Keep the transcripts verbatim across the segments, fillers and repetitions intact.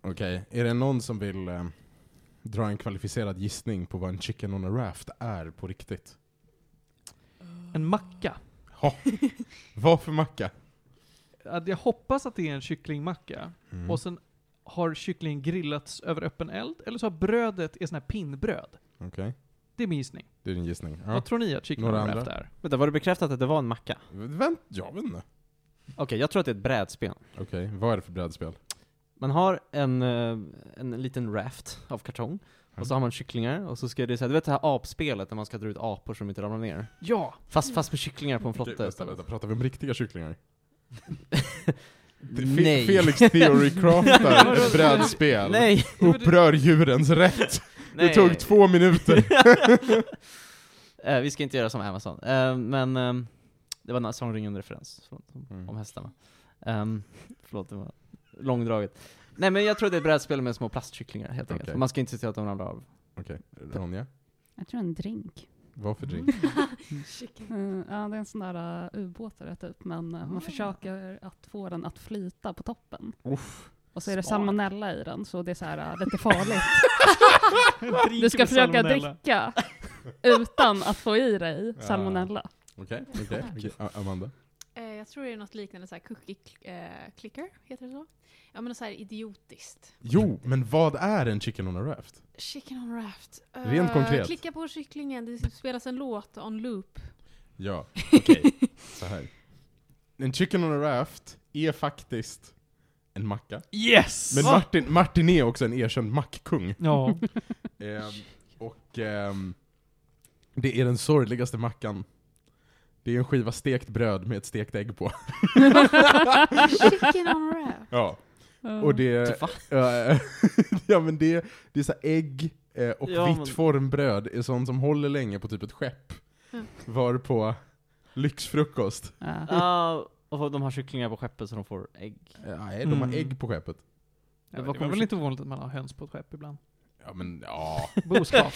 Okej, okay. Är det någon som vill eh, dra en kvalificerad gissning på vad en chicken on a raft är på riktigt? En macka. Ja, vad för macka? Jag hoppas att det är en kycklingmacka. Mm. Och sen har kycklingen grillats över öppen eld. Eller så har brödet är sån här pinnbröd. Okej. Okay. Det är min gissning. Det är din gissning. Ja. Vad tror ni att chicken on a raft är? Vänta, var det bekräftat att det var en macka? Vänt, jag vet inte. Okej, okay, jag tror att det är ett brädspel. Okej, okay. Vad är det för brädspel? Man har en, en liten raft av kartong. Mm. Och så har man kycklingar. Och så ska det säga, du vet det här apspelet där man ska dra ut apor som inte ramlar ner? Ja! Fast, fast med kycklingar på en flotte. Okay, vänta, vänta, pratar vi om riktiga kycklingar? Nej. Felix Theory craftar ett brädspel. Nej. Upprör djurens rätt. Nej. Det tog två minuter. uh, vi ska inte göra som Amazon. Uh, men um, det var en Sagan ringen referens om, mm. om hästarna. Um, förlåt, det var långdraget. Nej, men jag tror det är ett brädspel med små plastkycklingar helt enkelt. Okay. Man ska inte se till att de ramlar av. Okej, okay. Ronja? Jag tror en drink. Vad för drink? mm, ja, det är en sån där uh, ubåtare typ, men uh, man försöker att få den att flyta på toppen. Uff. Och så är det salmonella i den, så det är så här uh, lite farligt. Du ska försöka dricka utan att få i dig salmonella. Okej, okej. okej. Amanda? Eh, jag tror det är något liknande så här cookie eh, clicker, heter det så? Ja, men så här idiotiskt. Jo, men vad är en chicken on a raft? Chicken on a raft. Uh, Rent konkret. Klicka på kycklingen, det spelas en låt on loop. Ja, okej. Okay. Så här. En chicken on a raft är faktiskt en macka. Yes! Men Martin, Martin är också en erkänd mackkung. Ja. ehm, och ehm, det är den sorgligaste mackan. Det är en skiva stekt bröd med ett stekt ägg på. Chicken on a raft. Ja. Och det äh, ja men det det är så ägg äh, och ja, vitt men... formbröd är sånt som håller länge på typ ett skepp. Mm. Var på lyxfrukost. Ja, uh, och de har kycklingar på skeppet så de får ägg. Nej, uh, de har mm. ägg på skeppet. Ja, det var väl inte ovanligt att man har höns på ett skepp ibland. Ja men ja. Boskap.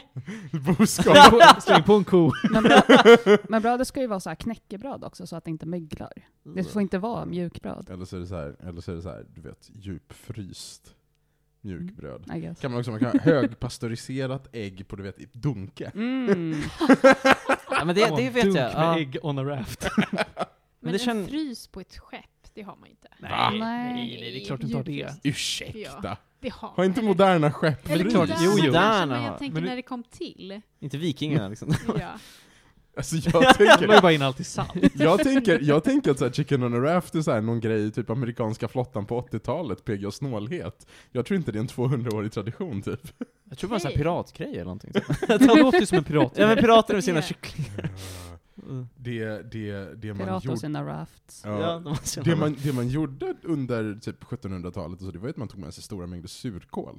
Boskap. Släng på en ko. Men, bröd, men brödet ska ju vara så här knäckebröd också så att det inte möglar. Det får inte vara mjukbröd. Eller så är det så här, eller så är det så här, du vet, djupfryst mjukbröd. Mm, kan man också man kan ha högpastöriserat ägg på, du vet, i dunke. Mm. Ja, men det, det vet Dunk jag. med Ja. ägg on a raft. Men, men en känn... frys på ett skepp, det har man inte. Nej, nej, nej, nej, det är klart du inte har det. Ursäkta. Ja, det har, har inte eller, moderna skepp? Eller klart, moderna, jo, jo. Kanske, men Moderna jag tänker men när det... det kom till. Inte vikingarna liksom. Ja. Alltså jag tänker... Man är bara in allt i salt. jag tänker, jag tänker att så här, chicken on a raft är så här någon grej typ amerikanska flottan på åttiotalet, P G och snålhet. Jag tror inte det är en tvåhundraårig tradition typ. Jag tror bara en piratgrej eller någonting. Det låter ju som en pirat. Ja, men pirater med sina Yeah. kycklingar. Det, det, det man Pirater och gjorde... sina rafts. Ja, Ja, de har det, man, det man gjorde under typ sjuttonhundratalet och så, det var att man tog med sig stora mängder surkål.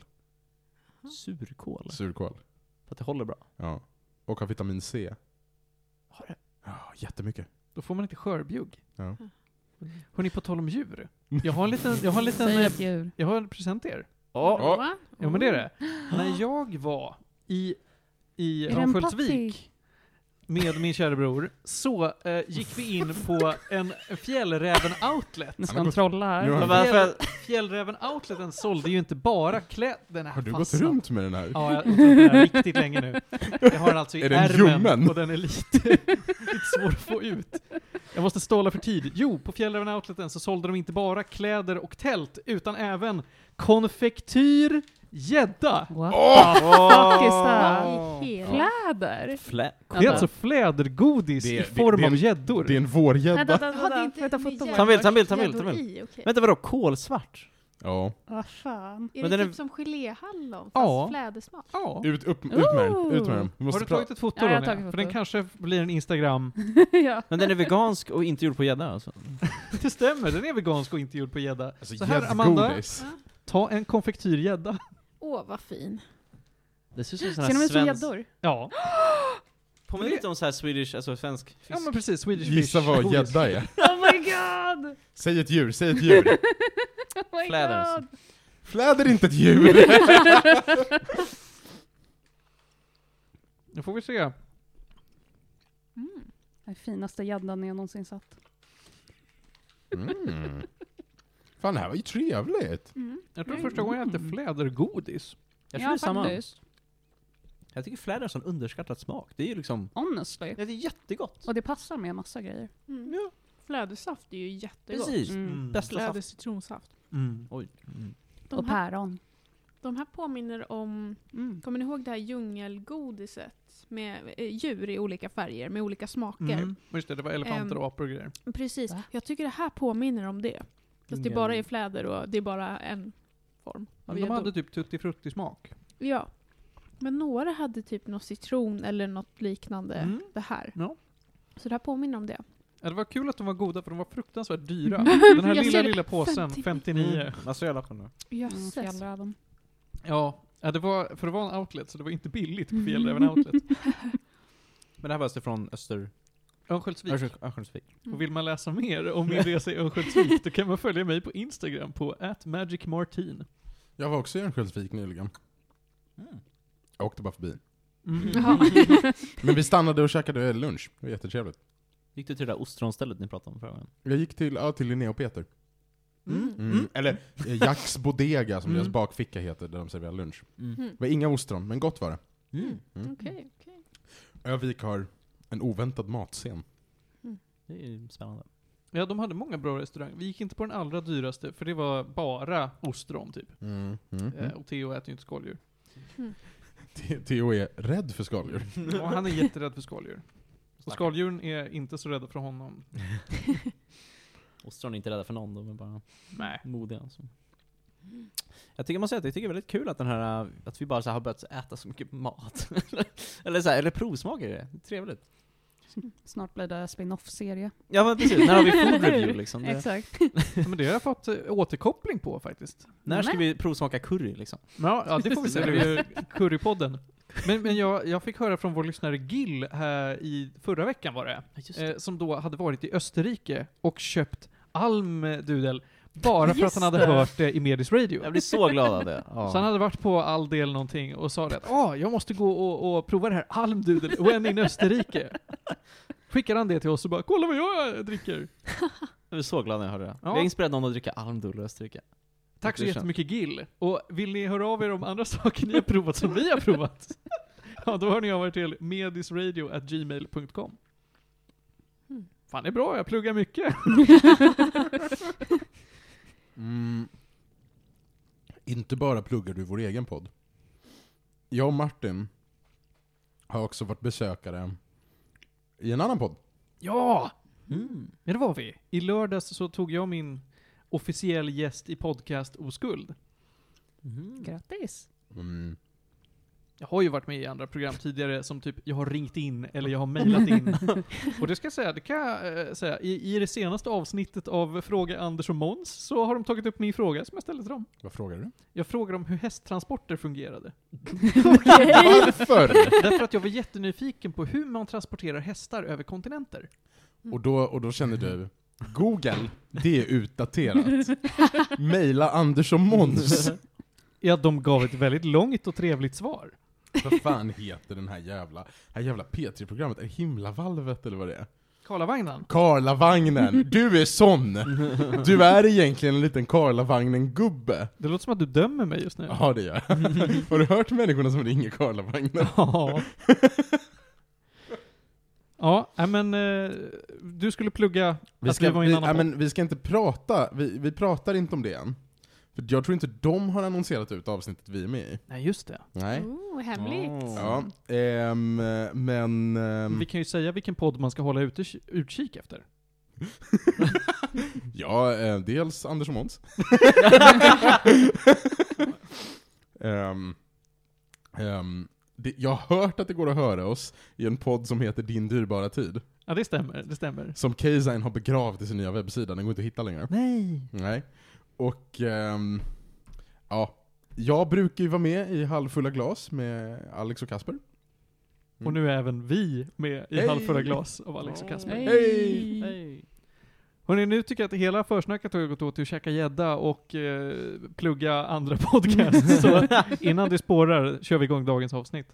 Surkål. Surkål. För att det håller bra. Ja. Och har vitamin C. Har det? Ja, jättemycket. Då får man inte skörbjugg. Ja. Hörrni, på tal om djur. Jag har en liten, jag har en liten, Säg ett djur. jag har en present till er. Ja. Va? Ja, men det är det. När jag var i, i Är det en Ramsköldsvik med min kära bror, så eh, gick vi in på en Fjällräven outlet. Nu ska de trolla här. Nu har- Men varför... Fjällräven outleten sålde ju inte bara kläder. Har du gått runt med den här? Ja, jag har gått runt med den här riktigt länge nu. Jag har den alltså i Är den ärmen ljummen? och den är lite, lite svår att få ut. Jag måste ståla för tid. Jo, på Fjällräven outleten så sålde de inte bara kläder och tält, utan även konfektyr, gädda. What Åh! the fuck is that? I hela- Kläder? Flä... Det är alltså flädergodis Det är- i form det är av en- gäddor. Det är en vårgädda. Vänta, vänta, Jaha, det är vänta. inte Vänta, med foto. gäddor- Ta en bild, ta en bild, ta en bild, gäddor ta en bild. i, okej. Vänta, vadå? Kolsvart? Ja. Vad fan? Är Men det den typ är- som geléhallon, fast Ja. flädersmak? Ja. Ut, upp, ut med den. Ooh. Ut med den. Vi Har måste du pra- tagit ett foto Ja, jag har Ronja? tagit För den foto. kanske blir en Instagram. Ja. Men den är vegansk och inte gjord på gädda alltså. Det stämmer, den är vegansk och inte gjord på gädda. Alltså, Så här, Amanda, gäddgodis. Ja. ta en konfektyrgädda. Åh, vad fin. Det ser ut som Ser sån de här ut som svensk... gäddor? Ja. Påminner lite om så här Swedish, alltså svensk fisk. Ja men precis, Swedish Gissa fish. vad Godis. gädda är. Oh my god! Säg ett djur, säg ett djur. Oh my Fläders. god! Fläder är inte ett djur. Nu får vi se. Mm. Den finaste gäddan jag någonsin satt. Mm. Fan, det här var ju trevligt. Mm. Jag tror första gången jag äter flädergodis. Jag tror Ja, det är samma. faktiskt. Jag tycker fläder är sån underskattad smak. Det är ju liksom... Honestly. Ja, det är jättegott. Och det passar med massa grejer. Mm. Ja. Flädersaft är ju jättegott. Precis. Mm. Mm. Bästa Fläder saft. citronsaft. Mm. Oj. Mm. De Och här, päron. de här påminner om, Mm. kommer ni ihåg det här djungelgodiset? Med eh, djur i olika färger, med olika smaker. Mm. Just det, det var elefanter Ehm, och apor och grejer. Precis. Va? Jag tycker det här påminner om det. Fast det Djungel- bara är fläder och det är bara en form av Men de gäddor. hade typ tutti-frutti-smak. Ja. Men några hade typ något citron eller något liknande Mm. det här. Ja. Så det här påminner om det. Ja, det var kul att de var goda för de var fruktansvärt dyra. Mm. Den här Jag lilla, ser det. lilla påsen, femtionio. femtionio. Mm. Vad så jävla skönt. Mm, Jösses. fjällräven. Ja, ja, det var, för det var en outlet så det var inte billigt på Fjällräven outlet. Men det här var alltså från Öster... Örnsköldsvik. Örnskölds- Örnsköldsvik. Och vill man läsa mer om min resa i Örnsköldsvik då kan man följa mig på Instagram på at magicmartin. Jag var också i Örnsköldsvik nyligen. Mm. Jag åkte bara förbi. Mm. Ja. Men vi stannade och käkade lunch. Det var jättetrevligt. Gick du till det där ostronstället ni pratade om förra gången? Jag gick till, ja, till Linnea och Peter. Mm. Mm. Eller eh, Jacks Bodega som Mm. deras bakficka heter, där de serverar lunch. Mm. Mm. Det var inga ostron, men gott var det. Mm. Mm. Okej, okej. Övik har en oväntad matscen. Det är ju spännande. Ja, de hade många bra restauranger. Vi gick inte på den allra dyraste för det var bara ostron typ. Mm. Mm. Eh, och Theo äter ju inte skaldjur. Te- Theo är rädd för skaldjur. Och han är jätterädd för skaldjur. Och skaldjuren är inte så rädda för honom. Ostron är inte rädda för någon, de är bara Nej. modiga. Alltså. Jag tycker, man säger att jag tycker det är väldigt kul att den här, att vi bara så här har börjat äta så mycket mat. eller så här, eller provsmaker det. Det är trevligt. Snart blir det spin-off-serie. Ja men precis, när har vi food review liksom? Det, Exakt. Ja, men det har jag fått eh, återkoppling på faktiskt. när ska Nej. vi provsmaka curry liksom? Ja, ja det får vi se. Det blir Currypodden. Men, men jag, jag fick höra från vår lyssnare Gill här i förra veckan var det. Just Eh, som då hade varit i Österrike och köpt almdudel bara för att Just han hade det. hört det i Medis Radio. Jag blir så glad av det. Ja. Så han hade varit på all del någonting och sa det att ah, jag måste gå och, och prova det här almdudel when in Österrike. Skickade han det till oss och bara kolla vad jag dricker. Jag blir så glad när jag hörde det. Ja. Jag är inspirerad någon att dricka almdudel i Österrike. Tack så Det känns- jättemycket Gill. Och vill ni höra av er om andra saker ni har provat som vi har provat? Ja, då hör ni av er till medisradio at gmail dot com. Mm. Fan, det är bra, jag pluggar mycket. Mm. Inte bara pluggar du vår egen podd. Jag och Martin har också varit besökare i en annan podd. Ja! Mm. Ja, det var vi. I lördags så tog jag min officiell gäst i podcast Oskuld. Mm. Grattis. Mm. Jag har ju varit med i andra program tidigare som typ jag har ringt in eller jag har mejlat in. Och det ska jag säga, det kan jag äh, säga. I, I det senaste avsnittet av Fråga Anders och Måns så har de tagit upp min fråga som jag ställde till dem. Vad frågar du? Jag frågade om hur hästtransporter fungerade. Varför? Därför att jag var jättenyfiken på hur man transporterar hästar över kontinenter. Och då, och då känner du, Google, det är utdaterat. Maila Anders och Måns. Ja, de gav ett väldigt långt och trevligt svar. Vad fan heter den här jävla, här jävla P tre-programmet? Är det Himlavalvet eller vad det är? Karlavagnen. Karlavagnen, du är sån! Du är egentligen en liten Karlavagnen-gubbe. Det låter som att du dömer mig just nu. Ja, det gör jag. Har du hört människorna som ringer Karlavagnen? Ja. Ja, nej, men eh, du skulle plugga Vi att ska, vi var i vi, en annan ja, podd. men vi ska inte prata, vi, vi pratar inte om det än. För jag tror inte de har annonserat ut avsnittet vi är med i. Nej, just det. Nej. Oh, hemligt. Oh. Ja, ehm, men... ehm, Vi kan ju säga vilken podd man ska hålla ute, utkik efter. ja, eh, dels Anders och Måns. Ehm, ehm, det, jag har hört att det går att höra oss i en podd som heter Din dyrbara tid. Ja, det stämmer. Det stämmer. Som Kazine har begravt i sin nya webbsida, den går inte att hitta längre. Nej. Nej. Och ehm, ja, jag brukar ju vara med i Halvfulla glas med Alex och Kasper. Och nu är även vi med i Hej. Halvfulla glas av Alex och Kasper. Hej! Hej. Hörrni, nu tycker jag att hela försnacket har gått åt till att käka gädda och eh, plugga andra podcasts. Så innan det spårar kör vi igång dagens avsnitt.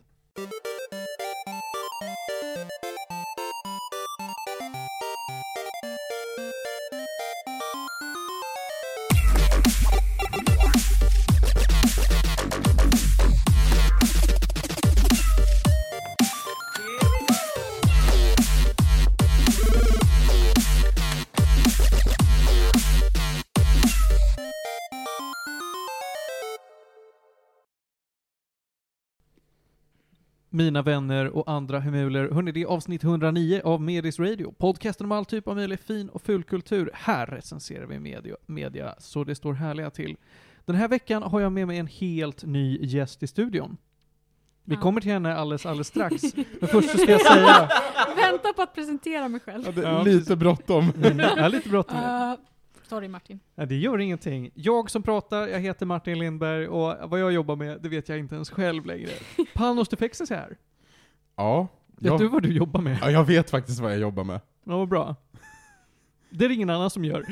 mina vänner och andra hemuler. Hörrni, det är avsnitt etthundranio av Medis Radio. Podcasten om all typ av möjlig fin och fulkultur. Här recenserar vi media, media så det står härliga till. Den här veckan har jag med mig en helt ny gäst i studion. Vi Ja. kommer till henne alldeles, alldeles strax. Men först så ska jag säga... Vänta på att presentera mig själv. Ja, det är Ja, lite bråttom. Mm, jag är lite bråttom. Uh, sorry Martin. Nej, det gör ingenting. Jag som pratar, jag heter Martin Lindberg och vad jag jobbar med, det vet jag inte ens själv längre. Panos Defexes är här. Ja, Vet jag, du vad du jobbar med? ja, jag vet faktiskt vad jag jobbar med. Ja, vad bra. Det är ingen annan som gör.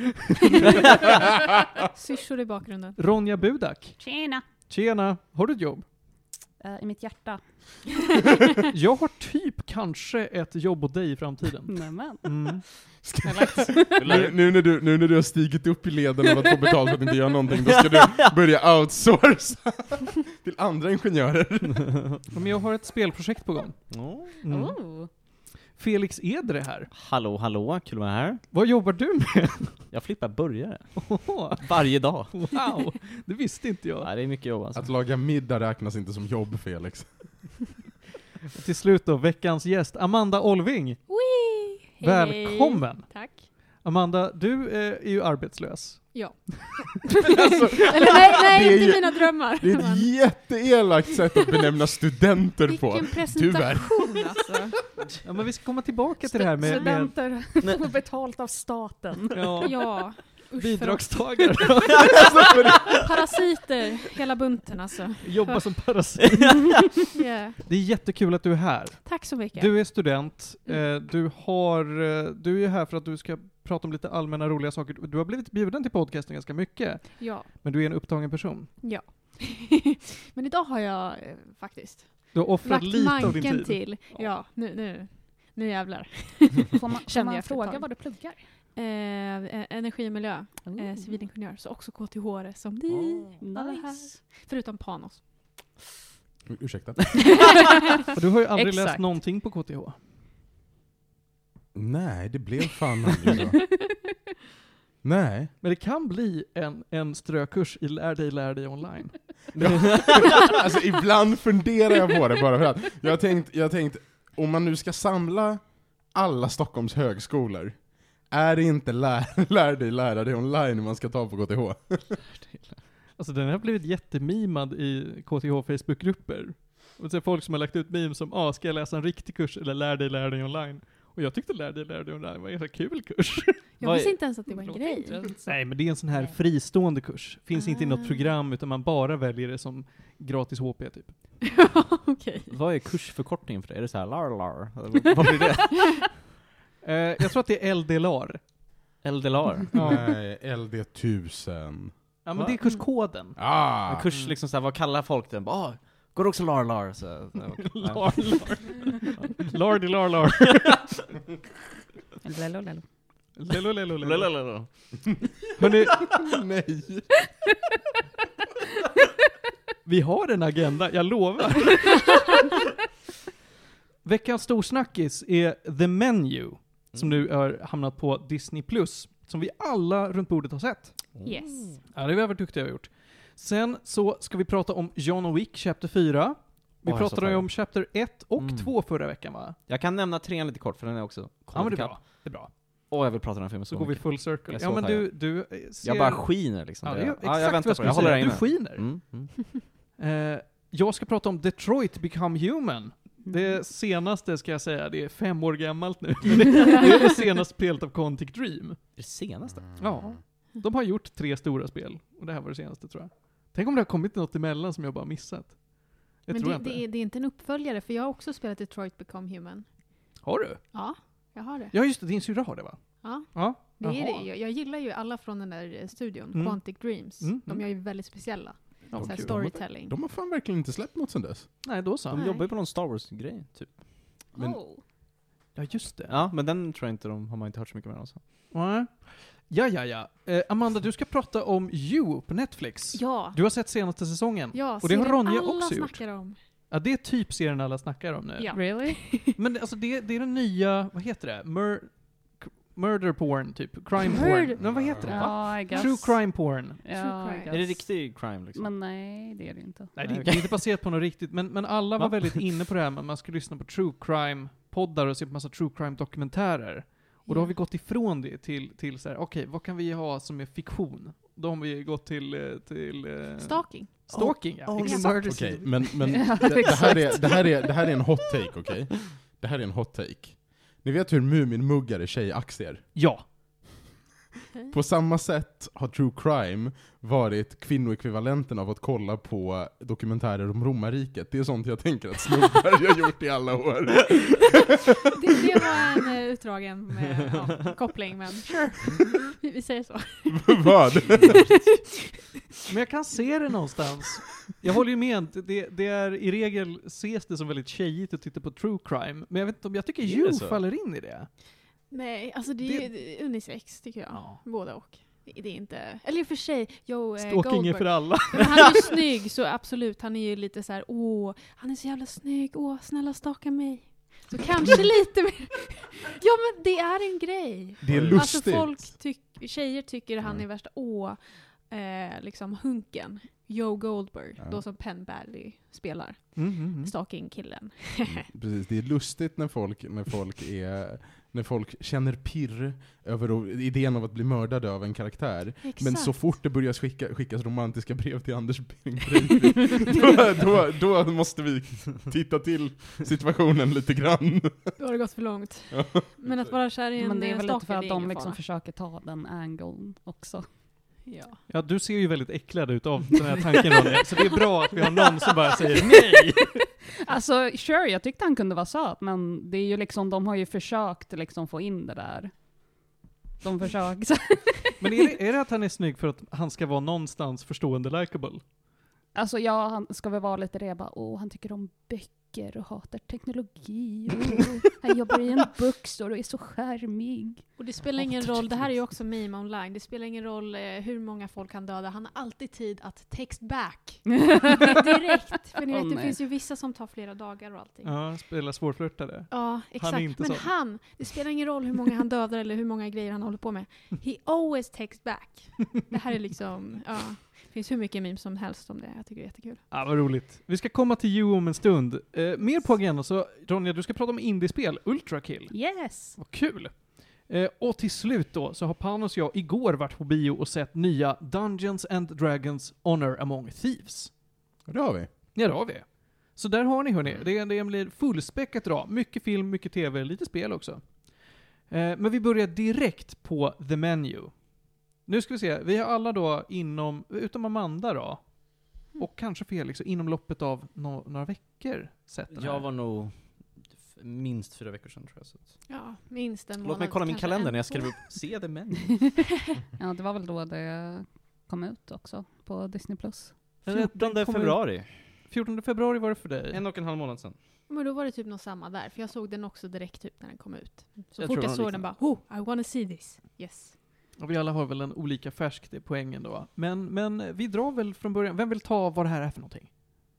Syrsor i bakgrunden. Ronja Budak. Tjena! Tjena, har du ett jobb? Uh, I mitt hjärta. Jag har typ kanske ett jobb åt dig i framtiden. Nämen. Mm. Nu, nu, när du, nu när du har stigit upp i leden och att få betalt för att inte göra någonting, då ska du börja outsourca till andra ingenjörer. Men jag har ett spelprojekt på gång. Oh. Mm. Oh. Felix Eder är här. Hallå, hallå, kul att vara här. Vad jobbar du med? Jag flippar burgare. Oho, Varje dag. wow, det visste inte jag. Ja, det är mycket jobb alltså. Att laga middag räknas inte som jobb, Felix. Till slut då, veckans gäst, Amanda Olving. Wee! Hej. Välkommen! Tack. Amanda, du eh, är ju arbetslös. Ja. Alltså, Eller nej, nej det är inte ju- mina drömmar. det är Men ett jätteelakt sätt att benämna studenter på. vilken Tyvärr. presentation alltså. Ja, men vi ska komma tillbaka till det här med, med Studenter får betalt av staten. ja, Ja. Usch för oss. bidragstagare. Parasiter, hela bunten alltså. Jobba som parasit. Yeah. Det är jättekul att du är här. Tack så mycket. Du är student. Eh, du, har, eh, du är här för att du ska prata om lite allmänna roliga saker. Du har blivit bjuden till podcasten ganska mycket. Ja. Men du är en upptagen person. Ja. Men idag har jag eh, faktiskt Du har offrat lagt lite av din manken tid. till. Ja, nu, nu, nu jävlar. Får man, får Kände man jag efter ett fråga tag. vad du pluggar? Eh, eh, energi och miljö. Oh. Eh, civilingenjör. Så också K T H som ni. Alla här. Nice. Förutom Panos. Ursäkta. Och du har ju aldrig Exakt. läst någonting på K T H. Nej, det blev fan aldrig så. Nej. Men det kan bli en, en strökurs i Lär dig, lär dig online. Alltså ibland funderar jag på det bara för att jag har tänkt, jag har tänkt om man nu ska samla alla Stockholms högskolor, är det inte lär, lär dig lära dig online man ska ta på K T H? Alltså den har blivit jättemimad i K T H Facebookgrupper. Och så är folk som har lagt ut memes som ah, ska jag läsa en riktig kurs eller lär dig, lär dig online? Och jag tyckte lär dig, lär dig online var en ganska kul kurs. Jag Vad visste är- inte ens att det var en grej. Nej, men det är en sån här fristående kurs. Finns inte i något Ah. program utan man bara väljer det som gratis H P typ. Okej. Vad är kursförkortningen för det? Är det så här lar lar? Eller vad blir det? Eh, jag tror att det är L D L A R. L D L A R? Nej, L D tusen. Ja, men Va? det är kurskoden. Ah! En kurs liksom så här, vad kallar folk den? Ah, går också lar lar? Så, så, Lar, lar. Lardy, lar, lar. Lello, lello. Lello, lello, lello. Lalalala. Hörrni, Nej. vi har en agenda, jag lovar. Veckans storsnackis är The Menu, som nu har hamnat på Disney plus, som vi alla runt bordet har sett. Yes. Ja, det har vi varit duktiga och gjort. Sen så ska vi prata om John Wick Chapter fyra. Vi Åh, jag är så pratade ju taggad. om Chapter ett och Mm. två förra veckan, va? Jag kan nämna trean lite kort för den är också Ja, men det är bra. Det är bra. Åh, jag vill prata om den här filmen Så så går vi mycket. full circle. Jag är Ja, så men taggad. du, du eh, ser... Jag bara skiner liksom. Ja, det är ja, exakt jag vad väntar jag på det. Jag skulle håller där säga. Du inne. skiner. Mm, mm. Eh, jag ska prata om Detroit Become Human. Det senaste ska jag säga, det är fem år gammalt nu. Men det, det är det senaste spelet av Quantic Dream. Det senaste? Ja. De har gjort tre stora spel. Och det här var det senaste, tror jag. Tänk om det har kommit något emellan som jag bara missat. Det Men tror det, jag inte. det, är, det är inte en uppföljare, för jag har också spelat Detroit Become Human. Har du? Ja, jag har det. Ja, just det. Din syrra har det, va? Ja, Ja. det är Jaha. det. Jag, jag gillar ju alla från den där eh, studion, Mm. Quantic Dreams. Mm, De mm. gör ju väldigt speciella. Ja, så här kul. storytelling. De har fan verkligen inte släppt något sen dess. Nej, då så. De Nej. jobbar ju på någon Star Wars-grej, typ. Men- Oh. Ja, just det. Ja, men den tror jag inte de har man inte hört så mycket mer om. Nej. Ja, ja, ja. Eh, Amanda, du ska prata om You på Netflix. Ja, Du har sett senaste säsongen. ja och det har serien Ronja alla också gjort. snackar om. Ja, det är typ serien alla snackar om nu. Ja. Really? Men alltså det, det är den nya, vad heter det? Mer, murder porn, typ. Crime Murder- porn. Men vad heter det? Va? Ja, I guess. True crime porn. Ja, True I crime. Är det guess. riktig crime liksom? Men nej, det är det inte. Nej, det, Nej, det är inte baserat på något riktigt, men, men alla var Va? väldigt inne på det här med att man skulle lyssna på true crime-poddar och se på massa true crime-dokumentärer. Och då har vi gått ifrån det till, till så här, okej, vad kan vi ha som är fiktion? Då har vi gått till, eh, till eh, Stalking. stalking, ja. Oh, Exakt. murder Okej, scene. men, men Ja, det, det, här är, exakt. det, här är, det här är en hot take, okej? Det här är en hot take. Ni vet hur Muminmuggar är tjejaktier? Ja. På samma sätt har true crime varit kvinnoekvivalenten av att kolla på dokumentärer om romarriket. Det är sånt jag tänker att snubbar har gjort i alla år. Det, det var en uh, utdragen med, ja, koppling, men sure. Vi, vi säger så. Vad? Men jag kan se det någonstans. Jag håller ju med. Det, det är i regel ses det som väldigt tjejigt att titta på true crime. Men jag vet inte om jag tycker Är det You så? faller in i det. Nej, alltså det är ju unisex tycker jag. Ja. Båda och. Det, det är inte... Eller i och för sig, Joe eh, Stalking är Goldberg. för alla. Men han är ju snygg, så absolut. Han är ju lite så här: åh, han är så jävla snygg. Åh, snälla staka mig. Så kanske lite mer... Ja, men det är en grej. Det är Alltså lustigt. folk tyck, tjejer tycker han Mm. är värsta åh, eh, liksom hunken. Joe Goldberg, Ja. då som Penn Badley spelar. Mm, mm, mm. Stalking-killen. Precis, det är lustigt när folk, när folk, är, när folk känner pirr över idén av att bli mördad av en karaktär. Exakt. Men så fort det börjar skicka, skickas romantiska brev till Anders Breivik, då, då, då måste vi titta till situationen lite grann. Då har det gått för långt. Men att vara kär i en Men det är väl lite stalker, för det att är de ingen liksom fara. försöker ta den angeln också. Ja. Ja, du ser ju väldigt äcklad ut av den här tanken, Ronja. Så det är bra att vi har någon som bara säger nej. Alltså, sure, jag tyckte han kunde vara söt, men det är ju liksom, de har ju försökt liksom få in det där. De försöker. Men är det, är det att han är snygg för att han ska vara någonstans förstående likeable? Alltså ja, han ska väl vara lite reba. Åh, han tycker om böcker och hatar teknologi. Oh, han jobbar i en bookstore och är så charmig. Och det spelar ingen roll, det här är ju också meme online, det spelar ingen roll eh, hur många folk han dödar, han har alltid tid att text back. Direkt. För ni vet, Åh, det nej. finns ju vissa som tar flera dagar och allting. Ja, Ja, spelar svårflörtade. exakt. Han är inte Men sån. han, det spelar ingen roll hur många han dödar eller hur många grejer han håller på med. He always text back. Det här är liksom, ja, det finns hur mycket memes som helst om det. Jag tycker det är jättekul. Ja, vad roligt. Vi ska komma till You om en stund. Eh, mer på agendan, så Ronja, du ska prata om indiespel, Ultra Kill. Yes! Vad kul! Eh, och till slut då, så har Panos och jag igår varit på bio och sett nya Dungeons and Dragons Honor Among Thieves. Det har vi. Ja, det har vi. Så där har ni, hörni. Det, det blir fullspäckat idag. Mycket film, mycket tv, lite spel också. Eh, men vi börjar direkt på The Menu. Nu ska vi se, vi har alla då inom, utom Amanda då, och kanske Felix, inom loppet av no- några veckor sett den här. Jag var nog f- minst fyra veckor sedan tror jag. Så att. Ja, minst en Låt månad, mig kolla min kanske kalender en, när jag två. skrev upp se det men. Ja, det var väl då det kom ut också på Disney plus. fjortonde kom ut. februari. fjortonde februari var det för dig. En och en halv månad sedan. Men då var det typ något samma där, för jag såg den också direkt typ när den kom ut. Så Jag fort tror jag det såg var den bara, liknande. oh, I wanna see this. Yes. Och vi alla har väl en olika färsk, det är poängen då. Men, men vi drar väl från början. Vem vill ta vad det här är för någonting?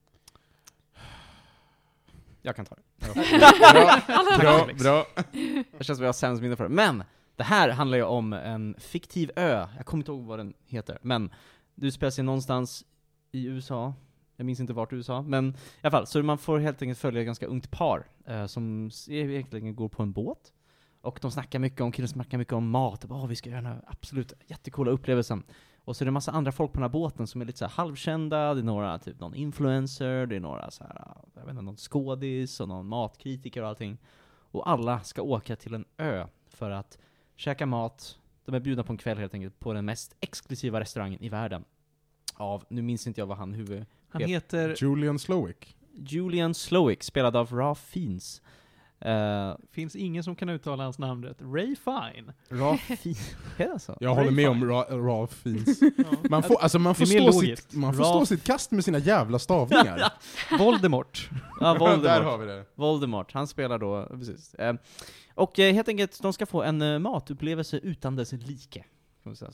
Jag kan ta det. Bra, bra, bra. Det känns som jag har sämst minne för det. Men det här handlar ju om en fiktiv ö. Jag kommer inte ihåg vad den heter. Men du spelar sig någonstans i U S A. Jag minns inte vart i U S A. Men i alla fall, så man får helt enkelt följa ett ganska ungt par eh, som egentligen går på en båt. Och de snackar mycket om, killen snackar mycket om mat. Åh, vi ska göra den här absolut jättecoola upplevelsen. Och så är det en massa andra folk på den här båten som är lite så här halvkända. Det är några, typ någon influencer, det är några så här, jag vet inte, någon skådis och någon matkritiker och allting. Och alla ska åka till en ö för att käka mat. De är bjudna på en kväll helt enkelt på den mest exklusiva restaurangen i världen. Av, nu minns inte jag vad han huvud... Han Vet- heter, Julian Slowick. Julian Slowick, spelad av Ralph Fiennes. Uh, finns ingen som kan uttala hans namn rätt. Ray Fine. Ralph Fiennes, är det så? Jag håller med om Ra- Ralph Fiennes. Man får, alltså man får, Det är mer stå logiskt. sitt, man får stå Ralph- sitt kast med sina jävla stavningar. Voldemort. Ja, Voldemort. Där har vi det. Voldemort, han spelar då, precis. Eh, och eh, helt enkelt, de ska få en eh, matupplevelse utan dess like. Kan man säga så.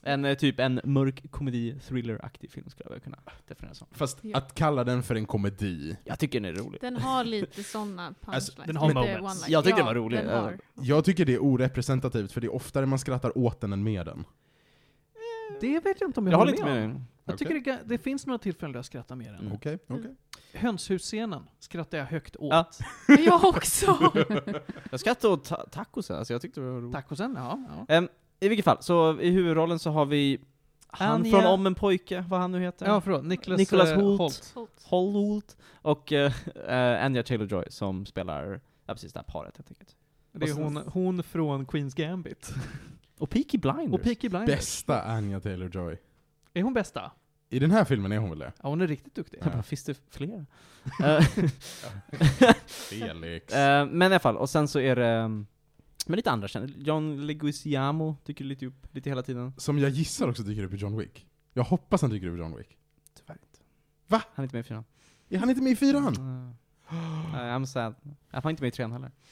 En eh, typ en mörk komedi thriller-aktig film skulle jag kunna definiera som. Fast Ja. att kalla den för en komedi. Jag tycker den är rolig. Den har lite sådana punchlines. Alltså, den har lite moments. one-liners. Jag tycker ja, den var rolig. Den har. Jag tycker det är orepresentativt, för det är oftare man skrattar åt den än med den. Det vet jag inte om jag, Jag håller håller inte med om. dig. Jag tycker det, det finns några tillfällen där jag skrattar mer än. Mm. Okej, okej. Mm. Hönshusscenen skrattar jag högt åt. Ja. Jag också! Jag skrattade åt ta- tacosen, alltså jag tyckte det var roligt. Tacosen, ja. ja. Um, I vilket fall, så i huvudrollen så har vi han Anja- från Om en pojke, vad han nu heter. Ja, förlåt. Nicholas, Nicholas eh, Hoult. Holt. Holt. Hollywood och uh, uh, Anya Taylor-Joy som spelar, ja precis det här paret helt enkelt. Det är Och så- hon, hon från Queen's Gambit. Och Peaky Blinders. Och Peaky Blinders. Bästa Anya Taylor-Joy. Är hon bästa? I den här filmen är hon väl det? Ja, hon är riktigt duktig. Jag bara, finns det fler? Eh, Felix. eh, men i alla fall, och sen så är det um, men lite andra kändisar. John Leguizamo dyker lite upp lite hela tiden. Som jag gissar också dyker upp i John Wick. Jag hoppas han dyker upp i John Wick. Tyvärr inte. Va? Han är inte med i fyran. Är han inte med i fyran? Mm. Uh, I'm sad. Han var inte med i trean heller.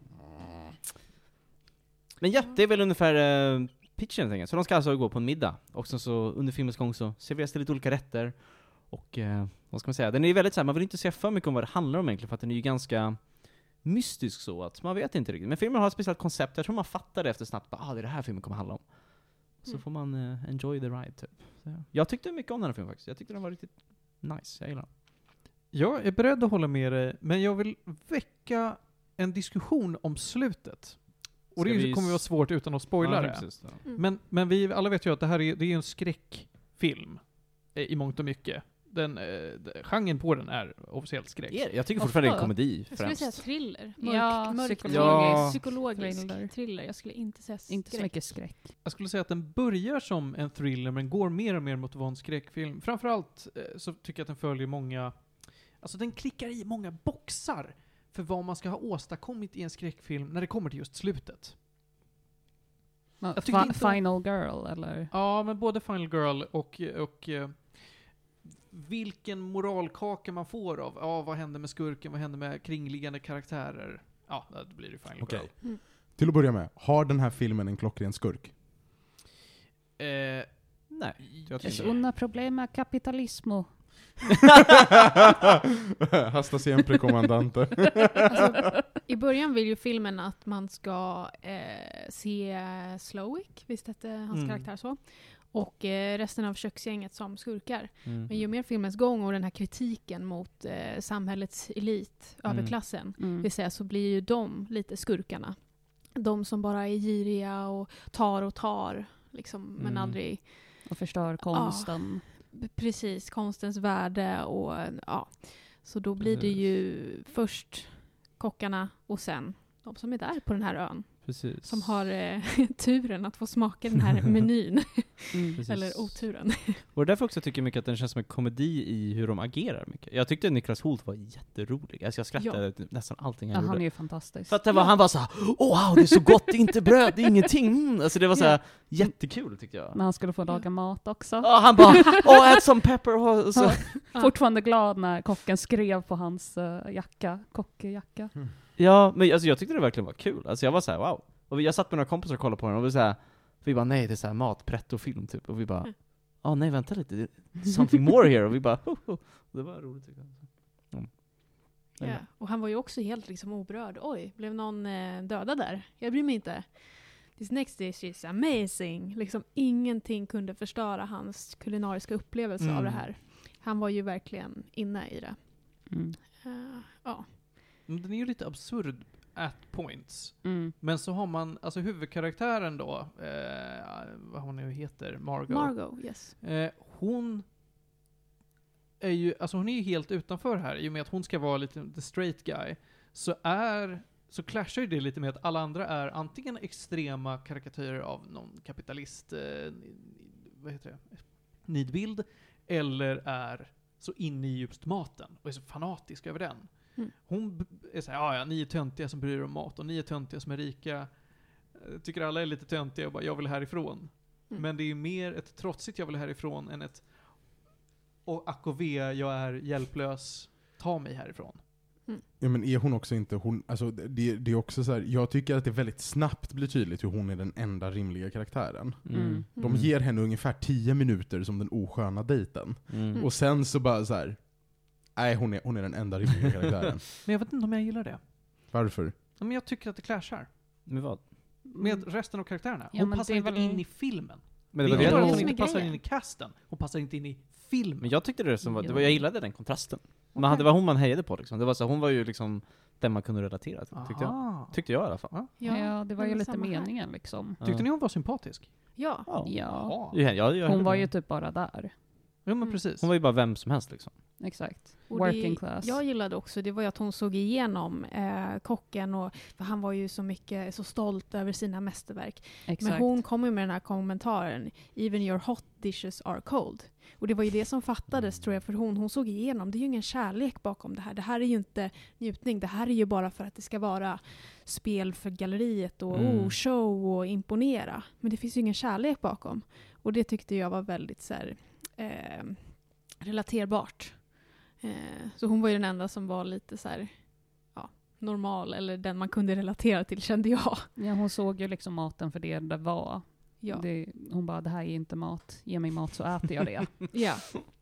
Men ja, det är väl ungefär uh, pitchen helt enkelt. Så de ska alltså gå på en middag. Och sen så under filmens gång så serveras det lite olika rätter. Och uh, vad ska man säga? Den är ju väldigt så här, man vill inte säga för mycket om vad det handlar om egentligen, för att den är ju ganska mystisk så att man vet inte riktigt. Men filmen har ett speciellt koncept. Jag tror man fattar det efter snabbt. Ah, det är det här filmen kommer handla om. Så Mm. får man uh, enjoy the ride typ. Så, ja. Jag tyckte mycket om den här filmen faktiskt. Jag tyckte den var riktigt nice. Jag gillar den. Jag är beredd att hålla med dig, men jag vill väcka en diskussion om slutet. Och Ska det vi kommer vara svårt utan att spoila Ja, det. precis, ja. Mm. Men, men vi alla vet ju att det här är, det är en skräckfilm eh, i mångt och mycket. Den, eh, d- genren på den är officiellt skräck. Är det? Jag tycker fortfarande det är en Ofta. komedi Jag skulle säga främst. thriller. Mörk, Ja, mörk psykologisk. Ja. psykologisk Thriller. thriller. Jag skulle inte säga skräck. Inte så mycket skräck. Jag skulle säga att den börjar som en thriller men går mer och mer mot att vara en skräckfilm. Framförallt eh, så tycker jag att den följer många, alltså den klickar i många boxar för vad man ska ha åstadkommit i en skräckfilm när det kommer till just slutet. Jag tyckte Fi- inte om- Final Girl, eller? Ja, men både Final Girl och, och eh, vilken moralkaka man får av, ja, vad händer med skurken, vad händer med kringliggande karaktärer. Ja, då blir det Final Okej. Girl. Mm. Till att börja med, har den här filmen en klockren skurk? Eh, Nej, jag Es tycker una problema capitalismo. Hasta siempre, kommandante. Alltså, i början vill ju filmen att man ska eh, se Slowick, visst hette hans Mm. karaktär så, och eh, resten av köksgänget som skurkar. Mm. Men ju mer filmens gång och den här kritiken mot eh, samhällets elit, Mm. överklassen, Mm. vill säga, så blir ju de lite skurkarna. De som bara är giriga och tar och tar, liksom, men Mm. aldrig Och förstör konsten. b- precis konstens värde och ja. Så då blir det Precis. ju först kockarna och sen de som är där på den här ön. Precis. Som har eh, turen att få smaka den här menyn. Mm. Precis. Eller oturen. Och därför också tycker jag mycket att den känns som en komedi i hur de agerar mycket. Jag tyckte Niklas Hoult var jätterolig. Alltså jag skrattade till nästan allting Ja, han han är gjorde. ju fantastisk. För att det var, han var så här, åh wow, det är så gott, det är inte bröd, det är ingenting. Mm. Alltså det var så här jättekul tyckte jag. När han skulle få laga mat också. Ja, han bara, åh ät som pepper och så. Ja. Fortfarande glad när kocken skrev på hans uh, jacka, kockjacka. Ja, men alltså jag tyckte det verkligen var kul. Alltså jag var så här, wow. Och vi, jag satt med några kompisar och kollade på den och vi så här, vi bara nej, det är så här mat, pretto-film typ. Och vi bara, Mm. åh nej vänta lite, det är something more here. Och vi bara, ho, ho. Det var roligt tycker jag. Mm. Ja. Och han var ju också helt liksom oberörd. Oj, blev någon eh, dödad där? Jag bryr mig inte. This next dish is amazing. Liksom ingenting kunde förstöra hans kulinariska upplevelse Mm. av det här. Han var ju verkligen inne i det. Mm. Eh, ja. Men den är ju lite absurd at points. Mm. Men så har man, alltså huvudkaraktären då, eh, vad hon nu heter, Margot. Margot, yes. Eh, hon är ju, alltså hon är ju helt utanför här, i och med att hon ska vara lite the straight guy. Så är, så clashar ju det lite med att alla andra är antingen extrema karikatyrer av någon kapitalist, eh, vad heter det, nidbild, eller är så inne i just maten och är så fanatisk över den. Mm. Hon b- är såhär, ja ja, ni är töntiga som bryr er om mat och ni är töntiga som är rika. Eh, Tycker alla är lite töntiga och bara, jag vill härifrån. Mm. Men det är mer ett trotsigt jag vill härifrån än ett och ack och ve, jag är hjälplös, ta mig härifrån. Mm. Ja, men är hon också inte hon, alltså det, det är också så här, jag tycker att det väldigt snabbt blir tydligt hur hon är den enda rimliga karaktären. Mm. De Mm. ger henne ungefär tio minuter som den osköna dejten. Mm. Och sen så bara så här, nej hon är, hon är den enda rimliga karaktären. Men jag vet inte om jag gillar det. Varför? Men jag tycker att det clashar Men vad? med resten av karaktärerna. Ja, Hon men passar det är inte väl- in i filmen. Men Det det är var inte bara det att hon som är inte passar grejen. in i casten, hon passar inte in i filmen. Men jag tyckte det som var, det var, Ja. jag gillade den kontrasten. Man Okej. hade, det var hon man hejade på liksom. Det var så, hon var ju liksom den man kunde relatera till, tyckte jag. Aha. Tyckte jag i alla fall. Ja. Ja, det var ju men lite samma här. meningen liksom. Tyckte ni hon var sympatisk? Ja. Ja. Ja. Ja, jag, jag, Hon var ju typ bara där. Ja men Mm. precis. hon var ju bara vem som helst liksom. Exakt. Och Working det class. Jag gillade också, det var ju att hon såg igenom eh, kocken och för han var ju så mycket så stolt över sina mästerverk. Exakt. Men hon kom ju med den här kommentaren, even your hot dishes are cold. Och det var ju det som fattades tror jag för hon, hon såg igenom, det är ju ingen kärlek bakom det här. Det här är ju inte njutning, det här är ju bara för att det ska vara spel för galleriet och Mm. oh, show och imponera. Men det finns ju ingen kärlek bakom. Och det tyckte jag var väldigt så här, eh, relaterbart. Eh, så hon var ju den enda som var lite så här, ja, normal eller den man kunde relatera till kände jag. Ja, hon såg ju liksom maten för det det var. Ja. Det, hon bara, det här är inte mat. Ge mig mat så äter jag det. Ja.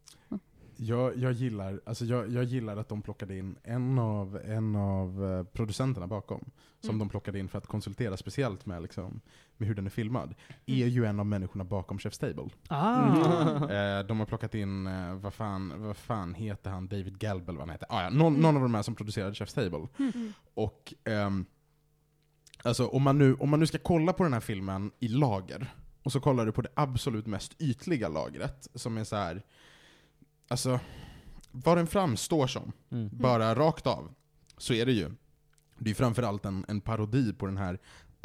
Jag, jag, gillar, alltså jag, jag gillar att de plockade in en av, en av eh, producenterna bakom, som Mm. de plockade in för att konsultera speciellt med, liksom, med hur den är filmad, Mm. är ju en av människorna bakom Chef's Table. Ah. Eh, de har plockat in, eh, vad, fan, vad fan heter han, David Gelb eller vad han heter. Ah, ja, någon, någon av de här som producerade Chef's Table. Mm. Och ehm, alltså, om, man nu, om man nu ska kolla på den här filmen i lager, och så kollar du på det absolut mest ytliga lagret, som är så här, alltså, vad den framstår som, Mm. bara rakt av, så är det ju, det är framförallt en, en parodi på den här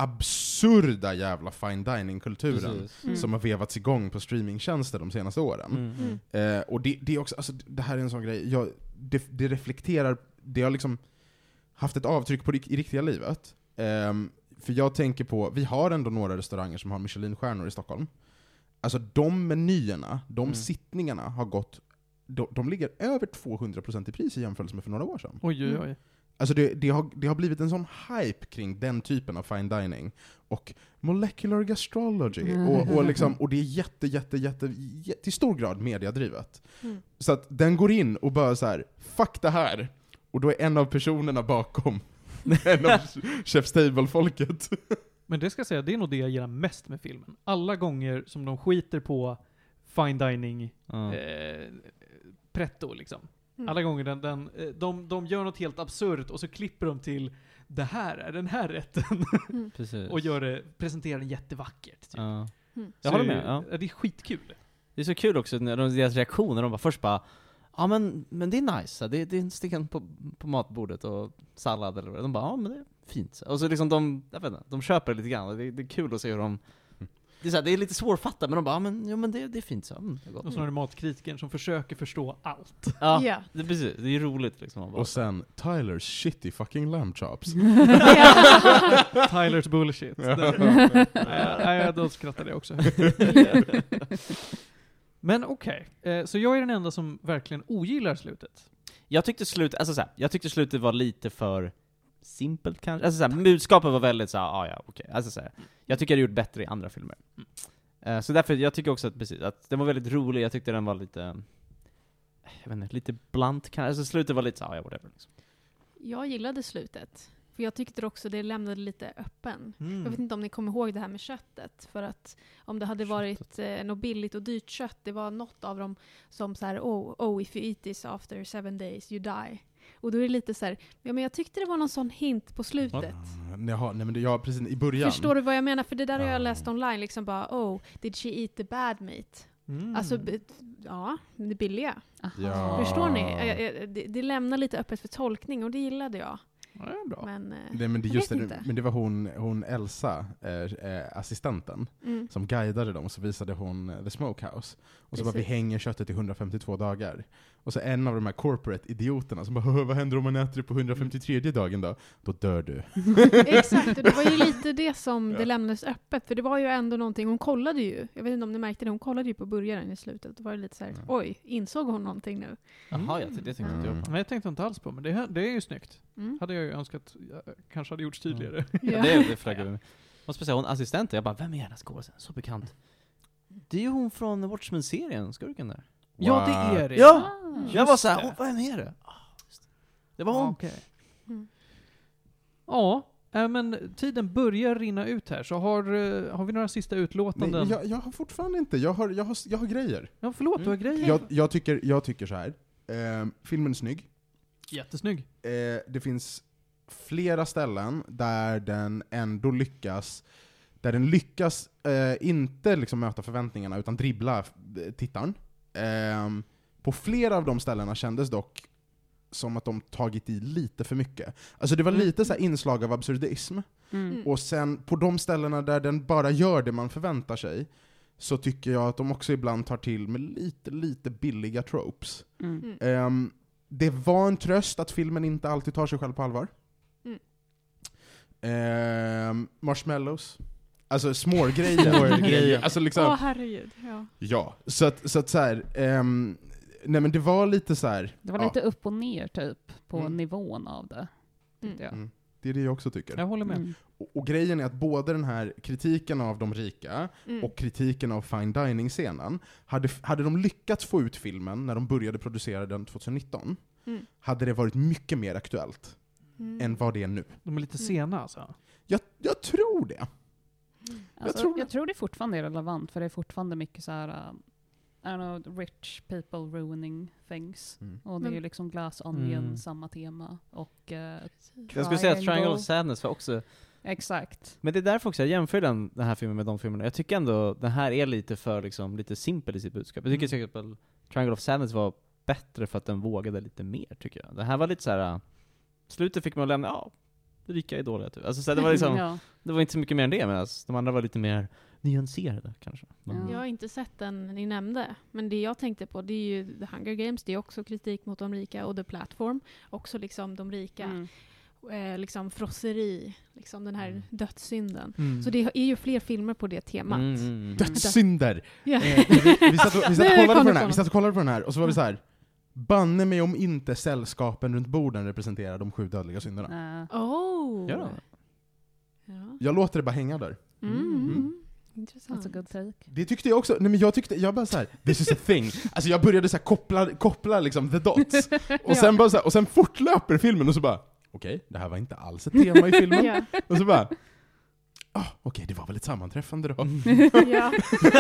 absurda jävla fine dining-kulturen Precis. Mm. som har vevats igång på streamingtjänster de senaste åren. Mm. Mm. Eh, och det, det är också, alltså, det här är en sån grej, jag, det, det reflekterar, det har liksom haft ett avtryck på rik- i riktiga livet. Ehm, för jag tänker på, vi har ändå några restauranger som har Michelin-stjärnor i Stockholm. Alltså de menyerna, de Mm. sittningarna har gått, de, de ligger över tvåhundra procent i pris i jämförelse med för några år sedan. Oj oj oj. Alltså det, det, har, det har blivit en sån hype kring den typen av fine dining. Och molecular gastrology. Mm. Och, och, liksom, och det är jätte, jätte, jätte, jätte, till stor grad mediadrivet. Mm. Så att den går in och bara så här: fuck det här. Och då är en av personerna bakom en av Chef's Table-folket. Men det ska jag säga, det är nog det jag gillar mest med filmen. Alla gånger som de skiter på fine dining Ja. eh, pretto liksom. Mm. Alla gånger den, den, eh, de, de gör något helt absurt och så klipper de till det här är den här rätten Mm. Precis. och gör det, presenterar den jättevackert. Typ. Ja. Mm. Jag Så håller med. Ja. Det är skitkul. Det är så kul också när de, deras reaktioner, de bara först bara ja men, men det är nice, det, det är en sten på, på matbordet och sallad eller vad. De bara ja men det är fint. Och så liksom de, jag vet inte, de köper lite grann. Det, det är kul att se hur de, det är, så här, det är lite svårfattat men de bara ja men, ja, men det, det är fint så. Mm, det är gott. Och så är det matkritiken som försöker förstå allt. Ja, Ja. det, är precis, det är roligt liksom. Man bara, Och sen Tylers shitty fucking lamb chops. Tylers bullshit. Det- Nej, nej, då skrattade jag också. Men okej, eh, så jag är den enda som verkligen ogillar slutet. Jag tyckte slut, alltså så här, jag tyckte slutet var lite för simpelt kanske. Alltså så här, budskapet var väldigt så här, ah, ja okej. Alltså så här, jag tycker det är gjort bättre i andra filmer. Eh, så därför, jag tycker också att precis, att den var väldigt rolig, jag tyckte den var lite, jag vet inte, lite blunt kanske. Alltså slutet var lite så, ah, ja whatever liksom. Jag gillade slutet. För jag tyckte också det lämnade lite öppen. Mm. Jag vet inte om ni kommer ihåg det här med köttet. För att om det hade varit eh, något billigt och dyrt kött, det var något av dem som så här, oh, oh, if you eat this after seven days, you die. Och då är det lite så här, ja men jag tyckte det var någon sån hint på slutet. Jaha, nej men det, ja, precis i början. Förstår du vad jag menar? För det där har Ja. jag läst online, liksom bara, oh, did she eat the bad meat? Mm. Alltså, b- ja, det billiga. Ja. Förstår ni? Jag- jag- Det, det lämnar lite öppet för tolkning och det gillade jag. Ja, det är bra. Men, eh, Det, men, det, jag just vet det, inte. men det var hon, hon Elsa, eh, eh, assistenten, Mm. som guidade dem, och så visade hon eh, The Smokehouse. Och så bara, vi Precis. hänger köttet i hundrafemtiotvå dagar. Och så en av de här corporate-idioterna som bara, vad händer om man äter det på hundrafemtiotredje dagen då? Då dör du. Exakt, och det var ju lite det som Ja. det lämnades öppet. För det var ju ändå någonting, hon kollade ju, jag vet inte om ni märkte det, hon kollade ju på burgaren i slutet. Då var det lite så här, Ja. oj, insåg hon någonting nu? Jaha, jag, det tänkte inte jag Mm. på. Nej, jag tänkte inte alls på, men det, det är ju snyggt. Mm. Hade jag ju önskat, jag kanske hade gjorts tydligare. Ja. Ja, det, det flaggar vi med. Måste säga, hon assistenten, jag bara, vem är den här skådisen? Så bekant. Det är ju hon från Watchmen-serien, skurken där. Ja, det är det. Ja! Ah. Jag var Just såhär, det. oh, vem är det? Ah, just det. Det var Ja, hon. okej. Mm. Ja, äh, men tiden börjar rinna ut här, så har, eh, har vi några sista Nej, utlåtanden? jag, jag har fortfarande inte, jag har, jag har, jag har grejer. Ja, förlåt, du har Mm. grejer. Jag, jag, tycker, jag tycker så här. Eh, filmen är snygg. Jättesnygg. Eh, det finns flera ställen där den ändå lyckas, där den lyckas eh, inte liksom möta förväntningarna utan dribbla eh, tittaren. Eh, på flera av de ställena kändes dock som att de tagit i lite för mycket. Alltså det var Mm. lite så här inslag av absurdism. Mm. Mm. Och sen på de ställena där den bara gör det man förväntar sig, så tycker jag att de också ibland tar till med lite, lite billiga tropes. Mm. Mm. Ehm, det var en tröst att filmen inte alltid tar sig själv på allvar. Mm. Ehm, marshmallows. Alltså smågrejer. Smågrejer. Alltså liksom, Åh, herregud. Ja. ja. Så att, så att så här, ehm, nej men det var lite så här. Det var ja, lite upp och ner typ på Mm. nivån av det. tyckte jag. mm, det är det jag också tycker. Jag håller med. Mm. Och, och grejen är att både den här kritiken av de rika Mm. och kritiken av fine dining-scenen, hade, hade de lyckats få ut filmen när de började producera den tjugonitton, Mm. hade det varit mycket mer aktuellt Mm. än vad det är nu. De är lite Mm. sena alltså. Jag, jag tror det. Alltså, tror jag, det. tror det fortfarande är relevant, för det är fortfarande mycket så här, uh, I don't know, rich people ruining things. Mm. Och det är Men- ju liksom Glass Onion, Mm. samma tema. Och uh, Jag skulle säga att Triangle of Sadness var också... Exakt. Men det är därför också jag jämför den, den här filmen med de filmerna. Jag tycker ändå den här är lite för liksom, lite simpel i sitt budskap. Jag tycker Mm. till exempel Triangle of Sadness var bättre för att den vågade lite mer, tycker jag. Det här var lite så här. Uh, slutet fick man att lämna, ja, rika är dåliga typ. Alltså så här, det var liksom, ja. det var inte så mycket mer än det, men de andra var lite mer nyanserade kanske. Men, Ja. Jag har inte sett den ni nämnde, men det jag tänkte på det är ju The Hunger Games, det är också kritik mot de rika, och The Platform, också liksom de rika, Mm. eh, liksom frosseri, liksom den här Mm. dödssynden. Mm. Så det är ju fler filmer på det temat. Mm, mm, mm. Dödssynder! Ja. Eh, vi, vi, satt och, vi, satt Nej, och det kollade kom på det den här, på vi satt och kollade på den här, och så var vi så här. Banne mig om inte sällskapen runt borden representerar de sju dödliga synderna. Uh, Oh! Gör de? Ja. Jag låter det bara hänga där. Mm. Mm. Intressant. that's a good take. Det tyckte jag också. Nej men jag tyckte, jag bara så här, this is a thing. Alltså jag började så här koppla, koppla liksom the dots. Och sen bara så här, och sen fortlöper filmen och så bara, okej, det här var inte alls ett tema i filmen. Ja. Och så bara, ah, okej, det var väl ett sammanträffande då. Ja.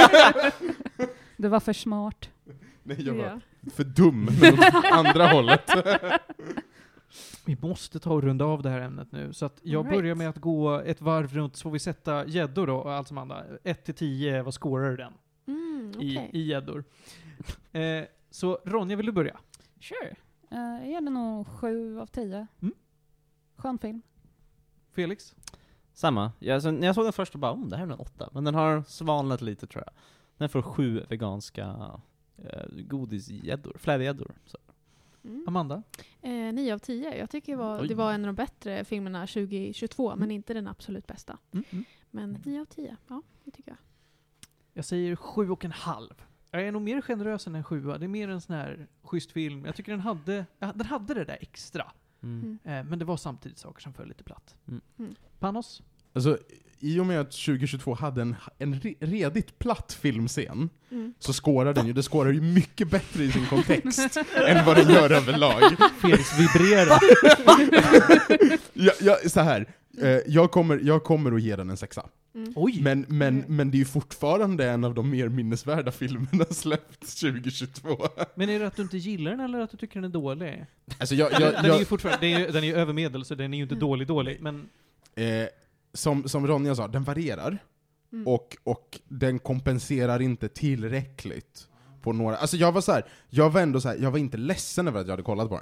Du var för smart. Nej, jag var Ja. för dum, men åt andra hållet. Vi måste ta och runda av det här ämnet nu, så att jag All right. börjar med att gå ett varv runt, så får vi sätta gäddor då, alltså Amanda. ett till tio, vad scorar den Mm, okej. i, i gäddor? Eh, så Ronja, vill du börja? Sure. Uh, jag ger det nog sju av tio. Mm. Skön film. Felix? Samma. Jag, alltså, när jag såg den först och bara, oh, det här är en åtta. Men den har svalnat lite, tror jag. Den får sju veganska eh, godisgäddor, flädergäddor. Så. Mm. Amanda? Eh, nio av tio. Jag tycker det var, Oj. det var en av de bättre filmerna tjugohundratjugotvå, men inte den absolut bästa. Mm. Mm. Men nio av tio, ja, det tycker jag. Jag säger sju och en halv. Jag är nog mer generös än en sjua. Det är mer en sån här schysst film. Jag tycker den hade, ja, den hade det där extra. Mm. Mm. Eh, men det var samtidigt saker som föll lite platt. Mm. Mm. Panos? Alltså, i och med att tjugohundratjugotvå hade en, en re- redigt platt filmscen, Mm. så skårar den ju, det skårar ju mycket bättre i sin kontext än vad den gör överlag. Felix vibrerar. jag, jag, så här, eh, jag, kommer, jag kommer att ge den en sexa. Mm. Oj! Men, men, Mm. men det är ju fortfarande en av de mer minnesvärda filmerna släppt tjugohundratjugotvå. Men är det att du inte gillar den eller att du tycker den är dålig? Alltså jag, den, jag, den är ju jag, fortfarande, den är, ju- den är ju över medel, så den är ju inte Mm. dålig dålig. Men eh, som, som Ronja sa, den varierar. Mm. Och, och den kompenserar inte tillräckligt på några. Alltså jag var så här, jag var ändå så här, jag var inte ledsen över att jag hade kollat på den.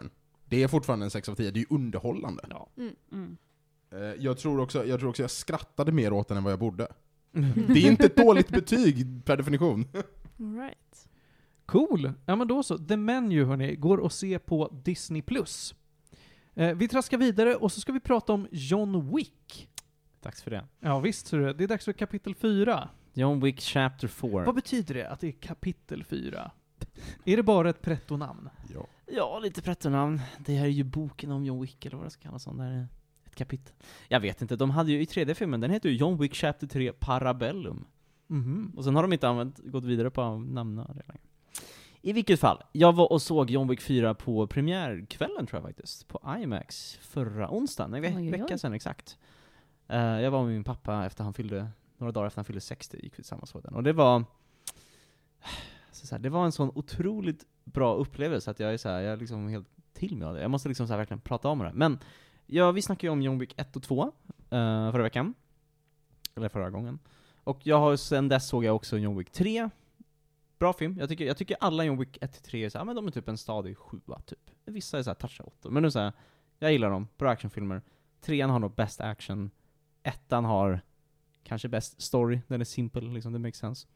Det är fortfarande en sex av tio, det är ju underhållande. Ja. Mm. Mm. Eh, jag, tror också, jag tror också jag skrattade mer åt den än vad jag borde. Det är inte ett dåligt betyg per definition. All right. Cool. Ja men då så. The Menu hörni, går att se på Disney plus. Eh, vi traskar vidare och så ska vi prata om John Wick. Dags för det. Ja visst, så det är dags för kapitel fyra. John Wick Chapter four. Vad betyder det att det är kapitel fyra? Är det bara ett prettonamn? Ja. Ja, lite prettonamn. Det här är ju boken om John Wick, eller vad det ska kallas om. Där ett kapitel. Jag vet inte, de hade ju i tredje filmen, den heter ju John Wick Chapter tre Parabellum. Mhm. Och sen har de inte använt, gått vidare på namnen längre. I vilket fall, jag var och såg John Wick fyra på premiärkvällen tror jag faktiskt. På IMAX förra onsdagen, en ve- Oj, oj, oj. vecka sedan exakt. Uh, jag var med min pappa efter han fyllde, några dagar efter han fyllde sextio, gick vi tillsammans på den. Och det var, så här, det var en sån otroligt bra upplevelse att jag är så här, jag är liksom helt till med det. Jag måste liksom så här verkligen prata om det. Men ja, vi snackade ju om John Wick ett och två uh, förra veckan. Eller förra gången. Och jag har sen dess såg jag också John Wick tre. Bra film. Jag tycker, jag tycker alla John Wick ett till tre är så här, men de är typ en stadig sjua typ. Vissa är så här toucha åtta. Men nu så här, jag gillar dem. Bra actionfilmer. Trean har nog bäst action. Ettan har kanske bäst story. Den är simpel, liksom, det makes sense.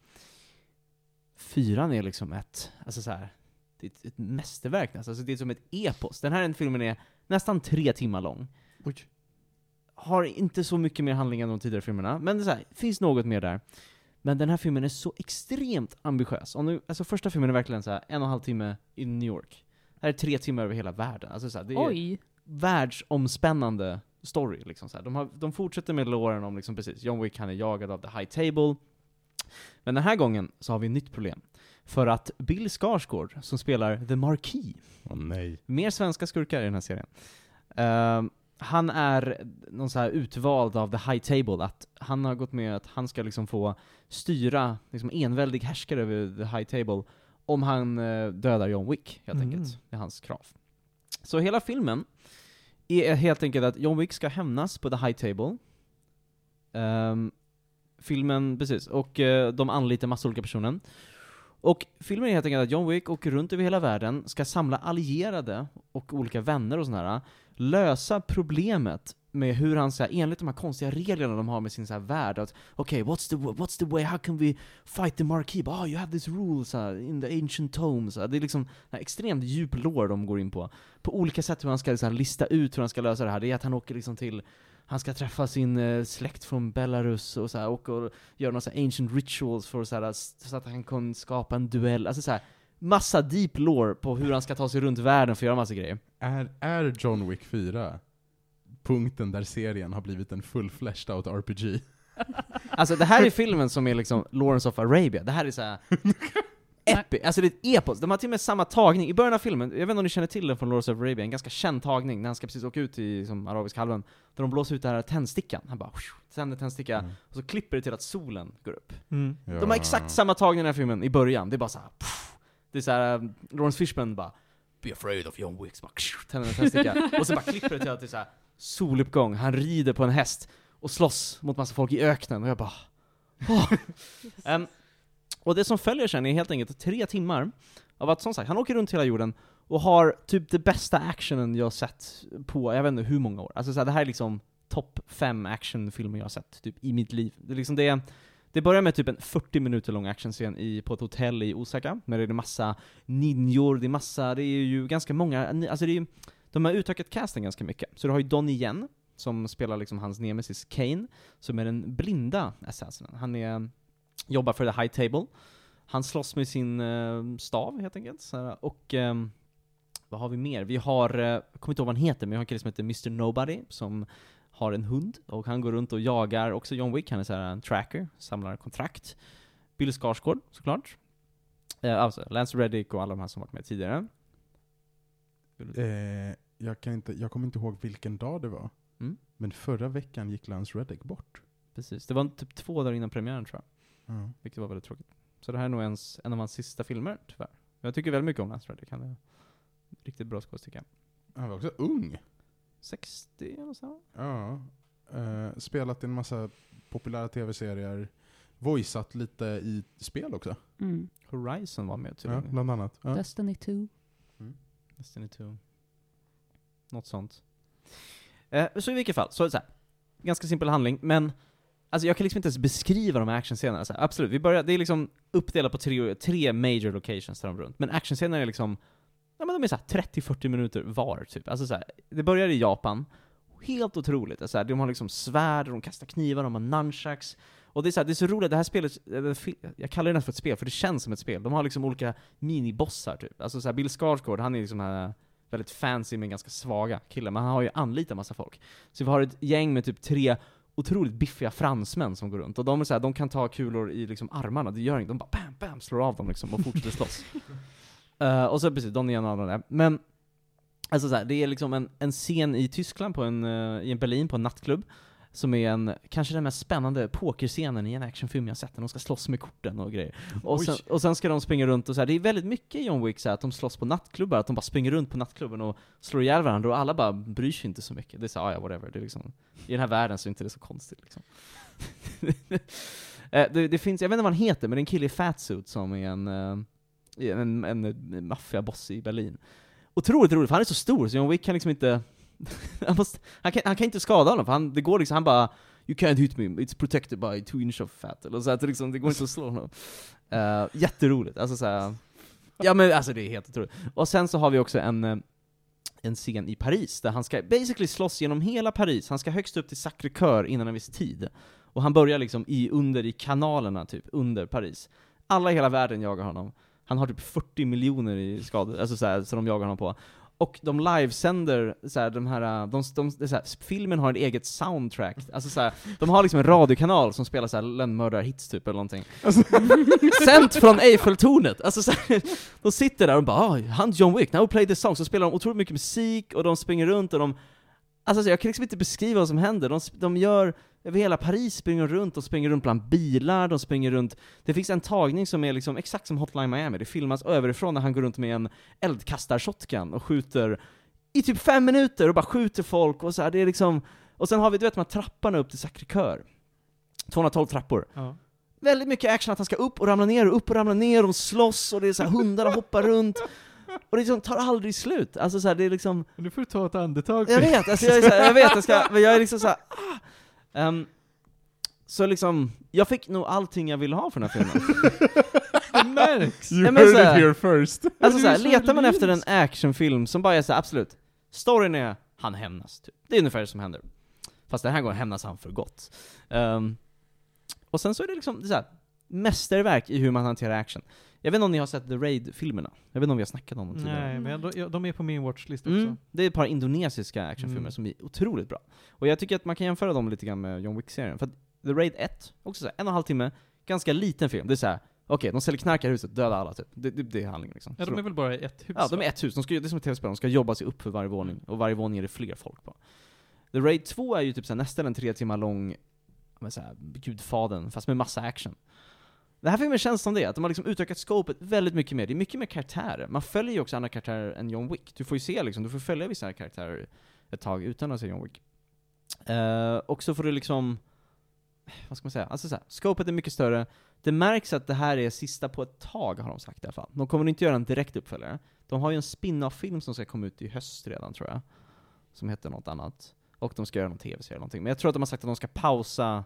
Fyran är liksom ett, alltså så här, det är ett, ett mästerverk nästan. Alltså det är som ett epos. Den här filmen är nästan tre timmar lång. Oj. Har inte så mycket mer handling än de tidigare filmerna, men det är så här, finns något mer där. Men den här filmen är så extremt ambitiös. Och nu, alltså första filmen är verkligen så här, en och en halv timme i New York. Det här är tre timmar över hela världen. Alltså så här, det är Oj. världsomspännande story liksom så här. De, har, de fortsätter med låren om liksom precis John Wick, han är jagad av The High Table. Men den här gången så har vi ett nytt problem. För att Bill Skarsgård, som spelar The Marquis, Åh nej. mer svenska skurkar i den här serien. Uh, han är någon så här utvald av The High Table, att han har gått med att han ska liksom få styra liksom enväldig härskare över The High Table om han uh, dödar John Wick, helt Mm. enkelt. Det är hans krav. Så hela filmen är helt enkelt att John Wick ska hämnas på The High Table. Um, filmen, precis, och uh, de anlitar massa olika personer. Och filmen är helt enkelt att John Wick åker runt över hela världen, ska samla allierade och olika vänner och sådär, lösa problemet med hur han så här, enligt de här konstiga reglerna de har med sin så här värld, att okej, okay, what's the what's the way, how can we fight the Marquis? Oh, you have this rule så här, in the ancient tomes. Så här. Det är liksom en extremt djup lore de går in på. På olika sätt hur han ska så här, lista ut hur han ska lösa det här. Det är att han åker liksom till, han ska träffa sin eh, släkt från Belarus och så här, och, och göra några så här ancient rituals för så, här, så att han kan skapa en duell. Alltså så här, massa deep lore på hur han ska ta sig runt världen för att göra massa grejer. Är, är John Wick fyra punkten där serien har blivit en full-fleshed out R P G? Alltså det här är filmen som är liksom Lawrence of Arabia. Det här är så här epic. Alltså det är ett epos. De har till och med samma tagning. I början av filmen, jag vet inte om ni känner till den från Lawrence of Arabia, en ganska känd tagning när han ska precis åka ut i som arabisk halvön, där de blåser ut den här tändstickan. Han bara, tänder tändsticka, Mm. och så klipper det till att solen går upp. Mm. Ja. De har exakt samma tagning i den här filmen i början. Det är bara så här, pff. Det är så här, um, Lawrence Fishburne bara, be afraid of John Wick, så bara, tänder en tändsticka. Och så bara klipper det till att det är så här, soluppgång, han rider på en häst och slåss mot massa folk i öknen, och jag bara oh. um, och det som följer sen är helt enkelt tre timmar av att, som sagt, han åker runt hela jorden och har typ det bästa actionen jag har sett på, jag vet inte hur många år. Alltså så här, det här är liksom topp fem actionfilmer jag har sett typ i mitt liv. Det är liksom det. Det börjar med typ en fyrtio minuter lång actionscen i, på ett hotell i Osaka, men det är massa ninjor, det är massa, det är ju ganska många, alltså det är, de har utökat casten ganska mycket. Så du har ju Donnie Yen, som spelar liksom hans nemesis Kane, som är den blinda assassinen. Han är, jobbar för The High Table. Han slåss med sin uh, stav helt enkelt. Så, och um, vad har vi mer? Vi har, uh, jag kommer inte ihåg vad han heter, men jag har en kille som heter mister Nobody, som har en hund, och han går runt och jagar också John Wick. Han är så här en tracker, samlar kontrakt. Bill Skarsgård, såklart. Uh, alltså, Lance Reddick och alla de här som varit med tidigare. Eh, jag, kan inte, jag kommer inte ihåg vilken dag det var. Mm. Men förra veckan gick Lance Reddick bort. Precis, det var typ två dagar innan premiären tror jag. Ja. Vilket var väldigt tråkigt. Så det här är nog ens, en av hans sista filmer, tyvärr. Jag tycker väldigt mycket om Lance Reddick. Han är riktigt bra skådespelare, tycker jag. Han var också ung. sextio eller så? Ja. Eh, spelat i en massa populära tv-serier. Voiceat lite i spel också. Mm. Horizon var med Ja, tydligen. bland annat. Ja. Destiny two. Destiny two. något sånt. Eh, så i vilket fall, så är det så här, ganska simpel handling, men alltså jag kan liksom inte ens beskriva de här actionscenerna. Så här, absolut, vi börjar, det är liksom uppdelat på tre, tre major locations där de runt, men actionscenerna är liksom, ja men de är så här trettio till fyrtio minuter var typ. Alltså så här, det börjar i Japan, helt otroligt. Alltså här, de har liksom svärd, de kastar knivar, de har nunchucks. Och det är så här, det är så roligt, det här spelet, jag kallar det nästan för ett spel, för det känns som ett spel. De har liksom olika minibossar typ. Alltså så här, Bill Skarsgård, han är liksom här väldigt fancy men ganska svaga killar, men han har ju anlitat massa folk. Så vi har ett gäng med typ tre otroligt biffiga fransmän som går runt, och de är så här, de kan ta kulor i liksom armarna, det gör inget, de bara bam, bam, slår av dem liksom och fortsätter slåss. uh, och så precis, de är en av dem där. Men alltså så här, det är liksom en, en scen i Tyskland på en, uh, i en Berlin på en nattklubb, som är en, kanske den mest spännande pokerscenen i en actionfilm jag sett, när de ska slåss med korten och grejer. Och sen, och sen ska de springa runt och så här, det är väldigt mycket i John Wick så här, att de slåss på nattklubbar, att de bara springer runt på nattklubben och slår ihjäl varandra, och alla bara bryr sig inte så mycket. Det är så ah, ja, whatever. Det är liksom, i den här världen så är inte det så konstigt liksom. det, det finns, jag vet inte vad han heter, men det är en kille i fatsuit som är en, en, en, en, en maffiaboss i Berlin. Otroligt roligt, för han är så stor så John Wick kan liksom inte han, måste, han, kan, han kan inte skada honom, för han, det går liksom, han bara you can't hit me, it's protected by two inch of fat, eller så att det liksom, det går inte att slå honom. Uh, jätteroligt, alltså så här, ja men alltså det är helt otroligt. Och sen så har vi också en en scen i Paris där han ska basically slåss genom hela Paris. Han ska högst upp till Sacré-Cœur innan en viss tid. Och han börjar liksom i under i kanalerna typ under Paris. Alla i hela världen jagar honom. Han har typ fyrtio miljoner i skador, alltså så här, så de jagar honom på. Och de livesänder så här, de här de, de, de så här, filmen har ett eget soundtrack. Alltså så här, de har liksom en radiokanal som spelar så här lönnmördar-hits typ eller någonting. Alltså. Sänt från Eiffeltornet. Alltså så här, de sitter där och bara, ah, han John Wick, now play this song. Så spelar de otroligt mycket musik och de springer runt och de, alltså så jag kan liksom inte beskriva vad som händer. De, de gör över hela Paris, springer runt och springer runt bland bilar, de springer runt. Det finns en tagning som är liksom exakt som Hotline Miami. Det filmas överifrån när han går runt med en eldkastarshotgun och skjuter i typ fem minuter och bara skjuter folk och så här, det är liksom. Och sen har vi, du vet, de här trapparna upp till Sacré-Cœur. tvåhundratolv trappor. Ja. Väldigt mycket action, att han ska upp och ramla ner och upp och ramla ner och slåss, och det är så här, hundarna hoppar runt. Och det liksom tar aldrig slut. Alltså så här, det är liksom. Nu får du ta ett andetag. Jag vet, alltså jag är så här, jag vet, jag ska, men jag är liksom så här, ah. Um, så liksom, jag fick nog allting jag ville ha för den här filmen. Det märks. You heard it here first. Alltså såhär, letar man efter en actionfilm som bara är såhär, absolut, storyn är, han hämnas typ. Det är ungefär det som händer. Fast den här gången hämnas han för gott. um, Och sen så är det liksom, det är såhär, mästerverk i hur man hanterar action. Jag vet inte om ni har sett The Raid-filmerna. Jag vet inte om vi har snackat om dem tidigare. Nej, men de, de är på min watchlist också. Mm, det är ett par indonesiska actionfilmer mm. som är otroligt bra. Och jag tycker att man kan jämföra dem lite grann med John Wick-serien. För att The Raid ett, också så här, en och en halv timme, ganska liten film. Det är så här, okej, okay, de ställer knarkar i huset, döda alla typ. Det, det, det är handlingen liksom. Ja, de är väl bara i ett hus? Ja, de är ett hus. De ska, det är som ett tv-spel, de ska jobba sig upp för varje våning. Och varje våning är det fler folk på. The Raid två är ju typ så här, nästan en tre timmar lång, med så här, Gudfaden, fast med massa action. Det här filmen känns som det, att de har liksom utökat scopet väldigt mycket mer. Det är mycket mer karaktärer. Man följer ju också andra karaktärer än John Wick. Du får ju se liksom, du får följa vissa karaktärer ett tag utan att se John Wick. Uh, och så får du liksom, vad ska man säga? Alltså så här, scopet är mycket större. Det märks att det här är sista på ett tag, har de sagt i alla fall. De kommer inte göra en direkt uppföljare. De har ju en spin-off-film som ska komma ut i höst redan, tror jag. Som heter något annat. Och de ska göra någon tv-serie eller någonting. Men jag tror att de har sagt att de ska pausa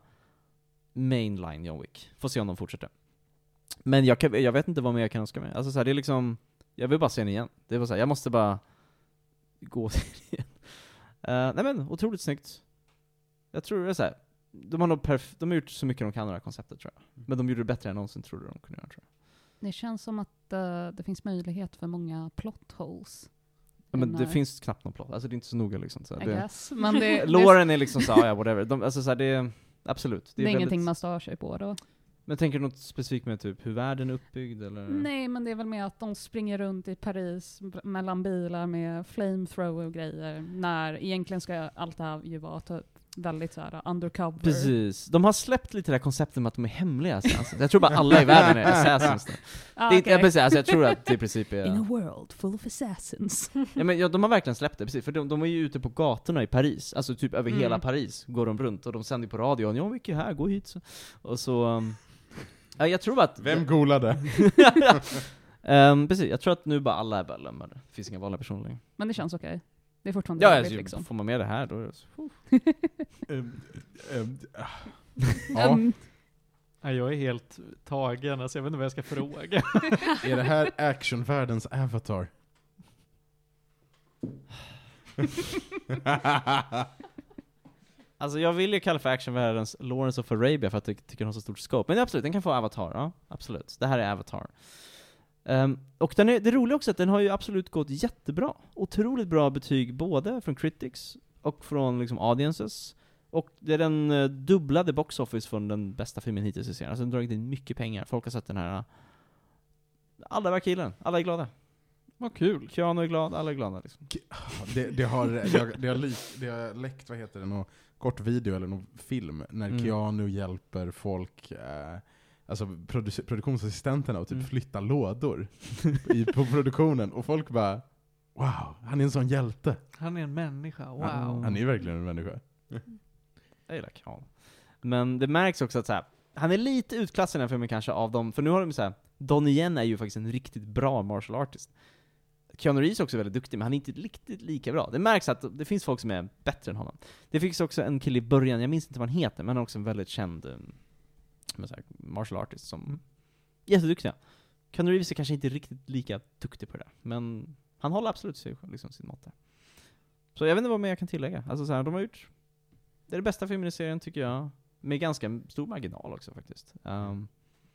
mainline John Wick. Får se om de fortsätter. Men jag, kan, jag vet inte vad mer jag kan önska mig. Alltså så här, det är liksom, jag vill bara se den igen. Det var så här, jag måste bara gå till den igen. Uh, nej men, otroligt snyggt. Jag tror det är så här, de har nog perf- de har gjort så mycket de kan av det här konceptet, tror jag. Men de gjorde det bättre än någonsin trodde de kunde göra, tror jag. Det känns som att uh, det finns möjlighet för många plot holes. Ja, men det finns knappt någon plot. Alltså det är inte så noga liksom. Så I det, guess. Men det, Lauren är liksom så här, ja, whatever. De, alltså så här, det är, absolut. Det är, det är väldigt... ingenting man stör sig på då. Men tänker du något specifikt med typ hur världen är uppbyggd eller? Nej, men det är väl med att de springer runt i Paris b- mellan bilar med flamethrower och grejer, när egentligen ska allt det här ju vara typ väldigt så här undercover. Precis. De har släppt lite det här konceptet med att de är hemliga assassins. Jag tror bara alla i världen är assassins. Ah, det är, okay. jag, precis, alltså jag tror att det i princip är... In a world full of assassins. Ja, men ja, de har verkligen släppt det, precis. För de, de är ju ute på gatorna i Paris. Alltså typ över Mm. hela Paris går de runt. Och de sänder på radion. Ja, vilket här, gå hit. Så. Och så... Um, ja, jag tror att... Vem golade? um, precis, jag tror att nu bara alla är bara lömmade. Det finns inga vanliga personer längre. Men det känns okej. Det är fortfarande Ja, dåligt alltså, liksom. får man med det här då är det så. Um, um, ah. Ja, Um, Nej, jag är helt tagen, alltså jag vet inte vad jag ska fråga. är det här actionvärldens Avatar? Alltså jag vill ju kalla för actionvärldens Lawrence of Arabia för att jag tycker den har så stort scope. Men absolut, den kan få Avatar, ja. Absolut. Det här är Avatar. Um, och den är, det roliga också är att den har ju absolut gått jättebra. Otroligt bra betyg både från critics och från liksom audiences. Och det är den uh, dubblade box office från den bästa filmen hittills i serien. Alltså den har dragit in mycket pengar. Folk har sett den här. Uh, alla verkar gilla den. Alla är glada. Vad kul. Keanu är glad, alla är glada liksom. det, det, har, det, har, det, har lik, det har läckt, vad heter det, någon kort video eller någon film när Mm. Keanu hjälper folk, eh, alltså produ- produktionsassistenterna att typ Mm. flytta lådor i, på produktionen. Och folk bara, wow, han är en sån hjälte. Han är en människa, wow. Han, han är verkligen en människa. Jag gillar Keanu. Men det märks också att så här, han är lite utklassad i den här filmen kanske av dem, för nu har de så här, Donnie Yen är ju faktiskt en riktigt bra martial artist. Keanu Reeves är också väldigt duktig, men han är inte riktigt lika bra. Det märks att det finns folk som är bättre än honom. Det finns också en kille i början, jag minns inte vad han heter, men han är också en väldigt känd um, så här, martial artist som Mm. jätteduktiga. Keanu Reeves är kanske inte riktigt lika duktig på det där, men han håller absolut sig, liksom, sin mått där. Så jag vet inte vad mer jag kan tillägga. Alltså så här, de har gjort, det är det bästa filmen i serien tycker jag, med ganska stor marginal också faktiskt. Um,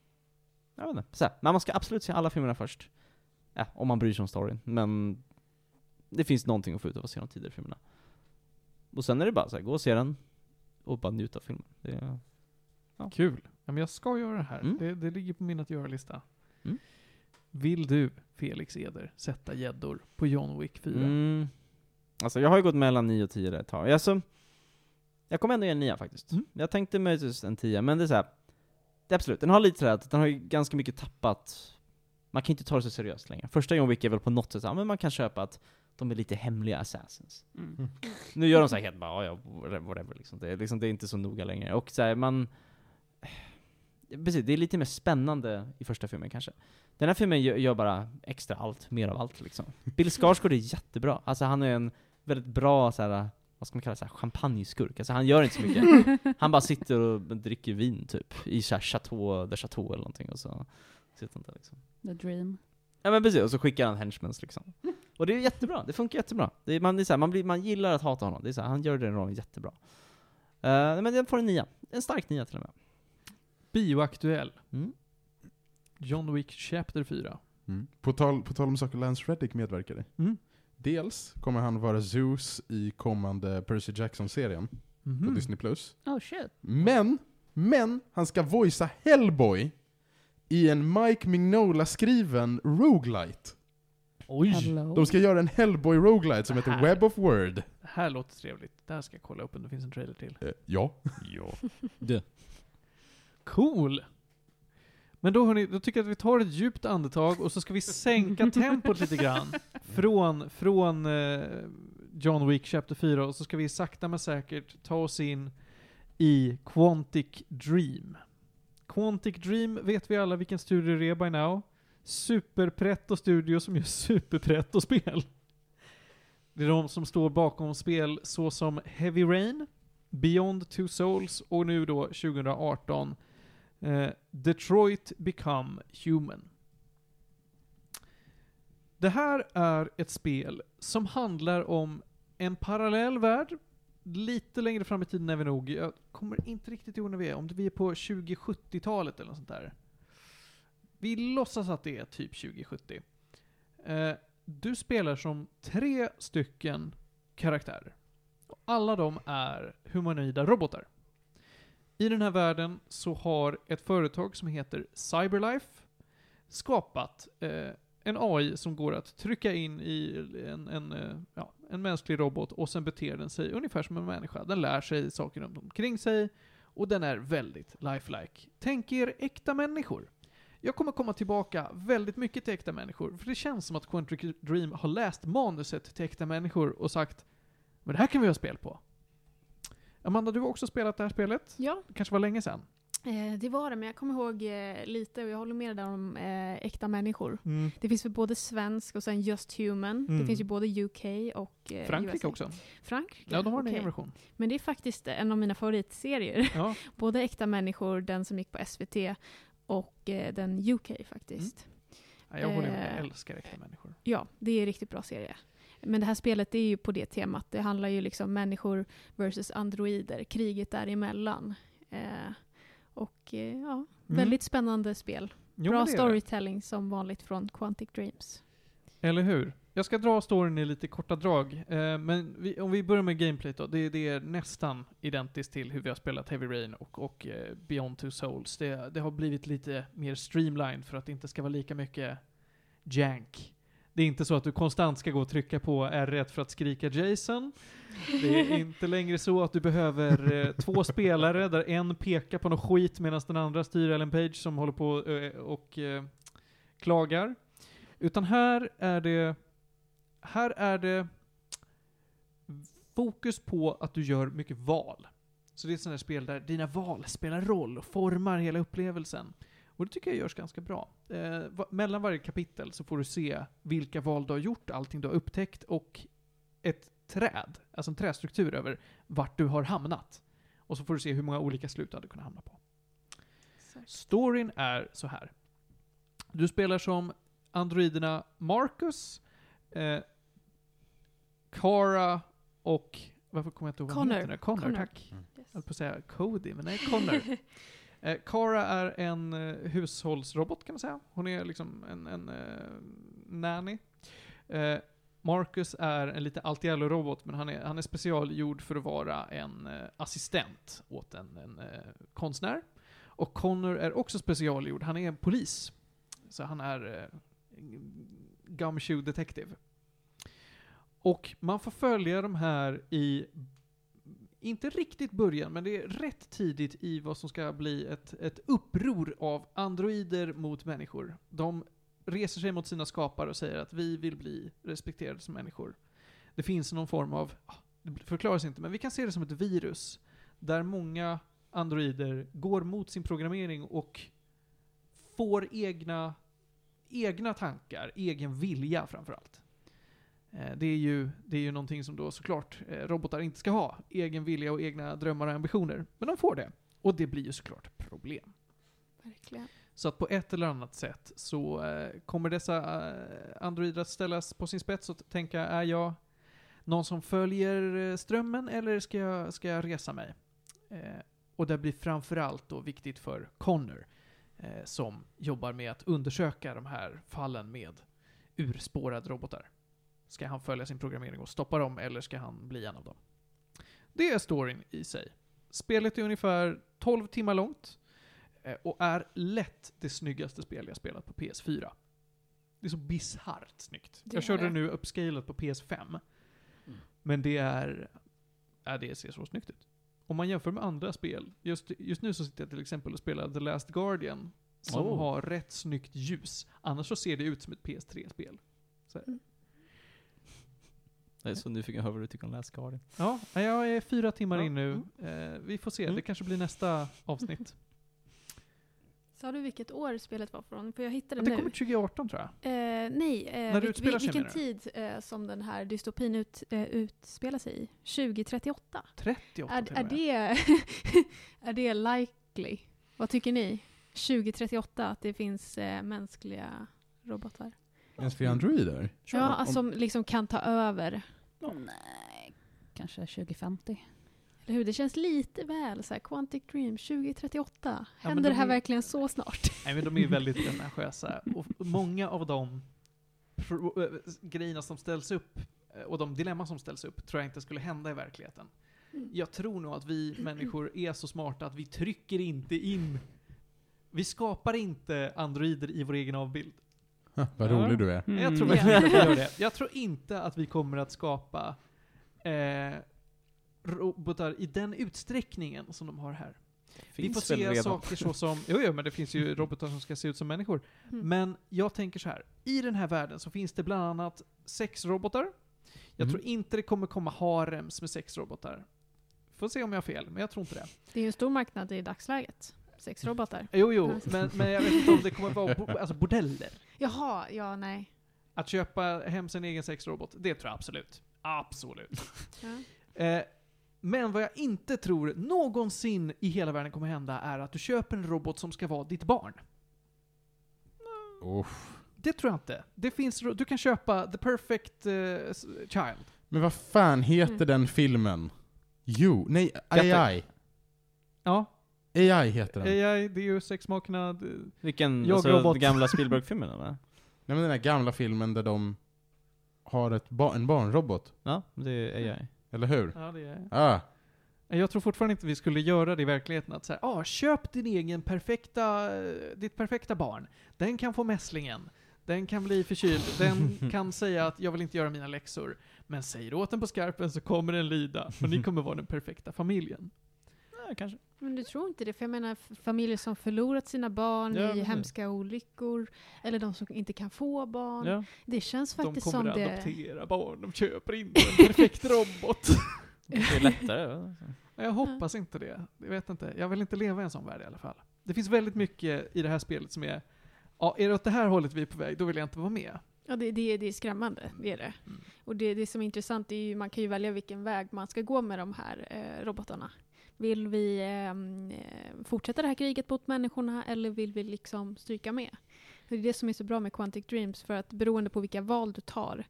jag vet inte. Så här, men man ska absolut se alla filmerna först. Ja, om man bryr sig om storyn. Men det finns någonting att få ut av att se de tidigare filmerna. Och sen är det bara så här, gå och se den och bara njuta av filmen. Det är, ja. Kul. Ja, men jag ska göra det här. Mm. Det, det ligger på min att göra-lista. Mm. Vill du, Felix Eder, sätta gäddor på John Wick fyra? Mm. Alltså jag har ju gått mellan nio och tio där ett tag. Alltså, jag kommer ändå ge en nia faktiskt. Mm. Jag tänkte möjligtvis en tia, men det är så här, det är absolut, den har lite sådär att den har ju ganska mycket tappat. Man kan inte ta det så seriöst längre. Första John Wick är väl på något sätt, ja, men man kan köpa att de är lite hemliga assassins. mm. Nu gör de så här helt bara, ja, whatever liksom. Det är, liksom, det är inte så noga längre. Och så här, man... Precis, det är lite mer spännande i första filmen kanske. Den här filmen gör, gör bara extra allt, mer av allt liksom. Bill Skarsgård är jättebra. Alltså han är en väldigt bra så här, vad ska man kalla det, så här, champagneskurk. Alltså han gör inte så mycket. Han bara sitter och dricker vin typ i så här Chateau de Chateau eller någonting och så sitter han där liksom. The dream. Ja men precis, och så skickar han henchmans liksom. Och det är jättebra, det funkar jättebra. Det är, man, det är så här, man, blir, man gillar att hata honom. Det är så här, han gör den rollen jättebra. Uh, men den får en nia. En stark nia till och med. Bioaktuell. Mm. John Wick Chapter fyra. Mm. På, tal, på tal om saker Lance Reddick medverkade. Mm. Dels kommer han vara Zeus i kommande Percy Jackson-serien på Mhm. Disney plus. Oh shit. Men, men han ska voicea Hellboy i en Mike Mignola-skriven roguelite. Oj! Hello. De ska göra en Hellboy roguelite som Det heter här- Web of Word. Det här låter trevligt. Det här ska jag kolla upp om det finns en trailer till. Eh, ja. Ja. Det. Cool! Men då hörni, då tycker jag att vi tar ett djupt andetag och så ska vi sänka tempot lite grann. Från, från eh, John Wick Chapter fyra och så ska vi sakta men säkert ta oss in i Quantic Dream. Quantic Dream vet vi alla vilken studio det är by now. Superpretto studio som gör superpretto-spel. Det är de som står bakom spel såsom Heavy Rain, Beyond Two Souls och nu då tjugo arton eh, Detroit Become Human. Det här är ett spel som handlar om en parallell värld. Lite längre fram i tiden är vi nog. Jag kommer inte riktigt ihåg när vi är. Om vi är på tjugo sjuttio-talet eller något sånt där. Vi låtsas att det är typ tjugo sjuttio. Eh, du spelar som tre stycken karaktärer. Och alla de är humanoida robotar. I den här världen så har ett företag som heter Cyberlife skapat eh, en A I som går att trycka in i en, en, eh, ja, en mänsklig robot och sen beter den sig ungefär som en människa. Den lär sig saker runt omkring sig och den är väldigt lifelike. Tänk er äkta människor. Jag kommer komma tillbaka väldigt mycket till äkta människor för det känns som att Quantic Dream har läst manuset till äkta människor och sagt men det här kan vi ha spel på. Amanda, du har också spelat det här spelet. Ja, Det kanske var länge sedan. Eh, det var det, men jag kommer ihåg eh, lite och jag håller med där om eh, äkta människor. Mm. Det finns för både svensk och sen Just Human. Mm. Det finns ju både U K och eh, Frankrike U S A. också. Frankrike? Ja, de har en Okej. egen version. Men det är faktiskt en av mina favoritserier. Ja. Både äkta människor, den som gick på S V T, och eh, den U K faktiskt. Ja, jag håller med, jag Eh, älskar äkta människor. Ja, det är en riktigt bra serie. Men det här spelet det är ju på det temat. Det handlar ju liksom människor versus androider. Kriget däremellan. Eh, och eh, ja, Mm. väldigt spännande spel. Jo, Bra men det är det. storytelling som vanligt från Quantic Dreams. Eller hur? Jag ska dra storyn i lite korta drag. Eh, men vi, om vi börjar med gameplay då. Det, det är nästan identiskt till hur vi har spelat Heavy Rain och, och eh, Beyond Two Souls. Det, det har blivit lite mer streamlined för att det inte ska vara lika mycket jank. Det är inte så att du konstant ska gå och trycka på R ett för att skrika Jason. Det är inte längre så att du behöver eh, två spelare där en pekar på något skit medan den andra styr Ellen Page som håller på eh, och eh, klagar. Utan här är det här är det fokus på att du gör mycket val. Så det är ett sånt här spel där dina val spelar roll och formar hela upplevelsen. Och det tycker jag görs ganska bra. Eh, va- mellan varje kapitel så får du se vilka val du har gjort, allting du har upptäckt och ett träd, alltså en trästruktur över vart du har hamnat. Och så får du se hur många olika slut du hade kunnat hamna på. Storyn är så här. Du spelar som androiderna Marcus, eh, Cara och varför kommer jag inte ihåg vad hon Connor. heter nu? Connor, Connor. tack. Mm. Jag höll på att säga Cody, men nej, Connor. eh, Cara är en eh, hushållsrobot kan man säga. Hon är liksom en, en eh, nanny. Eh, Marcus är en lite allt-i-allo-robot, men han är, han är specialgjord för att vara en eh, assistent åt en, en eh, konstnär. Och Connor är också specialgjord. Han är en polis. Så han är eh, gumshoe detective. Och man får följa de här i, inte riktigt början, men det är rätt tidigt i vad som ska bli ett, ett uppror av androider mot människor. De reser sig mot sina skapare och säger att vi vill bli respekterade som människor. Det finns någon form av, det förklaras inte, men vi kan se det som ett virus där många androider går mot sin programmering och får egna, egna tankar, egen vilja framförallt. Eh, det är ju, det är ju någonting som då såklart eh, robotar inte ska ha. Egen vilja och egna drömmar och ambitioner. Men de får det. Och det blir ju såklart problem. Verkligen. Så att på ett eller annat sätt så eh, kommer dessa eh, androider att ställas på sin spets och tänka, är jag någon som följer eh, strömmen eller ska jag, ska jag resa mig? Eh, och det blir framförallt då viktigt för Connor eh, som jobbar med att undersöka de här fallen med urspårade robotar. Ska han följa sin programmering och stoppa dem eller ska han bli en av dem? Det är storyn i sig. Spelet är ungefär tolv timmar långt eh, och är lätt det snyggaste spel jag spelat på P S fyra. Det är så bisarrt snyggt. Det Jag körde är det nu uppscalat på P S fem. Mm. Men det är... Ja, det ser så snyggt ut. Om man jämför med andra spel. Just, just nu så sitter jag till exempel och spelar The Last Guardian. Som Oh. har rätt snyggt ljus. Annars så ser det ut som ett P S tre-spel. Så. Mm. Jag är så nyfiken på vad du tycker om Last Guardian. Ja, jag är fyra timmar Ja. in nu. Eh, vi får se, Mm. det kanske blir nästa avsnitt. Sa du vilket år spelet var från? För jag hittade Ja, det nu. kommer tjugo arton tror jag. Eh, nej, eh, När det vil- utspelar vil- sig, vilken menar du? tid eh, som den här dystopin ut, eh, utspelar sig i? tjugo trettioåtta. trettioåtta Är, till och är, med. det, är det likely? Vad tycker ni? tjugo trettioåtta, att det finns eh, mänskliga robotar? Ens för androider? Ja, Om- som liksom kan ta över. Nej, kanske tjugo femtio. Eller hur? Det känns lite väl så här, Quantic Dream tjugo trettioåtta. men Händer de det här är- verkligen så snart? Nej, men de är ju väldigt religiösa. Och många av de pro- äh, grejerna som ställs upp äh, och de dilemman som ställs upp tror jag inte skulle hända i verkligheten. Mm. Jag tror nog att vi människor är så smarta att vi trycker inte in. Vi skapar inte androider i vår egen avbild. Ha, vad Ja. rolig du är. Jag tror Ja. verkligen att vi gör det. Jag tror inte att vi kommer att skapa eh, robotar i den utsträckningen som de har här. Vi Finns får väl se redan. saker så som... Jo, jo, men det finns ju robotar som ska se ut som människor. Mm. Men jag tänker så här. I den här världen så finns det bland annat sexrobotar. Jag Mm. tror inte det kommer komma harems med sexrobotar. Får se om jag har fel, men jag tror inte det. Det är ju en stor marknad i dagsläget. sexrobotar. Jo, jo, men, men jag vet inte om det kommer vara bo, alltså bordeller. Jaha, ja, nej. Att köpa hem sin egen sexrobot, det tror jag absolut. Absolut. Ja. Eh, men vad jag inte tror någonsin i hela världen kommer hända är att du köper en robot som ska vara ditt barn. Uff. Det tror jag inte. Det finns, du kan köpa the perfect uh, child. Men vad fan heter Mm. den filmen? Jo, nej, Gatter. A I. Ja, A I heter den. A I, det är ju sexsmakerna. det- Vilken, Jag alltså robot. den gamla Spielberg-filmen eller? Nej, men den där gamla filmen där de har ett ba- en barnrobot. Ja, det är A I. Eller hur? Ja, det är. Ah. Jag tror fortfarande inte vi skulle göra det i verkligheten. Att säga, ah, köp din egen perfekta, ditt perfekta barn. Den kan få mässlingen. Den kan bli förkyld. Den kan säga att jag vill inte göra mina läxor. Men säger åt den på skarpen så kommer den lida. Och ni kommer vara den perfekta familjen. Ja, kanske. Men du tror inte det? För jag menar f- familjer som förlorat sina barn Ja, i precis. hemska olyckor. Eller de som inte kan få barn. Ja. Det känns De faktiskt kommer som att det... adoptera barn. De köper inte en perfekt robot. Det är lättare. va? Jag hoppas inte det. Jag vet inte. Jag vill inte leva i en sån värld i alla fall. Det finns väldigt mycket i det här spelet som är, ja, är det åt det här hållet vi är på väg, då vill jag inte vara med. Ja, det, det, det är skrämmande. Det är det. Mm. Och det, det som är intressant är ju, man kan ju välja vilken väg man ska gå med de här eh, robotarna. Vill vi ehm, eh, fortsätta det här kriget mot människorna eller vill vi liksom stryka med? Det är det som är så bra med Quantic Dreams, för att beroende på vilka val du tar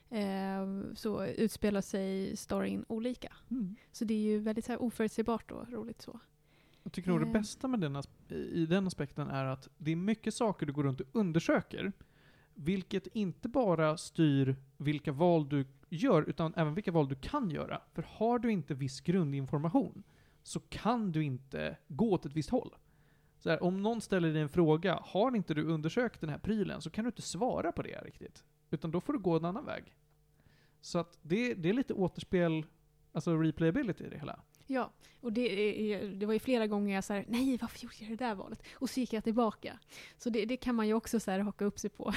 eh, så utspelar sig storyn olika. Mm. Så det är ju väldigt så här oförutsägbart och roligt så. Jag tycker nog det Eh. bästa med den asp- i den aspekten är att det är mycket saker du går runt och undersöker, vilket inte bara styr vilka val du gör, utan även vilka val du kan göra. För har du inte viss grundinformation så kan du inte gå åt ett visst håll. Så här, om någon ställer dig en fråga, har inte du undersökt den här prylen, så kan du inte svara på det riktigt. Utan då får du gå en annan väg. Så att det, det är lite återspel, alltså replayability i det hela. Ja, och det, är- det var ju flera gånger jag sa nej, varför gjorde jag det där valet? Och så gick jag tillbaka. Så det, det kan man ju också så här haka upp sig på.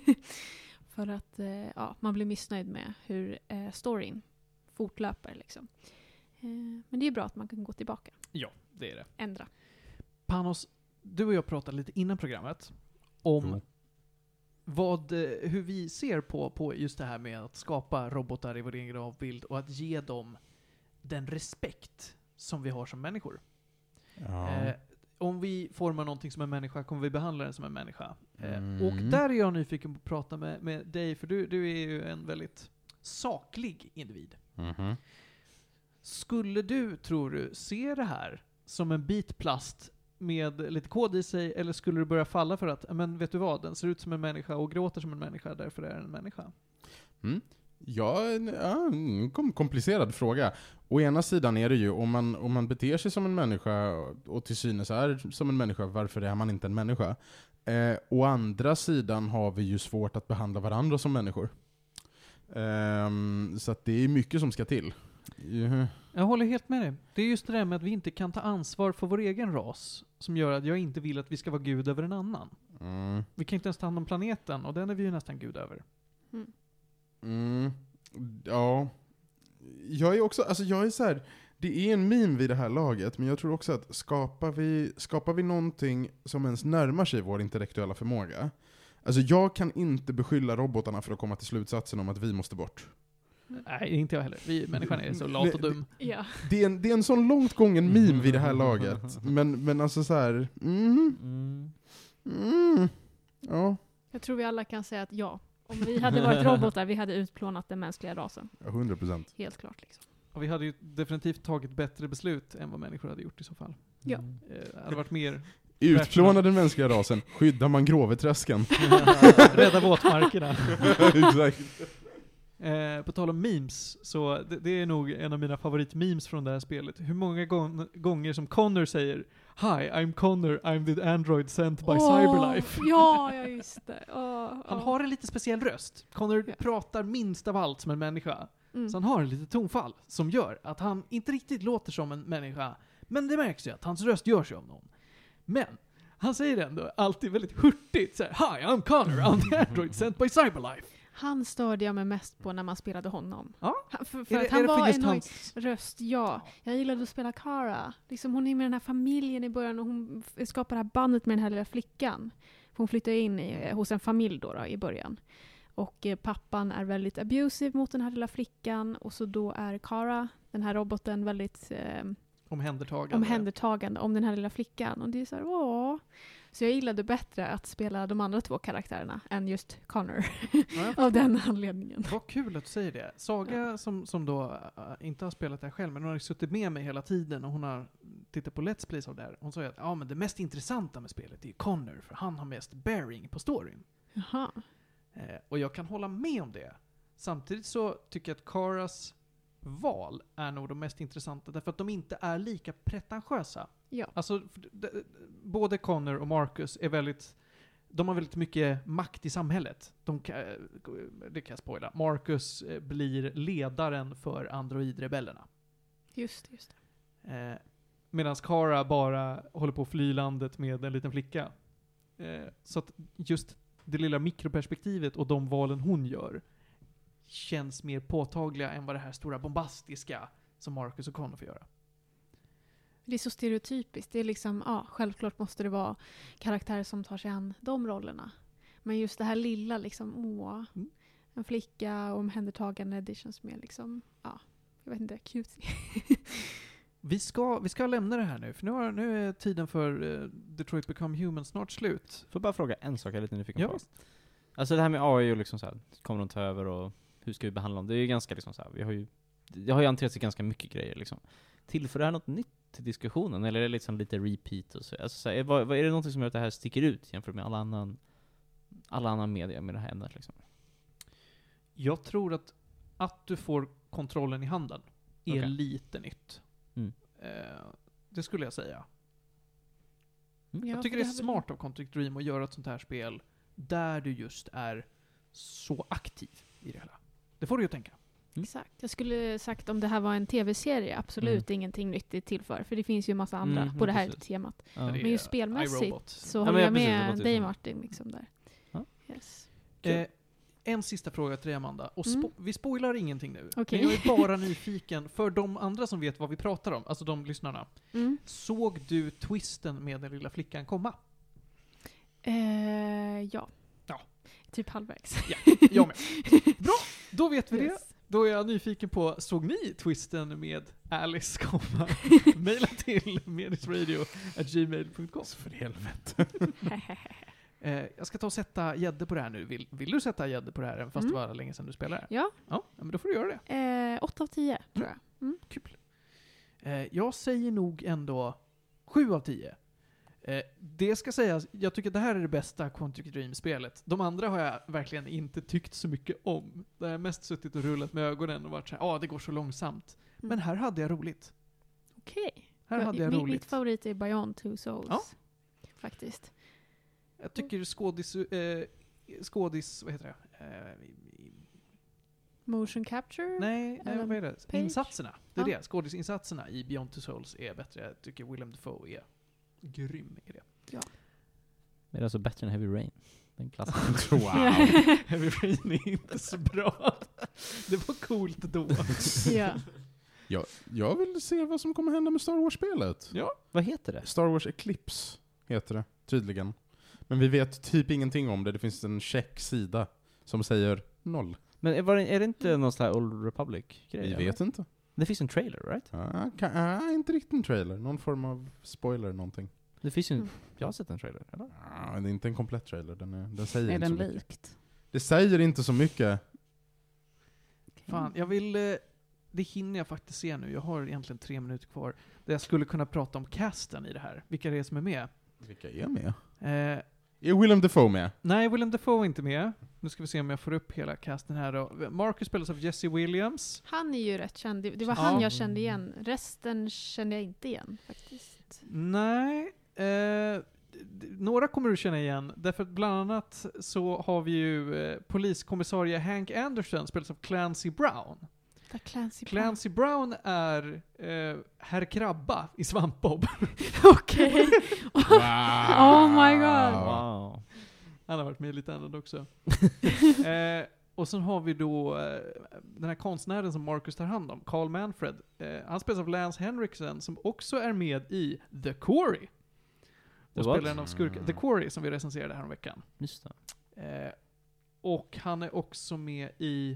För att eh, ja, man blir missnöjd med hur eh, storyn fortlöper. Liksom. Eh, men det är bra att man kan gå tillbaka, Ja, det är det. ändra. Panos, du och jag pratade lite innan programmet om Mm. vad, eh, hur vi ser på, på just det här med att skapa robotar i vår egen avbild och att ge dem den respekt som vi har som människor. Ja. Eh, om vi formar någonting som en människa kommer vi behandla den som en människa. Eh, Mm. Och där är jag nyfiken på att prata med, med dig, för du, du är ju en väldigt saklig individ. Mhm. Skulle du, tror du, se det här som en bit plast med lite kod i sig, eller skulle du börja falla för att, men vet du vad, den ser ut som en människa och gråter som en människa, därför är den en människa? Mm. Ja, en ja, en kom- komplicerad fråga. Å ena sidan är det ju, om man, om man beter sig som en människa och till synes är som en människa, varför är man inte en människa? Eh, å andra sidan har vi ju svårt att behandla varandra som människor. Ehm, så att det är mycket som ska till. Mhm. Jag håller helt med dig. Det är just det där med att vi inte kan ta ansvar för vår egen ras som gör att jag inte vill att vi ska vara gud över en annan. Mm. Vi kan inte ens ta hand om planeten, och den är vi ju nästan gud över. Mm. Ja. Jag är också, alltså jag är så här, det är en meme vid det här laget, men jag tror också att skapar vi, skapar vi någonting som ens närmar sig vår intellektuella förmåga. Alltså jag kan inte beskylla robotarna för att komma till slutsatsen om att vi måste bort. Nej, inte jag heller. Vi, människan är så lat och dum. Ja. Det är en, det är en sån långt gången meme vid det här laget. Men, men alltså så här, mm, Mm. mm, ja, Jag tror vi alla kan säga att ja, om vi hade varit robotar, vi hade utplånat den mänskliga rasen. hundra procent. Helt klart liksom. Och vi hade ju definitivt tagit bättre beslut än vad människor hade gjort i så fall. Ja. Mm. Eh, Det hade varit mer Utplåna den mänskliga rasen, skyddar man gråveträsken. rädda våtmarkerna. Exakt. Eh, på tal om memes, så det, det är nog en av mina favoritmemes från det här spelet. Hur många gång, gånger som Connor säger Hi, I'm Connor, I'm the android sent by Åh, Cyberlife. Ja, ja just det. Åh, Han åh. har en lite speciell röst. Connor Ja. pratar minst av allt som en människa. Mm. Så han har en lite tonfall som gör att han inte riktigt låter som en människa. Men det märks ju att hans röst gör sig om någon. Men han säger ändå alltid väldigt hurtigt så här, Hi, I'm Connor, I'm the android sent by Cyberlife. Han störde jag mig mest på när man spelade honom. Ja. Han, för, för Är det, att han är det var för just en hans... röst, ja. Jag gillade att spela Kara. Liksom hon är med den här familjen i början och hon f- skapar det här bandet med den här lilla flickan. Hon flyttar in i, hos en familj då, då i början. Och eh, pappan är väldigt abusive mot den här lilla flickan. Och så då är Kara, den här roboten, väldigt eh, Omhändertagande. omhändertagande om den här lilla flickan. Och det är så här, åh. Så jag gillade bättre att spela de andra två karaktärerna än just Connor. Ja, Av den anledningen. vad kul att du säger det. Saga Ja. som, som då äh, inte har spelat det här själv, men hon har suttit med mig hela tiden och hon har tittat på Let's Plays av det här. Hon sa ju att ja, men det mest intressanta med spelet är Connor, för han har mest bearing på storyn. Jaha. Eh, och jag kan hålla med om det. Samtidigt så tycker jag att Karas val är nog de mest intressanta, därför att de inte är lika pretentiösa. Ja. Alltså, för d- d- både Connor och Marcus är väldigt... De har väldigt mycket makt i samhället. De kan, det kan jag spoila. Marcus eh, blir ledaren för androidrebellerna. Just, just det. Eh, Medan Kara bara håller på att fly landet med en liten flicka. Eh, så att just det lilla mikroperspektivet och de valen hon gör känns mer påtagliga än vad det här stora bombastiska som Marcus och Connor får göra. Det är så stereotypiskt. Det är liksom, ja, självklart måste det vara karaktärer som tar sig an de rollerna. Men just det här lilla liksom, åh, Mm. en flicka och omhändertagande, det känns mer liksom, ja, jag vet inte, cute. Vi ska, vi ska lämna det här nu, för nu, har, nu är tiden för uh, Detroit Become Human snart slut. Får bara fråga en sak jag är lite nyfiken Ja, på. visst. Alltså det här med A I och liksom så här, kommer de ta över och hur ska vi behandla dem? Det är ju ganska liksom så här, vi har ju, det har ju hanterats i ganska mycket grejer liksom. Tillför det här något nytt till diskussionen? Eller är det liksom lite repeat och så? Alltså så här, är, vad, vad är det något som gör att det här sticker ut jämfört med alla annan, alla annan media med det här ämnet liksom? Jag tror att att du får kontrollen i handen är Okej. lite nytt. Mm. Eh, det skulle jag säga. Mm. Ja, Jag tycker för det är har väl- smart av Quantic Dream att göra ett sånt här spel där du just är så aktiv i det hela. Det får du ju tänka. Exakt. Jag skulle sagt om det här var en tv-serie, absolut ingenting nytt det tillför. För det finns ju en massa andra Mm, på det här precis. temat. Ja. Det är Men just spelmässigt iRobot. så Ja, håller men jag ja, precis, det med låter dig som- Martin liksom där. Ja. Yes. Eh, en sista fråga till dig Amanda. Och spo- Mm. vi spoilar ingenting nu. Okej. Men jag är bara nyfiken, för de andra som vet vad vi pratar om, alltså de lyssnarna. Mm. Såg du twisten med den lilla flickan komma? Eh, ja. Ja. Typ halvvägs. Jag med. Bra, då vet vi det. Yes. Då är jag nyfiken på, såg ni twisten med Alice komma? Maila till medisradio at gmail dot com. För helvete. Eh, jag ska ta och sätta gädde på det här nu. Vill, vill du sätta gädde på det här, även fast Mm. det var länge sedan du spelade? Ja, Ja, men då får du göra det. eh, åtta av tio tror jag. Mm. Kul. Eh, jag säger nog ändå sju av tio. Eh, det ska sägas, jag tycker att det här är det bästa Quantic Dream-spelet. De andra har jag verkligen inte tyckt så mycket om. Där har jag mest suttit och rullat med ögonen och varit såhär, ja ah, det går så långsamt. Mm. Men här hade jag roligt. Okej. Här hade jag Min- roligt. Mitt favorit är Beyond Two Souls. Ja. Faktiskt. Jag tycker skådis, eh, skådis, vad heter det? Eh, i- i- Motion capture? nej, nej, Ellen vad är det? Page? Insatserna. Det är Ja. det. Skådisinsatserna i Beyond Two Souls är bättre. Jag tycker Willem Dafoe är grym i det. Det är alltså bättre än Heavy Rain. Den klassen. Wow. Heavy Rain är inte så bra. Det var coolt då. Ja. Jag, jag vill se vad som kommer hända med Star Wars-spelet. Ja. Vad heter det? Star Wars Eclipse heter det, tydligen. Men vi vet typ ingenting om det. Det finns en check sida som säger noll. Men är, var det, är det inte någon sån här Old Republic-grej? Vi eller? vet inte. Det finns en trailer, right? Ah, kan, ah, inte riktigt en trailer. Någon form av spoiler någonting. Det finns ju en, Mm. jag har sett en trailer, eller? Ah, det är inte en komplett trailer. Den, är, den säger Är inte den så mycket. likt? Det säger inte så mycket. Fan, jag vill... Eh, det hinner jag faktiskt se nu. Jag har egentligen tre minuter kvar. Där jag skulle kunna prata om casten i det här. Vilka det är som är med. Vilka är med? Eh, Är Willem Dafoe med? nej, Willem Dafoe är inte med. Nu ska vi se om jag får upp hela casten här då. Marcus spelas av Jesse Williams. Han är ju rätt känd. Det- Det var Ja. han jag kände igen. Resten kände jag inte igen faktiskt. Nej. Eh, d- några kommer du känna igen. Därför att bland annat så har vi ju eh, poliskommissarie Hank Anderson spelas av Clancy Brown. Där Clancy Brown. Clancy Brown är eh, herr Krabba i Svampbob. Okej. Wow. Oh my god. Wow. Han har varit med i lite annat också. eh, och sen har vi då eh, den här konstnären som Marcus tar hand om, Carl Manfred. Eh, han spelas av Lance Henriksen som också är med i The Quarry. Och The what? spelar en av skurken, The Quarry, som vi recenserade här om veckan. Just det. Eh, och han är också med i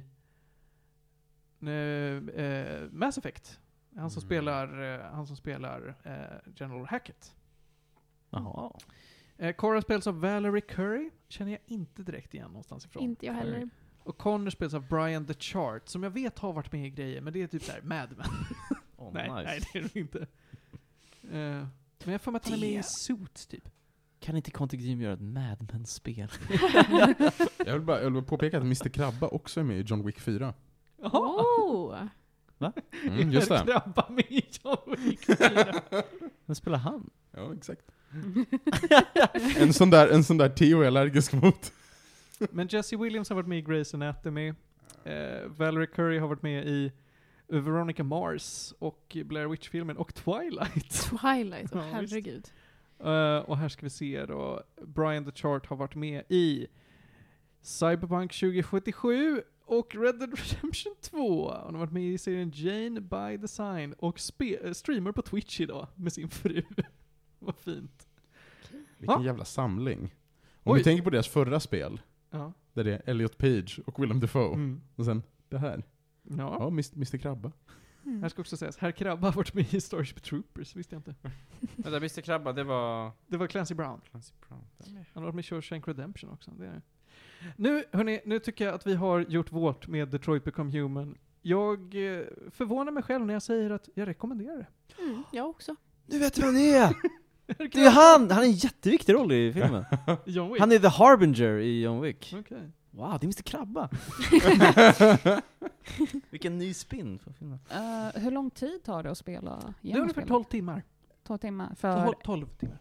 eh, eh, Mass Effect. Han som Mm. spelar, eh, han som spelar eh, General Hackett. Jaha. Eh, Cora spelas av Valerie Curry. Känner jag inte direkt igen någonstans ifrån. Inte jag heller. Och Connor spelas av Brian the Chart, som jag vet har varit med i grejer, men det är typ såhär Mad Men. Oh, nej, nice. nej, det är det inte. Eh, men jag får mig att han är med i Suits, typ. Kan inte Quantic Dream göra ett Mad Men-spel? Jag vill bara, jag vill påpeka att mister Krabba också är med i John Wick fyra. Jaha! Oh! Mm, just det. Krabba med i John Wick fyra. Men spelar han? Ja, exakt. En sån där, en sån där Theo är allergisk mot. Men Jesse Williams har varit med i Grey's Anatomy. Eh, Valerie Curry har varit med i Veronica Mars och Blair Witch-filmen och Twilight. Twilight, oh, Ja, herregud. Uh, och här ska vi se då. Brian the Chart har varit med i Cyberpunk tjugo sjuttiosju och Red Dead Redemption två. Han har varit med i serien Jane by Design och spe- äh, streamar på Twitch idag med sin fru. Vad fint. Vilken Ja. jävla samling. Om Oj. vi tänker på deras förra spel, Ja. där det är Elliot Page och Willem Dafoe. Mm. Och sen det här. Ja. Ja, mister Krabba. Mm. Här ska också sägas, Herr Krabba har varit med i Starship Troopers, visste jag inte. Men där mister Krabba, det var... Det var Clancy Brown. Clancy Brown. Han har varit med i Shawshank Redemption också. Det är. Nu, hörni, nu tycker jag att vi har gjort vårt med Detroit Become Human. Jag eh, förvånar mig själv när jag säger att jag rekommenderar det. Mm, jag också. Du vet vem det är! Det är han! Han har en jätteviktig roll i filmen. John Wick. Han är The Harbinger i John Wick. Okej. Wow, det är mister Krabba! Vilken ny spin på filmen. Eh, hur lång tid tar det att spela Det är igenom ungefär spelet? tolv timmar. tolv timmar. För... För, tolv timmar.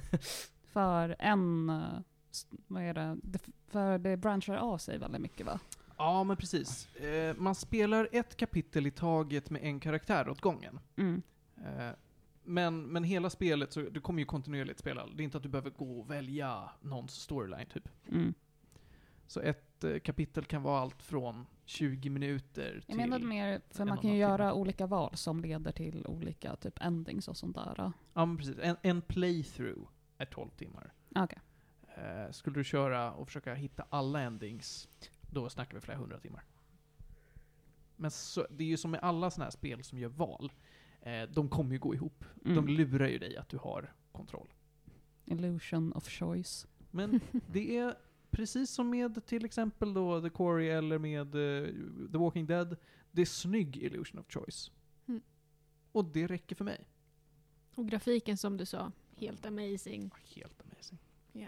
för en... eh, s- vad är det? det? För det branchar av sig väldigt mycket, va? Ja, men precis. Eh, man spelar ett kapitel i taget med en karaktär åt gången. Mm. Eh, men, men hela spelet, så du kommer ju kontinuerligt spela. Det är inte att du behöver gå och välja någons storyline, typ. Mm. Så ett eh, kapitel kan vara allt från tjugo minuter till... Jag menade mer, för en man och kan ju en halv göra timme. olika val som leder till olika typ endings och sånt där. Ja, men precis. En, en playthrough är tolv timmar. Okej. Eh, skulle du köra och försöka hitta alla endings, då snackar vi flera hundra timmar. Men så, det är ju som med alla såna här spel som gör val. Eh, de kommer ju gå ihop. Mm. De lurar ju dig att du har kontroll. Illusion of choice. Men det är precis som med till exempel då The Quarry eller med uh, The Walking Dead. Det är snygg illusion of choice. Mm. Och det räcker för mig. Och grafiken som du sa, helt amazing. Helt amazing. Ja.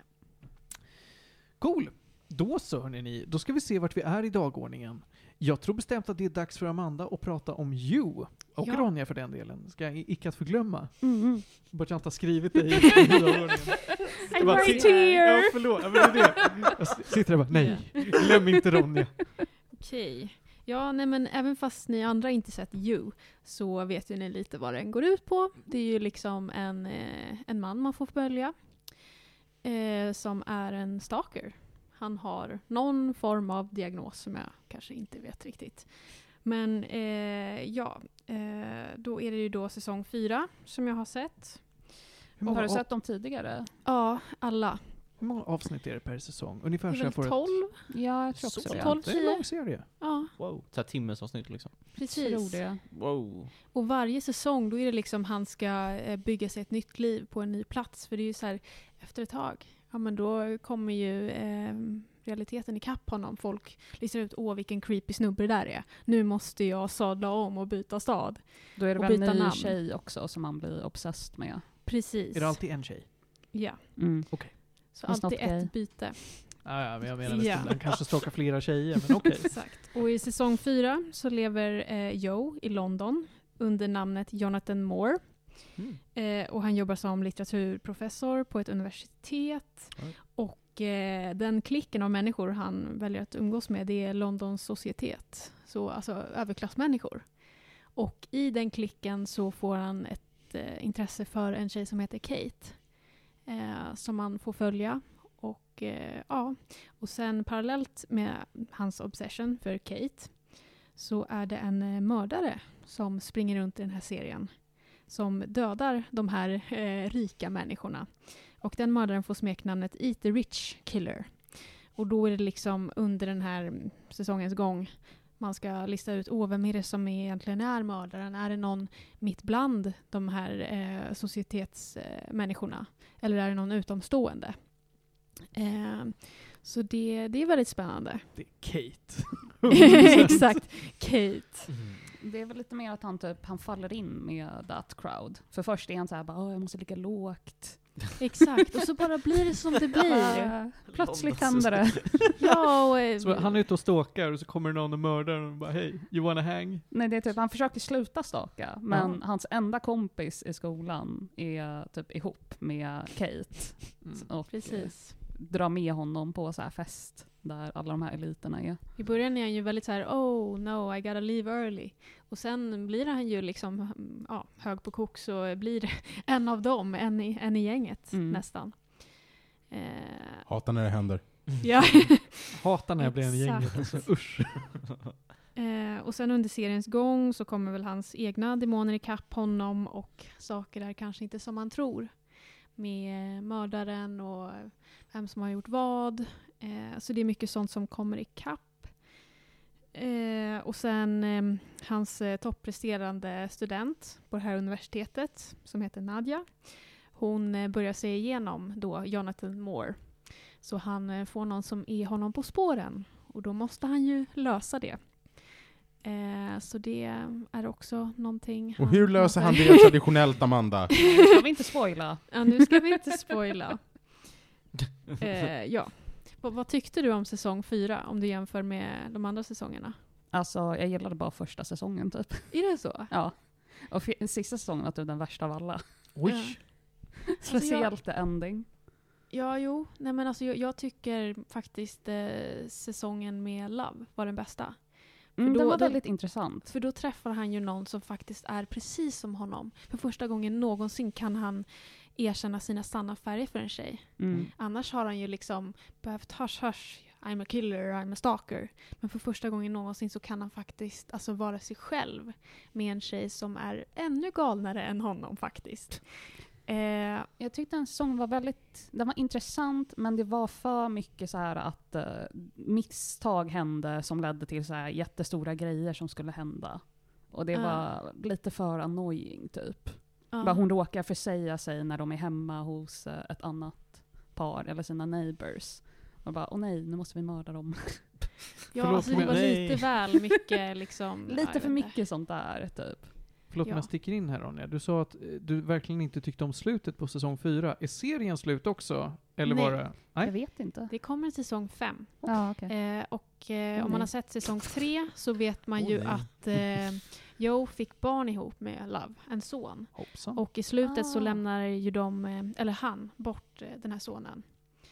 Cool. Då så hörni, då ska vi se vart vi är i dagordningen. Jag tror bestämt att det är dags för Amanda att prata om You. Och Ja. Ronja för den delen. Ska jag icke att förglömma. Mm. Bara att jag inte har skrivit det i i dagordningen. I'm Bara, right si- here! Ja, förlåt. Ja, men det är det. Jag s- sitter där och bara, nej. Glöm inte Ronja. Okej. Ja, nej men även fast ni andra inte sett You så vet ju ni lite vad den går ut på. Det är ju liksom en, eh, en man man får följa eh, som är en stalker. Han har någon form av diagnos som jag kanske inte vet riktigt. Men eh, ja, eh, då är det ju då säsong fyra som jag har sett. Hur Har många, du sett dem tidigare? Ja, alla. hur många avsnitt är det per säsong? Ungefär Det så är jag väl får ett... tolv? Ja, jag tror Så också det. tolv. Det är en lång serie. Ja, Wow. Så här timmesavsnitt liksom. precis. Tror det. Wow. Och varje säsong då är det liksom han ska eh, bygga sig ett nytt liv på en ny plats. För det är ju så här, efter ett tag, ja men då kommer ju eh, realiteten ikapp honom. Folk listar ut, åh vilken creepy snubbe det där är. Nu måste jag sadla om och byta stad. Då är det Och väl byta en ny namn. tjej också som man blir obsessed med. Precis. Är det alltid en tjej? Ja, Mm. så It's alltid not ett gay. byte. Ja, ja, men jag menar Ja. att han kanske stalkar flera tjejer, men okej. Exakt. Och i säsong fyra så lever eh, Joe i London under namnet Jonathan Moore. Mm. Eh, och han jobbar som litteraturprofessor på ett universitet. Oj. Och eh, den klicken av människor han väljer att umgås med, det är Londons societet. Så alltså överklassmänniskor. Och i den klicken så får han ett eh, intresse för en tjej som heter Kate. Eh, som man får följa. Och eh, ja, och sen parallellt med hans obsession för Kate så är det en eh, mördare som springer runt i den här serien som dödar de här eh, rika människorna. Och den mördaren får smeknamnet Eat the Rich Killer. Och då är det liksom under den här säsongens gång man ska lista ut, åh, vem är det som egentligen är mördaren? Är det någon mitt bland de här eh, societetsmänniskorna? Eh, Eller är det någon utomstående? Eh, så det, det är väldigt spännande. Det är Kate. Exakt, Kate. Det är väl lite mer att han typ, han faller in med that crowd. För först är han så här bara, jag måste ligga lågt. Exakt, och så bara blir det som det blir. Uh, plötsligt händer det. Ja, och, eh, Så han är ute och stalkar och så kommer det någon och mördar och bara hej, you wanna hang? Nej, det är typ, han försöker sluta staka, men Ja. hans enda kompis i skolan är typ ihop med Kate. Mm. Och precis. drar med honom på så här fest där alla de här eliterna är. I början är han ju väldigt så här: oh no, I gotta leave early. Och sen blir han ju liksom mm, ja, hög på kok, så blir en av dem, en i, en i gänget Mm. nästan. Eh, Hatar när det händer. ja. Hatar när jag blir en Exakt. gänget. Alltså, usch. eh, och sen under seriens gång så kommer väl hans egna demoner ikapp honom, och saker är kanske inte som man tror. Med mördaren och vem som har gjort vad. Eh, så det är mycket sånt som kommer ikapp. Eh, och sen eh, hans eh, toppresterande student på det här universitetet som heter Nadja. Hon eh, börjar se igenom då Jonathan Moore. Så han eh, får någon som är honom på spåren. Och då måste han ju lösa det. Eh, så det är också någonting. Och hur löser han det traditionellt, Amanda? Ska vi inte spoila? Ja, nu ska vi inte spoila. Eh, ja. V- vad tyckte du om säsong fyra om du jämför med de andra säsongerna? Alltså, jag gillade bara första säsongen typ. Är det så? Ja. Och f- sista säsongen var typ den värsta av alla. Oj. Speciellt the ending. Ja, jo. Nej, men alltså, jag, jag tycker faktiskt eh, säsongen med Love var den bästa. Mm, då- den var då- väldigt intressant. För då träffar han ju någon som faktiskt är precis som honom. För första gången någonsin kan han erkänna sina sanna färger för en tjej. Mm. Annars har han ju liksom behövt hush hush, I'm a killer, I'm a stalker. Men för första gången någonsin så kan han faktiskt alltså vara sig själv med en tjej som är ännu galnare än honom faktiskt. Eh, Jag tyckte en säsong var väldigt, den var intressant, men det var för mycket så här att uh, misstag hände som ledde till så här jättestora grejer som skulle hända. Och det Ah. var lite för annoying typ. ja. Bara hon råkar försäga sig när de är hemma hos uh, ett annat par eller sina neighbors. Och bara, åh nej, nu måste vi mörda dem. ja, Förlåt, alltså det men var nej. lite väl mycket liksom. ja, Lite jag för vet inte. mycket sånt där typ. Förlåt om Ja. jag sticker in här, Ronja. Du sa att eh, du verkligen inte tyckte om slutet på säsong fyra. Är serien slut också? Eller Nej. var det... Nej. Jag vet inte. Det kommer en säsong fem. Ja, okej. Eh, och eh, Åh, om man nej. har sett säsong tre så vet man Åh, ju nej. att eh, Joe fick barn ihop med Love, en son. Hoppsan. Och i slutet så Ah. lämnar ju de, eh, eller han, bort eh, den här sonen.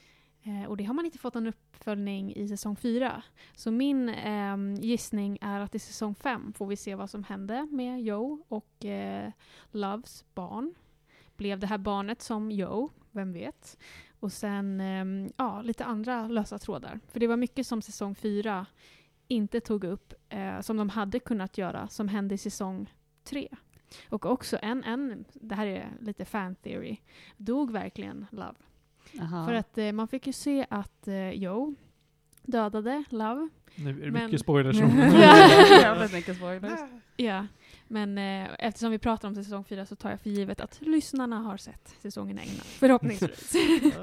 Eh, och det har man inte fått en uppföljning i säsong fyra. Så min eh, gissning är att i säsong fem får vi se vad som hände med Joe och eh, Loves barn. Blev det här barnet som Joe? Vem vet? Och sen eh, ja, lite andra lösa trådar. För det var mycket som säsong fyra inte tog upp eh, som de hade kunnat göra som hände i säsong tre. Och också en, en, det här är lite fan theory, dog verkligen Love. Aha. För att eh, man fick ju se att eh, Joe dödade Love. Nu är det Men- mycket spoilers. Jävligt mycket spoilers. Ja, men eh, eftersom vi pratar om säsong fyra så tar jag för givet att lyssnarna har sett säsongen innan. Förhoppningsvis.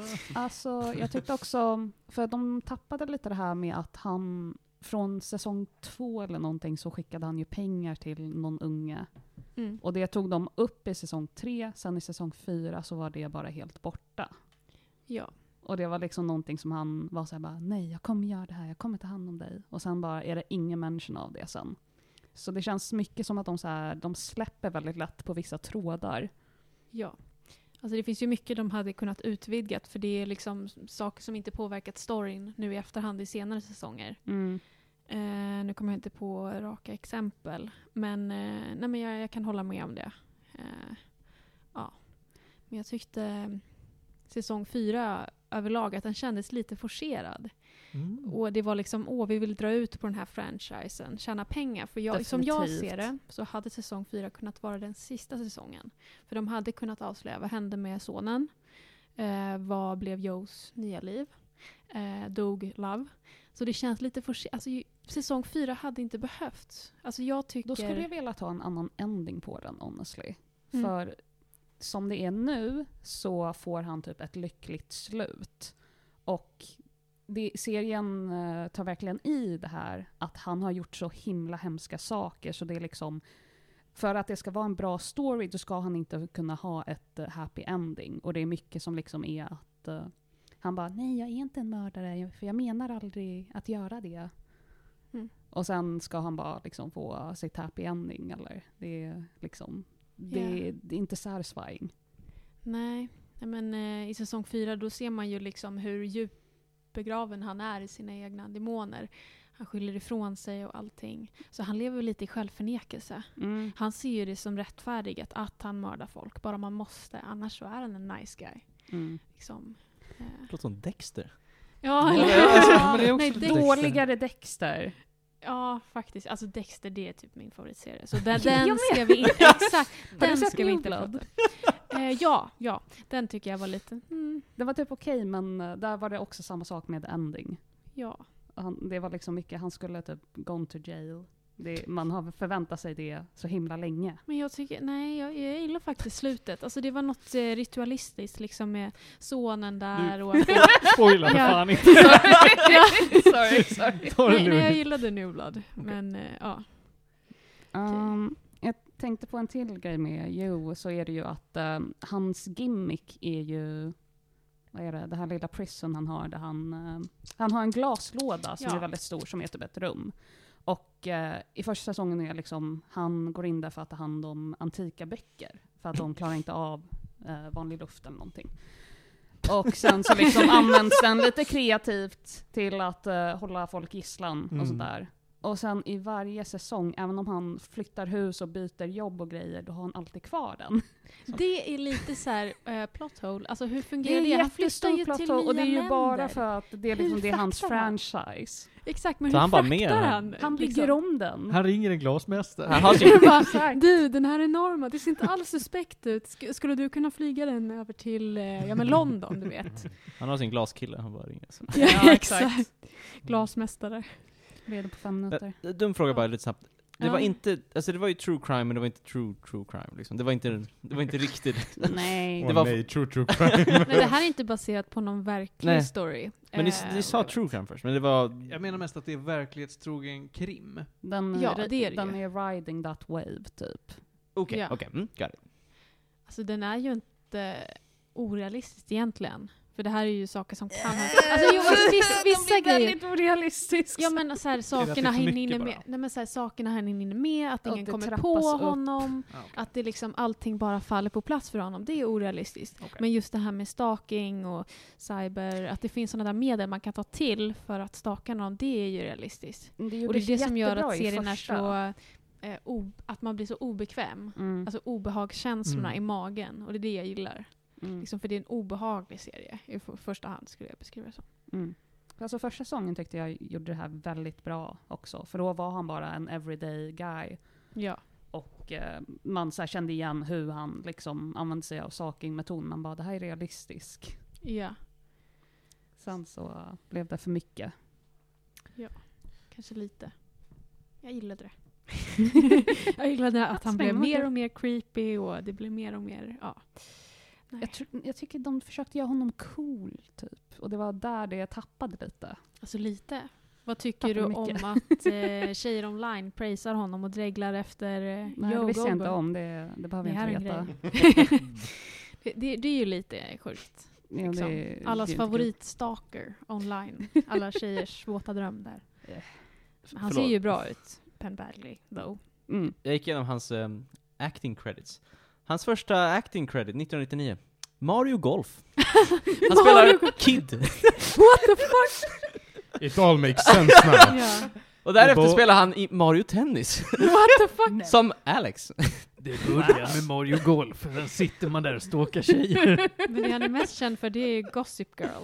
Alltså, jag tyckte också, för de tappade lite det här med att han från säsong två eller någonting så skickade han ju pengar till någon unge. Mm. Och det tog de upp i säsong tre, sen i säsong fyra så var det bara helt borta. Ja. Och det var liksom någonting som han var såhär bara, nej jag kommer göra det här, jag kommer ta hand om dig. Och sen bara är det ingen mention av det sen. Så det känns mycket som att de, så här, de släpper väldigt lätt på vissa trådar. Ja. Alltså det finns ju mycket de hade kunnat utvidgat för det är liksom saker som inte påverkat storyn nu i efterhand i senare säsonger. Mm. Eh, nu kommer jag inte på raka exempel. Men, eh, nej, men jag, jag kan hålla med om det. Eh, ja. Men jag tyckte säsong fyra överlag att den kändes lite forcerad. Mm. Och det var liksom, åh vi vill dra ut på den här franchisen, tjäna pengar. För jag, som jag Definitivt. ser det så hade säsong fyra kunnat vara den sista säsongen. För de hade kunnat avslöja vad hände med sonen. Eh, vad blev Joes nya liv? Eh, dog Love? Så det känns lite för... Alltså, ju- säsong fyra hade inte behövts. Alltså jag tycker... Då skulle jag vilja ta en annan ending på den, honestly. Mm. För som det är nu så får han typ ett lyckligt slut. Och det, serien eh, tar verkligen i det här att han har gjort så himla hemska saker. Så det är liksom... För att det ska vara en bra story då ska han inte kunna ha ett uh, happy ending. Och det är mycket som liksom är att... Uh, han bara, nej jag är inte en mördare för jag menar aldrig att göra det. Mm. Och sen ska han bara liksom få sitt happy ending. Eller det är liksom... Det, Yeah. det är inte satisfying. Nej, Nej, men eh, i säsong fyra då ser man ju liksom hur djupbegraven han är i sina egna demoner. Han skyller ifrån sig och allting. Så han lever lite i självförnekelse. Mm. Han ser ju det som rättfärdigt att han mördar folk. Bara man måste, annars så är han en nice guy. Mm. Liksom. Eh. Det låter som Dexter. Ja, Ja, eller alltså, ja, men det är också nej, lite Dexter. Dåligare Dexter. Ja, faktiskt. Alltså Dexter, det är typ min favoritserie. Så den, Jag den med. ska vi inte... Exakt, Har du den sett ska vi inte New Blood? prata. Eh, ja, ja. Den tycker jag var lite... Mm, Det var typ okej, men uh, där var det också samma sak med ending. ja. Han, det var liksom mycket, han skulle typ gone to jail. Det, man har förväntat sig det så himla länge. Men jag tycker, nej, jag, jag gillar faktiskt slutet. Alltså det var något eh, ritualistiskt liksom med sonen där och... Spoila för Ja. fan inte. ja. sorry, sorry. Ta det nej, nej, jag lugnt. gillade New Blood. Men eh, ja. Um, jag tänkte på en till grej med Jo, så är det ju att um, hans gimmick är ju, vad är det, det här lilla prison han har, där han, um, han har en glaslåda som Ja. är väldigt stor, som är typ ett rum. Och uh, i första säsongen är liksom, han går in där för att ta hand om antika böcker, för att de klarar inte av uh, vanlig luft eller någonting. Och sen så liksom används den lite kreativt till att uh, hålla folk gisslan Mm. och sådär. Och sen i varje säsong, även om han flyttar hus och byter jobb och grejer, då har han alltid kvar den. Det är lite så här uh, plot hole. Alltså hur Det fungerar är det? en Han flyttar ju jättestor till plot hole, nya och det är ju länder. bara för att det är, liksom, Hur det är hans fraktar han? franchise. Exakt, men Så hur han bara fraktar med han? Han bygger liksom? om den. Han ringer en glasmästare. Han har sin, Bara, du, den här enorma, det ser inte alls suspekt ut. Sk- skulle du kunna flyga den över till eh, ja, men London, du vet? han har sin glaskille, han bara ringer. Så. Ja, exakt. Glasmästare. Redo på fem minuter. Eh, Dum fråga bara lite snabbt. Det Ja. var inte, alltså det var ju true crime, men det var inte true true crime liksom. Det var inte, det var inte riktigt. Nej. Åh Det var- nej, true true crime. Men det här är inte baserat på någon verklig Nej. story. Men ni, Eh, ni sa true crime först, men det var... Jag menar mest att det är verklighetstrogen krim. Den, Ja, det är det den ju. är riding that wave, typ. Okej, Ja. okej, mm, got it. Alltså den är ju inte orealistisk egentligen. För det här är ju saker som kan hända. Alltså jo, alltså, vissa, vissa grejer. väldigt orealistiskt. Ja men så här, det sakerna för han mycket hinner bara? med. Nej men så här, sakerna han hinner med, att Och ingen det kommer trappas på upp. honom. Ah, okay. Att det liksom allting bara faller på plats för honom. Det är orealistiskt. Okej. Men just det här med stalking och cyber, att det finns sådana där medel man kan ta till för att staka någon, det är ju realistiskt. Det Och det är gjordes det som gör jättebra att i serien är första. så... Eh, o, att man blir så obekväm. Mm. Alltså obehagskänslorna Mm. i magen. Och det är det jag gillar. Mm. Liksom, för det är en obehaglig serie. I f- första hand skulle jag beskriva det som. Mm. Alltså första säsongen tyckte jag gjorde det här väldigt bra också. För då var han bara en everyday guy. Ja. Och eh, man så här kände igen hur han liksom använde sig av stalking-metoden. Man bara, det här är realistisk. Ja. Sen så uh, blev det för mycket. Kanske lite. Jag gillade det. jag gillade att han blev Spännande. mer och mer creepy och det blev mer och mer, ja. Nej. Jag, tr- jag tycker de försökte göra honom cool, typ. Och det var där det tappade lite. Alltså lite. Vad tycker du Tappar mycket. om att eh, tjejer online praisar honom och dreglar efter eh, Nej, Joe det visste jag Goldberg? inte om. Det, det behöver Det jag här är inte en veta. grej. det, det, det är ju lite sjukt. Ja, Liksom. det- Allas det är inte favoritstalker online. Alla tjejers våta dröm där. Eh, Han Förlåt. ser ju bra ut, Penn Badgley, though. kul. Mm. Jag gick igenom hans um, acting credits. Hans första acting credit, nittonhundranittionio. Mario Golf. Han spelar Kid. What the fuck? It all makes sense now. ja. Och därefter Bo- spelar han i Mario Tennis. What the fuck? Som Alex. Det börjar med Mario Golf. Sen sitter man där och stalkar tjejer. Men det han är mest känd för det är Gossip Girl.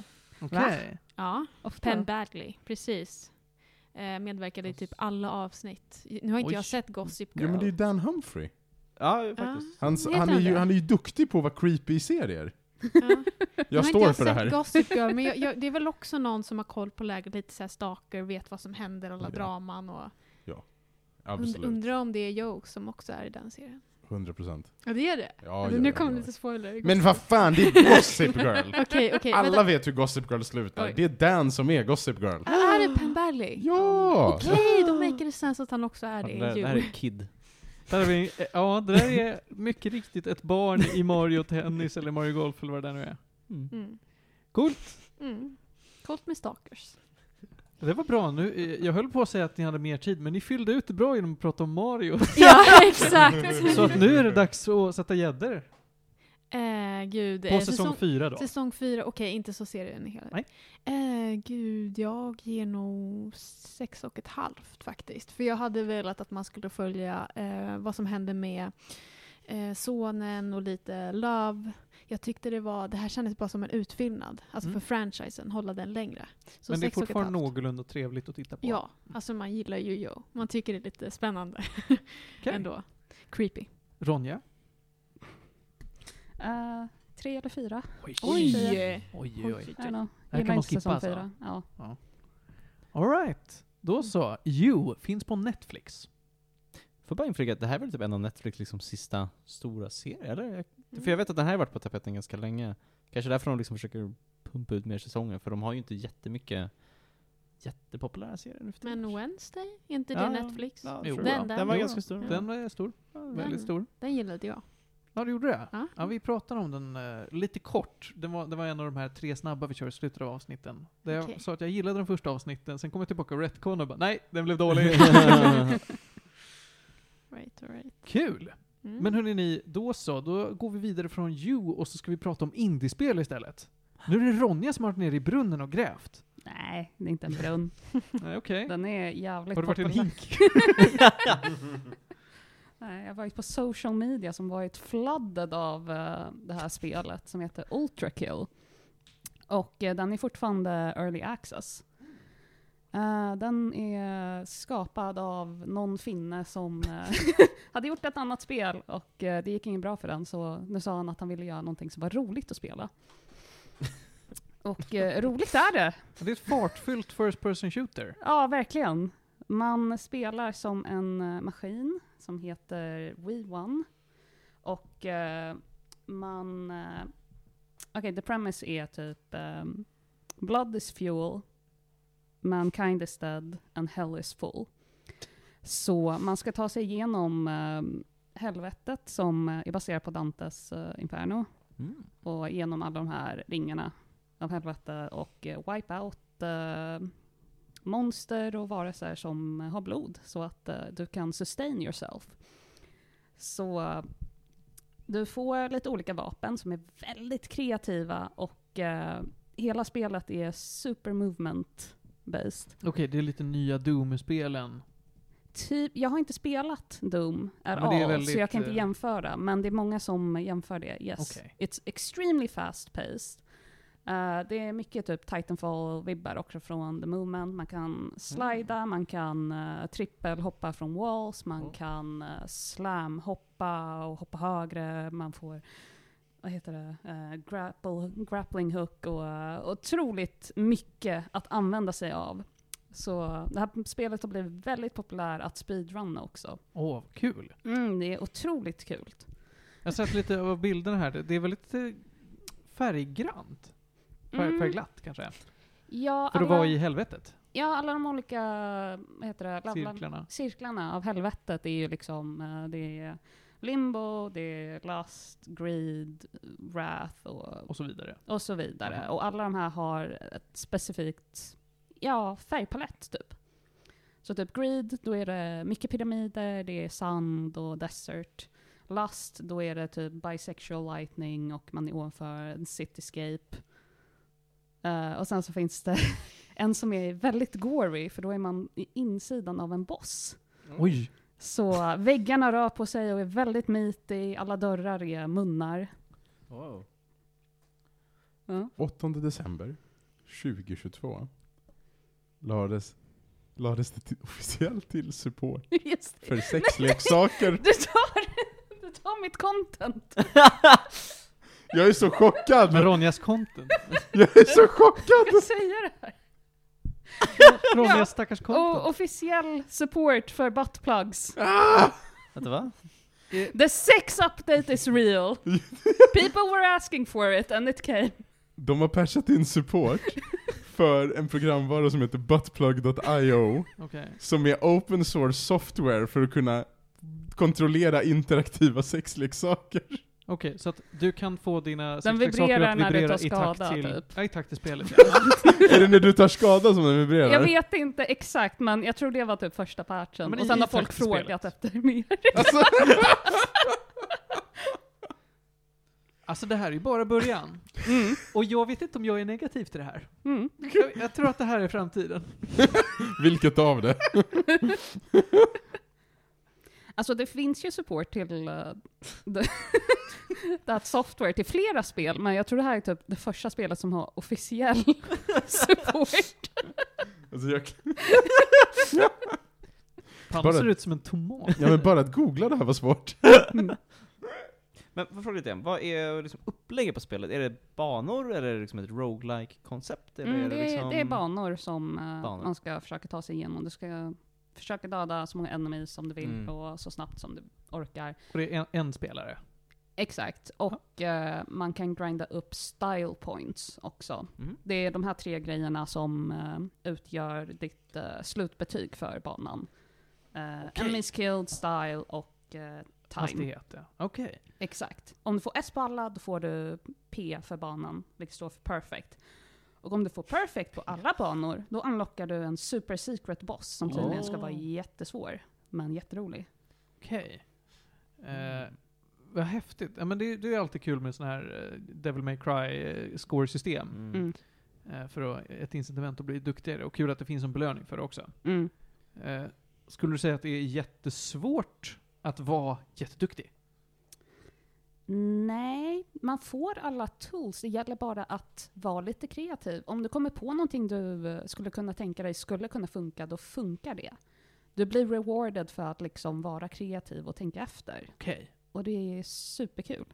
Okej. Ja, Ofta. Penn Badgley, precis. Eh, medverkade i typ alla avsnitt. Nu har inte Oj. jag sett Gossip Girl. Ja, men det är Dan Humphrey. Ja, faktiskt. Han, Heter han, är han ju, det? han är ju duktig på att vara creepy i serier. Ja. Jag Nu har står inte för det jag här. sett Gossip Girl, men jag, jag, det är väl också någon som har koll på läget, lite såhär stalker, vet vad som händer, alla Ja. draman och... Absolut. Und, undrar om det är Joe som också är i den serien. hundra procent. Ja, det är det. Ja, Alltså, ja, nu ja, kommer ja. lite spoiler. Men vad fan, det är Gossip Girl! Okej, okej. Alla vänta. vet hur Gossip Girl slutar. Oj. Det är Dan som är Gossip Girl. Ah, är det Penn Badgley? Ja! Okej, då maker det sense att han också är Ja, det. det, där, i det här är Joe. Kid. Där har vi, ja, det där är mycket riktigt ett barn i Mario Tennis eller Mario Golf eller vad det där nu är. Mm. Mm. Coolt. Mm. Coolt med stalkers. Det var bra. Nu, eh, jag höll på att säga att ni hade mer tid, men ni fyllde ut det bra genom att prata om Mario. Ja, exakt! Så att nu är det dags att sätta gäddor. Eh, gud. På eh, säsong fyra då. Säsong fyra, okej, inte så serien i hela. Nej. Eh, gud, jag ger nog sex och ett halvt faktiskt. För jag hade velat att man skulle följa eh, vad som hände med eh, sonen och lite love. Jag tyckte det var, det här kändes bara som en utfyllnad. Alltså Mm. för franchisen, hålla den längre. Så Men det är sex och ett fortfarande halvt. någorlunda trevligt att titta på. Ja, alltså man gillar ju Joe. Man tycker det är lite spännande Okej. ändå. Creepy. Ronja? Eh, tre eller fyra. Oj, Oj! oj, oj. I don't know. här kan Gillar man inte skippa säsong alltså. fyra. Ja. All right. Då så. You finns på Netflix. Får bara inflika att det här är väl typ en av Netflix liksom sista stora serier, eller? Jag, Mm. För jag vet att den här har varit på tapeten ganska länge. Kanske därför de liksom försöker pumpa ut mer säsonger, för de har ju inte jättemycket jättepopulära serier nu för tiden. Men Wednesday, är inte det Ja, Netflix? Ja, Jo. tror jag. Den där. Den var Jo. ganska stor. Den är stor. Väldigt Den, stor. den gillade jag. Ja, det gjorde det. Ja. Ja, vi pratade om den eh, lite kort. Det var, det var en av de här tre snabba vi kör i slutet av avsnitten. Där Okej. jag sa att jag gillade de första avsnitten, sen kom jag tillbaka och retcon och bara nej, den blev dålig. Right, right. Kul! Mm. Men hörni ni, då så, då går vi vidare från You och så ska vi prata om indiespel istället. Nu är det Ronja som har varit nere i brunnen och grävt. Nej, det är inte en brunn. Nej, okej. Den är jävligt Har du varit i en populär. hink? Nej, jag har varit på social media som varit flooded av eh, det här spelet som heter Ultra Kill. Och eh, den är fortfarande early access. Eh, den är skapad av någon finne som eh, hade gjort ett annat spel och eh, det gick inget bra för den, så nu sa han att han ville göra någonting som var roligt att spela. Och eh, roligt är det. Det är ett fartfyllt first person shooter. Ja, verkligen. Man spelar som en eh, maskin som heter We One. Och eh, man... Eh, Okej, okay, the premise är typ um, blood is fuel, mankind is dead and hell is full. Så man ska ta sig igenom um, helvetet som uh, är baserat på Dantes uh, Inferno. Mm. Och genom alla de här ringarna av helvete och uh, wipe out uh, monster och varelser som uh, har blod så att uh, du kan sustain yourself. Så uh, du får lite olika vapen som är väldigt kreativa och uh, hela spelet är super movement based. Okej, det är lite nya Doom-spelen. Typ, jag har inte spelat Doom at Men det är all, väldigt, så jag kan inte eh, jämföra. Men det är många som jämför det, yes. Okej. It's extremely fast paced. Uh, det är mycket typ Titanfall-vibbar också från The Movement. Man kan slida, man kan uh, trippelhoppa från walls, man Oh. kan uh, slam-hoppa och hoppa högre. Man får, vad heter det, uh, grapple, grappling hook och uh, otroligt mycket att använda sig av. Så det här spelet har blivit väldigt populärt att speedrunna också. Åh, kul. Mm, det är otroligt kul. Jag har sett lite av bilderna här. Det är väldigt eh, färggrant. Färg, Mm. Färgglatt kanske. Ja, För att alla, vara i helvetet. ja, alla de olika vad heter det, levlar- Cirklarna. cirklarna av helvetet är ju liksom, eh, det är limbo, det är lust, greed, wrath och, Och så vidare. och så vidare. Mhm. Och alla de här har ett specifikt, ja, färgpalett typ. Så typ greed, då är det mycket pyramider, det är sand och desert. Lust, då är det typ bisexual lightning och man är ovanför en cityscape. Uh, och sen så finns det en som är väldigt gory, för då är man i insidan av en boss. Oj! Så väggarna rör på sig och är väldigt meaty, alla dörrar är munnar. Wow. Ja. åttonde december. tjugohundratjugotvå lades, lades det till, officiellt till support Just det. för sexleksaker. Du tar, du tar mitt content. Jag är så chockad! Med Ronjas content. Jag är så chockad! Jag säger det här. Ronjas Ja. stackars Och content. officiell support för buttplugs. Ah! Vänta, va? The sex update is real. People were asking for it and it came. De har patchat in support för en programvara som heter buttplug dot io Okej. som är open source software för att kunna kontrollera interaktiva sexleksaker. Okej, så att du kan få dina Den sexleksaker vibrerar att när du vibrera tar i takt skada, till... typ. Ja, i takt till spelet. Är det när du tar skada som den vibrerar? Jag vet inte exakt, men jag tror det var typ första patchen. Men och i- sen i har folk takt till spelet. frågat efter mer. Alltså, Alltså det här är ju bara början. Mm. Och jag vet inte om jag är negativ till det här. Mm. Jag, jag tror att det här är framtiden. vilket av det? Alltså det finns ju support till uh, the- that software till flera spel, men jag tror det här är typ det första spelet som har officiell support. Alltså jag, Han Bara- ser ut som en tomat. ja men bara att googla det här var svårt. Men vad frågar lite igen, vad är liksom upplägget på spelet? Är det banor eller är det liksom ett roguelike-koncept? Eller Mm, är det, det, är, liksom... det är banor som uh, Banor. man ska försöka ta sig igenom. Du ska försöka döda så många enemies som du vill Mm. och så snabbt som du orkar. Och det är en, en spelare. Exakt, och eh, man kan grinda upp style points också. Mhm. Det är de här tre grejerna som eh, utgör ditt eh, slutbetyg för banan. Uh, Okej. Enemies killed, style och eh, time. Hastighet, ja. Okej. Exakt. Om du får S på alla, då får du P för banan, vilket står för perfect. Och om du får perfect på alla banor, då unlockar du en super secret boss som tydligen ska vara Oh. jättesvår, men jätterolig. Okej. Eh, vad häftigt. Ja, men det, det är alltid kul med sån här eh, Devil May Cry eh, score-system. Mm. Mm. Eh, för att, ett incitament att bli duktigare. Och kul att det finns en belöning för det också. Mm. Eh, skulle du säga att det är jättesvårt att vara jätteduktig? Nej, man får alla tools. Det gäller bara att vara lite kreativ. Om du kommer på någonting du eh, skulle kunna tänka dig skulle kunna funka, då funkar det. Du blir rewarded för att liksom vara kreativ och tänka efter. Okej. Och det är superkul.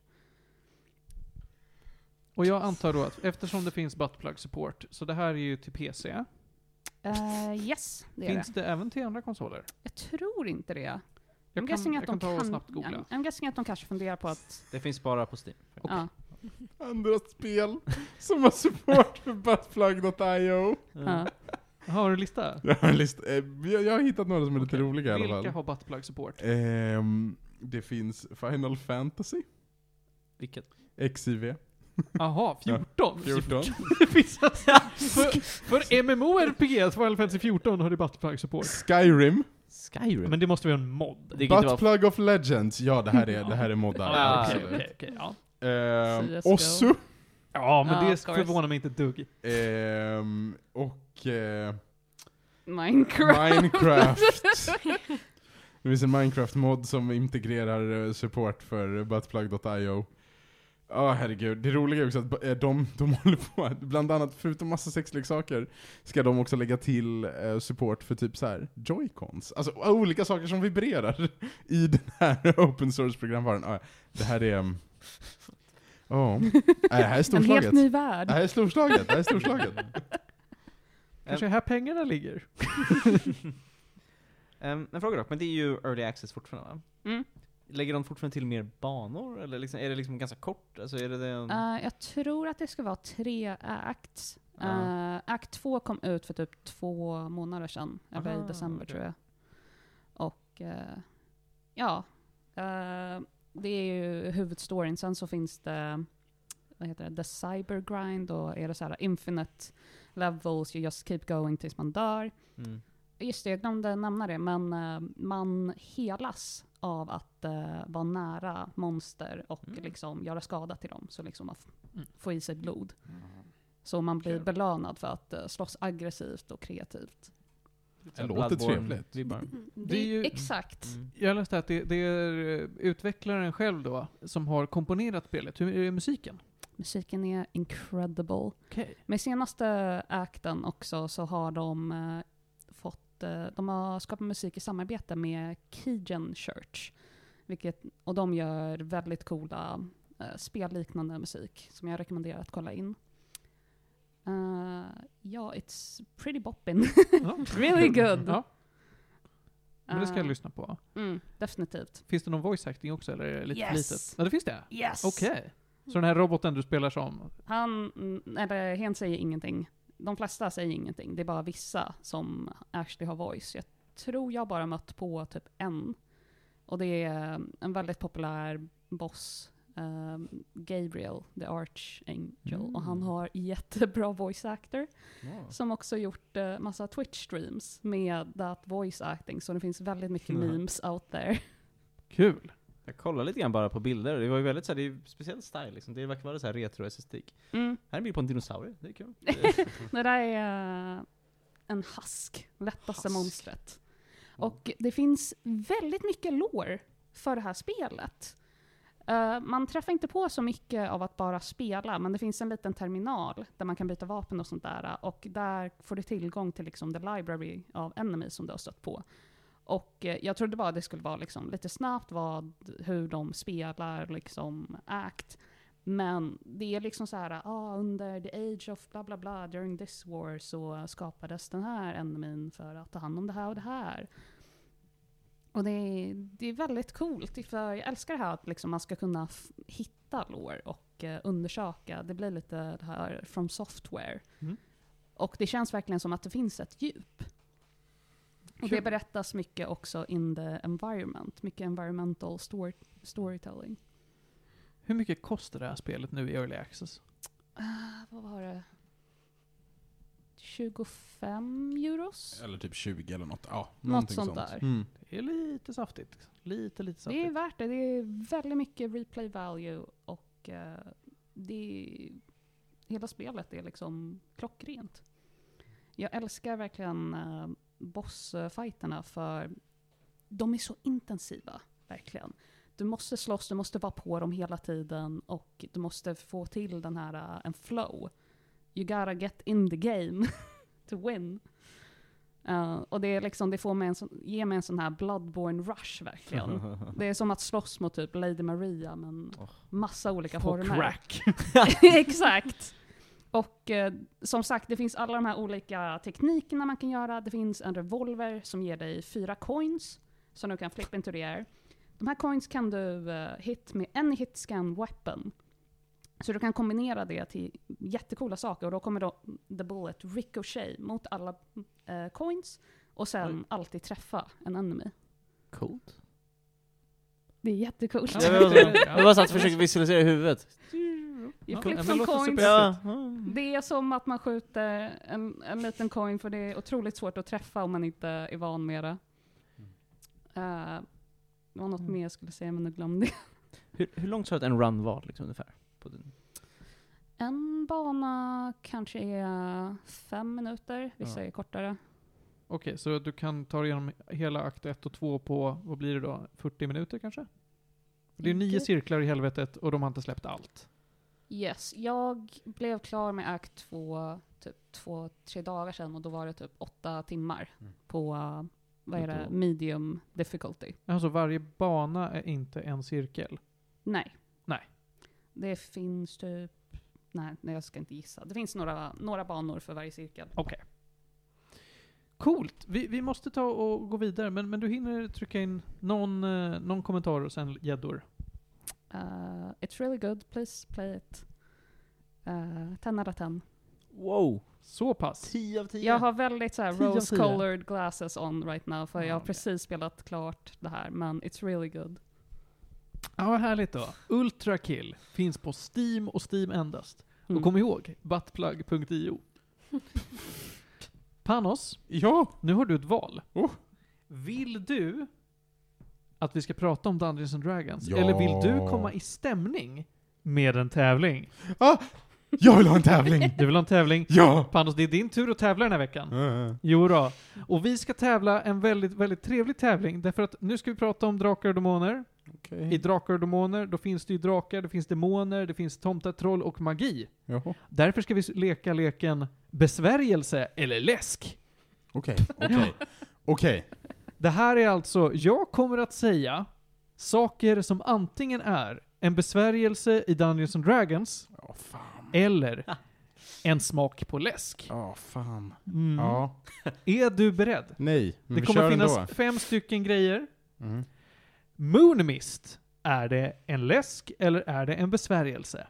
Och jag antar då att eftersom det finns buttplug support, så det här är ju till P C. Uh, yes, det är Finns det. det även till andra konsoler? Jag tror inte det. Jag I'm kan, guessing jag att kan de ta och kan, snabbt googla. I'm, I'm guessing att de kanske funderar på att... Det finns bara på Steam. Ja. Andra spel som har support för buttplug dot io. Ja. Har du en lista? Jag har en lista. Eh, jag, jag har hittat några som är lite Okej. roliga i alla Vilka fall. har buttplug support? Ehm, det finns Final Fantasy, Vilket? X I V, Jaha, fjorton? fjorton. Det finns alltså, för, för MMORPG, Final Fantasy fjorton har det buttplug support. Skyrim, Skyrim? Men det måste vara en mod. det kan inte vara... Buttplug of Legends, ja det här är, det här är moddar. Ja, okej, absolut. okej, okej, ja. Ehm, C S G O. Ossu, Ja, men Ja, det of course. förvånar mig inte ett dugg. ehm, och eh, Minecraft. Minecraft. Det finns en Minecraft-mod som integrerar eh, support för buttplug dot io. Ja, herregud. Det roliga är också att eh, de, de håller på, bland annat, förutom massa sexleksaker, ska de också lägga till eh, support för typ så här Joy-Cons. Alltså olika saker som vibrerar i den här open source-programvaran. Ah, det här är... um, Ja, oh. det här är En storslaget. helt ny värld. Det här är storslaget. Det här är storslaget. Kanske här pengarna ligger. Um, en fråga dock, men det är ju early access fortfarande, va? Mm. Lägger de fortfarande till mer banor? Eller liksom, är det liksom ganska kort? Alltså är det det en... Uh, jag tror att det ska vara tre acts. Ja. Uh, akt två kom ut för typ två månader sedan. Eller Aha, i december okej. tror jag. Och uh, ja, uh, det är ju huvudstoryn. Sen så finns det, vad heter det, The Cyber Grind. Och är det så här infinite levels, you just keep going tills man dör. Mm. Just det, jag glömde nämna det, men uh, man helas av att uh, vara nära monster och Mm. liksom göra skada till dem. Så liksom man f- Mm. får i sig blod. Så man blir Kul. belönad för att uh, slåss aggressivt och kreativt. Det låter Bloodborne trevligt. vibbar. Det är ju- exakt. Mm. Jag läste att det, det är eh, utvecklaren själv då som har komponerat spelet. Hur är musiken? musiken är incredible. Okej. Med senaste akten också så har de eh, fått, eh, de har skapat musik i samarbete med Keygen Church. Vilket, och de gör väldigt coola eh, spelliknande musik som jag rekommenderar att kolla in. Uh, ja, it's pretty boppin. Ja. Really good. Ja, men det ska jag Uh, lyssna på. Mm, definitivt. Finns det någon voice acting också, eller är det lite Yes. för litet? Ja, det finns det? Yes! Okej. Så den här roboten du spelar som? Han, mm, eller hen säger ingenting. De flesta säger ingenting. Det är bara vissa som actually har voice. Jag tror jag bara mött på typ en. Och det är en väldigt populär boss, um, Gabriel, the Archangel. Mm. Och han har jättebra voice actor. Ja. Som också gjort uh, massa Twitch-streams med that voice acting. Så det finns väldigt mycket Mm. memes out there. Kul. Jag kollar lite grann bara på bilder. Det var ju väldigt så här, det är ju speciell style liksom. Det verkar vara så här retro-estetik. Mm. Här är en bild på en dinosaurie. Det är kul. Det där är uh, en husk, lättaste Husk. monstret. Och det finns väldigt mycket lore för det här spelet. Uh, man träffar inte på så mycket av att bara spela, men det finns en liten terminal där man kan byta vapen och sånt där. Och där får du tillgång till liksom, the library av enemies som du har stött på. Och uh, jag trodde bara det skulle vara liksom, lite snabbt vad, hur de spelar liksom, act. Men det är liksom så här, ah, under the age of bla bla bla, during this war så skapades den här enemin för att ta hand om det här och det här. Och det är, det är väldigt coolt, för jag älskar det här att liksom man ska kunna f- hitta lore och uh, undersöka. Det blir lite det här from software. Mm. Och det känns verkligen som att det finns ett djup. Och det Kul. berättas mycket också in the environment. Mycket environmental story, storytelling. Hur mycket kostar det här spelet nu i Early Access? Uh, vad var det? tjugofem euros? Eller typ tjugo eller något. Ja, Något någonting sånt sånt. där. Mm. Det är lite saftigt. Lite, lite Det är saftigt. värt det. Det är väldigt mycket replay value och uh, det är, hela spelet är liksom klockrent. Jag älskar verkligen uh, bossfighterna för de är så intensiva, verkligen. Du måste slåss, du måste vara på dem hela tiden och du måste få till den här uh, en flow. You gotta get in the game to win. Uh, och det är liksom, det får mig en sån, ger mig en sån här bloodborne rush verkligen. Det är som att slåss mot typ Lady Maria, men Oh. massa olika På former. crack. Exakt. Och eh, som sagt, det finns alla de här olika teknikerna man kan göra. Det finns en revolver som ger dig fyra coins som du kan flip into the air. De här coins kan du eh, hit med en hit scan weapon. Så du kan kombinera det till jättecoola saker och då kommer då the bullet ricochet mot alla eh, coins och sen Oj. alltid träffa en enemy. Coolt. Det är jättecoolt. Ja, Jag var, jag var så att försöka visualisera i huvudet. You Ja, flip men some låter coins. superhäftigt. Ja. Det är som att man skjuter en, en liten coin, för det är otroligt svårt att träffa om man inte är van med det. Uh, det var något Mm. mer jag skulle säga, men nu glömde jag. Hur, hur långt tror du att en run var liksom, ungefär? På den? En bana kanske är fem minuter, vissa Ja. är kortare. Okej, så du kan ta dig igenom hela akt ett och två på, vad blir det då, fyrtio minuter kanske? Det är nio Det- cirklar i helvetet och de har inte släppt allt. Yes, jag blev klar med akt två typ två, tre dagar sedan och då var det typ åtta timmar Mm. på, uh, vad är det, Då- medium difficulty. Alltså varje bana är inte en cirkel. Nej. Nej. Det finns typ, nej, nej jag ska inte gissa. Det finns några, några banor för varje cirkel. Okej. Coolt. Vi, vi måste ta och gå vidare, men, men du hinner trycka in någon, eh, någon kommentar och sen gäddor. Uh, it's really good, please play it. Uh, ten out of ten. Wow! Så pass. tio av tio. Jag har väldigt så här tio av tio. rose-colored glasses on right now, för Ja, jag har okej. precis spelat klart det här, men it's really good. Ja, vad härligt då. Ultra Kill finns på Steam och Steam endast. Mm. Och kom ihåg, buttplug punkt io. Panos, Ja! nu har du ett val. Oh. Vill du att vi ska prata om Dungeons and Dragons? Ja. Eller vill du komma i stämning med en tävling? Ah, jag vill ha en tävling! Du vill ha en tävling? Ja! Panos, det är din tur att tävla den här veckan. Uh, Jo då. Och vi ska tävla en väldigt, väldigt trevlig tävling. Därför att nu ska vi prata om drakar och demoner. Okay. I Drakar och Demoner, då finns det ju drakar, det finns demoner, det finns tomtar, troll och magi. Jaha. Därför ska vi leka leken besvärjelse eller läsk. Okej, okej. Okej. Det här är alltså, jag kommer att säga saker som antingen är en besvärjelse i Dungeons and Dragons Ja, fan. eller en smak på läsk. Ja, fan. Mm. Ja. Är du beredd? Nej, men Det vi kommer kör finnas ändå. fem stycken grejer. Mm. Moon Mist, är det en läsk eller är det en besvärjelse?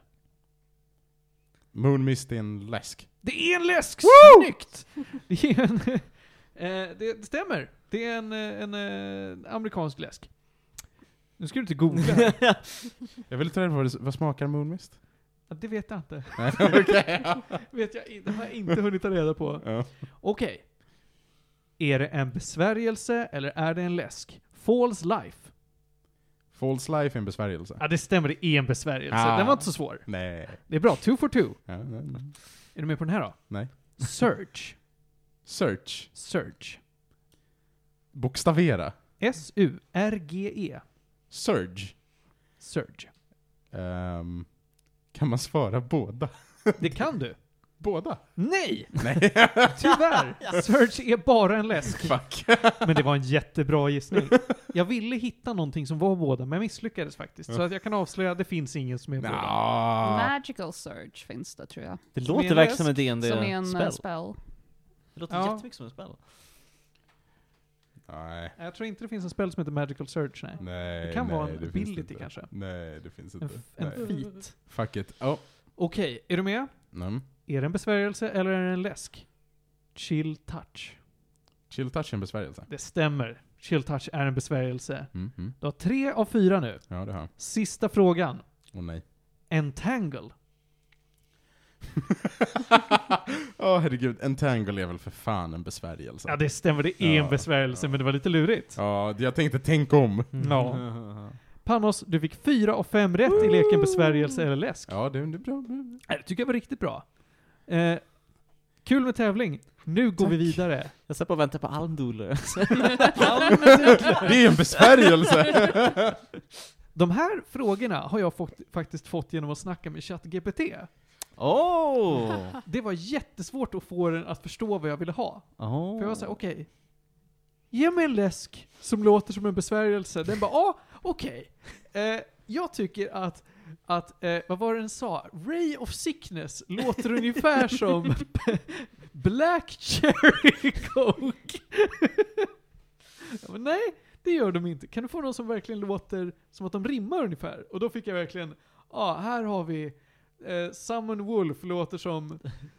Moon Mist är en läsk. Det är en läsk! Woo! Snyggt! Det, är en, eh, det, det stämmer. Det är en, eh, en, eh, amerikansk läsk. Nu ska du inte googla här. Jag vill ta reda på vad, det, vad smakar Moon Mist? Ja, det vet jag inte. Nej, okej. vet jag, in- det har jag inte hunnit ta reda på. Ja. Okej. Är det en besvärjelse eller är det en läsk? False Life. False Life är en besvärjelse. Ja, det stämmer. Det är en besvärjelse. Ah. Den var inte så svår. Nej. Det är bra. Two for two. Ja, nej, nej. Är du med på den här då? Nej. Search. Search. Search. Bokstavera. S U R G E. Surge. Surge. Ehm, kan man svara båda? Det kan du. Båda? Nej! Nej. Tyvärr. Search är bara en läsk. Fuck. Men det var en jättebra gissning. Jag ville hitta någonting som var båda, men jag misslyckades faktiskt. Så att jag kan avslöja att det finns ingen som är båda. Nja. Magical Surge finns det, tror jag. Det Som är låter en verkligen läsk, som en D and Som är en eh, D-spel. spell. Det låter Ja. jättemycket som en spel. Nej. Jag tror inte det finns en spel som heter Magical Search, nej. Nej, Det kan nej, vara en det finns ability inte. kanske. Nej, det finns En, inte. f- en Nej. feat. Fuck it. Oh. Okej, är du med? Mm. Är det en besvärjelse eller är det en läsk? Chill touch. Chill touch är en besvärjelse. Det stämmer. Chill touch är en besvärjelse. Mm, mm. Du har tre av fyra nu. Ja, det har jag. Sista frågan. Åh nej. Entangle. Åh herregud, Entangle är väl för fan en besvärjelse. Ja, det stämmer. Det är Ja, en besvärjelse, ja. men det var lite lurigt. Ja, jag tänkte tänk om. Ja. Panos, du fick fyra av fem rätt i leken besvärjelse eller läsk. Ja, det, det är bra. Nej, det tycker jag var riktigt bra. Eh, kul med tävling. Nu går vi vidare. Jag satt på och väntade på Almdulor. Det är en besvärjelse! De här frågorna har jag fått, faktiskt fått genom att snacka med ChatGPT. Åh! Det var jättesvårt att få den att förstå vad jag ville ha. Oh. För jag var såhär, okej. Ge mig en läsk som låter som en besvärjelse. Den bara, ah, okej. Eh, jag tycker att, att eh, vad var det den sa? Ray of Sickness låter ungefär som Black Cherry Coke. Ja, men nej, det gör de inte. Kan du få någon som verkligen låter som att de rimmar ungefär? Och då fick jag verkligen, ja, ah, här har vi eh, Summon Wolf låter som,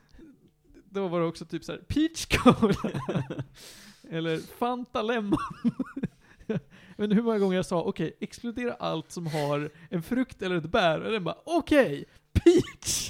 då var det också typ så här Peach Cola. Eller Fanta Lemon. Men hur många gånger jag sa, okej, okay, exkludera allt som har en frukt eller ett bär. Och den bara, okej, okay, Peach!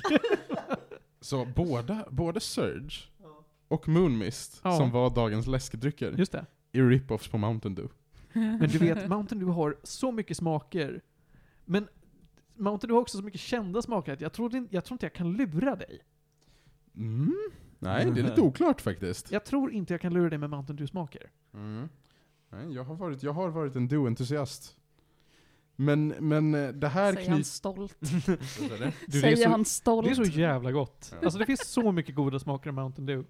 Så båda, både Surge och Moon Mist, Ja. som var dagens läskedrycker, Just det. är rip-offs på Mountain Dew. Men du vet, Mountain Dew har så mycket smaker. Men Mountain Dew har också så mycket kända smaker att jag tror, det, jag tror inte jag kan lura dig. Mm. Nej, det är lite oklart faktiskt. Jag tror inte jag kan lura dig med Mountain Dew-smaker. Mm. Nej, jag har varit, jag har varit en Dew-entusiast. Men, men eh, det här Säger han knyter... stolt. Du, det, är Säger så, han stolt. det är så jävla gott. Ja. Alltså det finns så mycket goda smaker i Mountain Dew.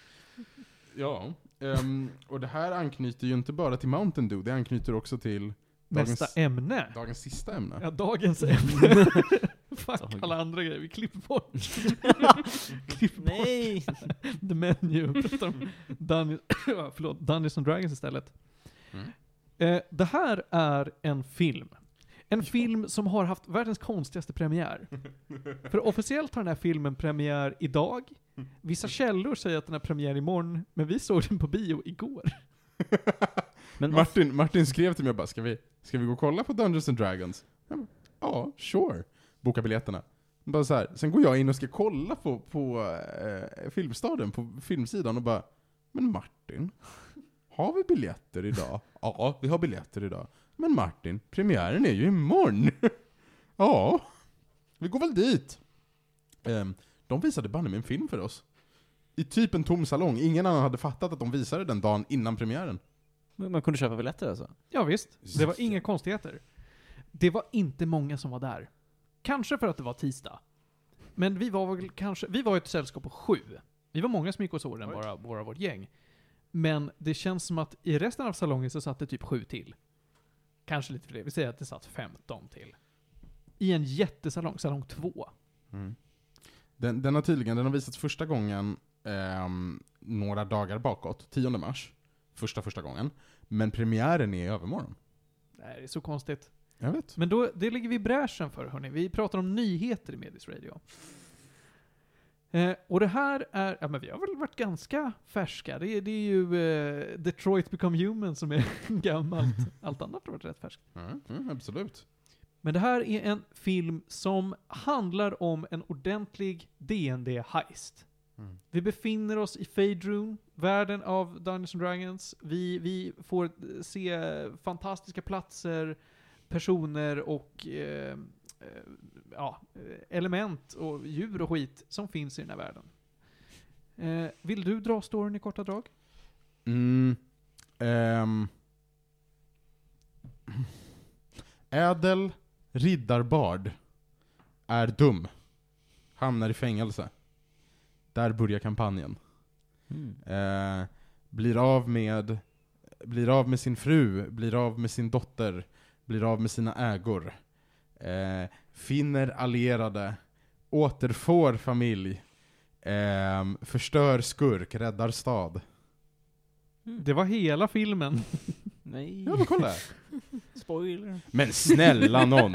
Ja, ehm, och det här anknyter ju inte bara till Mountain Dew, det anknyter också till dagens, Nästa ämne. dagens sista ämne. Ja, dagens ämne. Fuck alla andra grejer, vi klipper bort. klipper bort Nej! the menu. Pratar om Dungeons, förlåt, Dungeons and Dragons istället. Mm. Eh, det här är en film. En film som har haft världens konstigaste premiär. För officiellt har den här filmen premiär idag. Vissa källor säger att den har premiär imorgon, men vi såg den på bio igår. Men Martin, Martin skrev till mig och bara, ska vi, ska vi gå och kolla på Dungeons and Dragons? Jag bara, ja, sure. Boka biljetterna. Bara så här. Sen går jag in och ska kolla på, på eh, Filmstaden, på filmsidan och bara, men Martin, har vi biljetter idag? Ja, vi har biljetter idag. Men Martin, premiären är ju imorgon. Ja, vi går väl dit. Ehm, de visade banne med en film för oss. I typ en tom salong. Ingen annan hade fattat att de visade den dagen innan premiären. Men man kunde köpa biljetter alltså? Ja visst, det var inga konstigheter. det var inte många som var där. Kanske för att det var tisdag. Men vi var väl kanske, vi var ett sällskap på sju. Vi var många som gick och såg den, bara, bara vårt gäng. Men det känns som att i resten av salongen så satt det typ sju till. Kanske lite fler. Vi säger att det satt femton till. I en jättesalong, salong två. Mm. Den, den har tydligen, den har visats första gången ehm, några dagar bakåt, tionde mars. Första första gången. Men premiären är i övermorgon. Nej, det är så konstigt. Jag vet. Men då, det ligger vi i bräschen för, hörni. Vi pratar om nyheter i Medis Radio. Eh, och det här är, ja men vi har väl varit ganska färska. Det är, det är ju eh, Detroit Become Human som är gammalt. Allt annat har varit rätt färskt. Mm, mm, absolut. Men det här är en film som handlar om en ordentlig D and D-heist. Mm. Vi befinner oss i Phaedrun, världen av Dungeons and Dragons. Vi, vi får se fantastiska platser, personer och eh, eh, ja, element och djur och skit som finns i den här världen. Eh, vill du dra storyn i korta drag? Mm. Um. Ädel Riddarbard är dum. Hamnar i fängelse. Där börjar kampanjen. Mm. Eh, blir av med blir av med sin fru, blir av med sin dotter, blir av med sina ägor. Eh, finner allierade, återfår familj, eh, förstör skurk, räddar stad. Mm. Det var hela filmen. Nej. Ja, men kolla. Spoiler. Men snälla någon.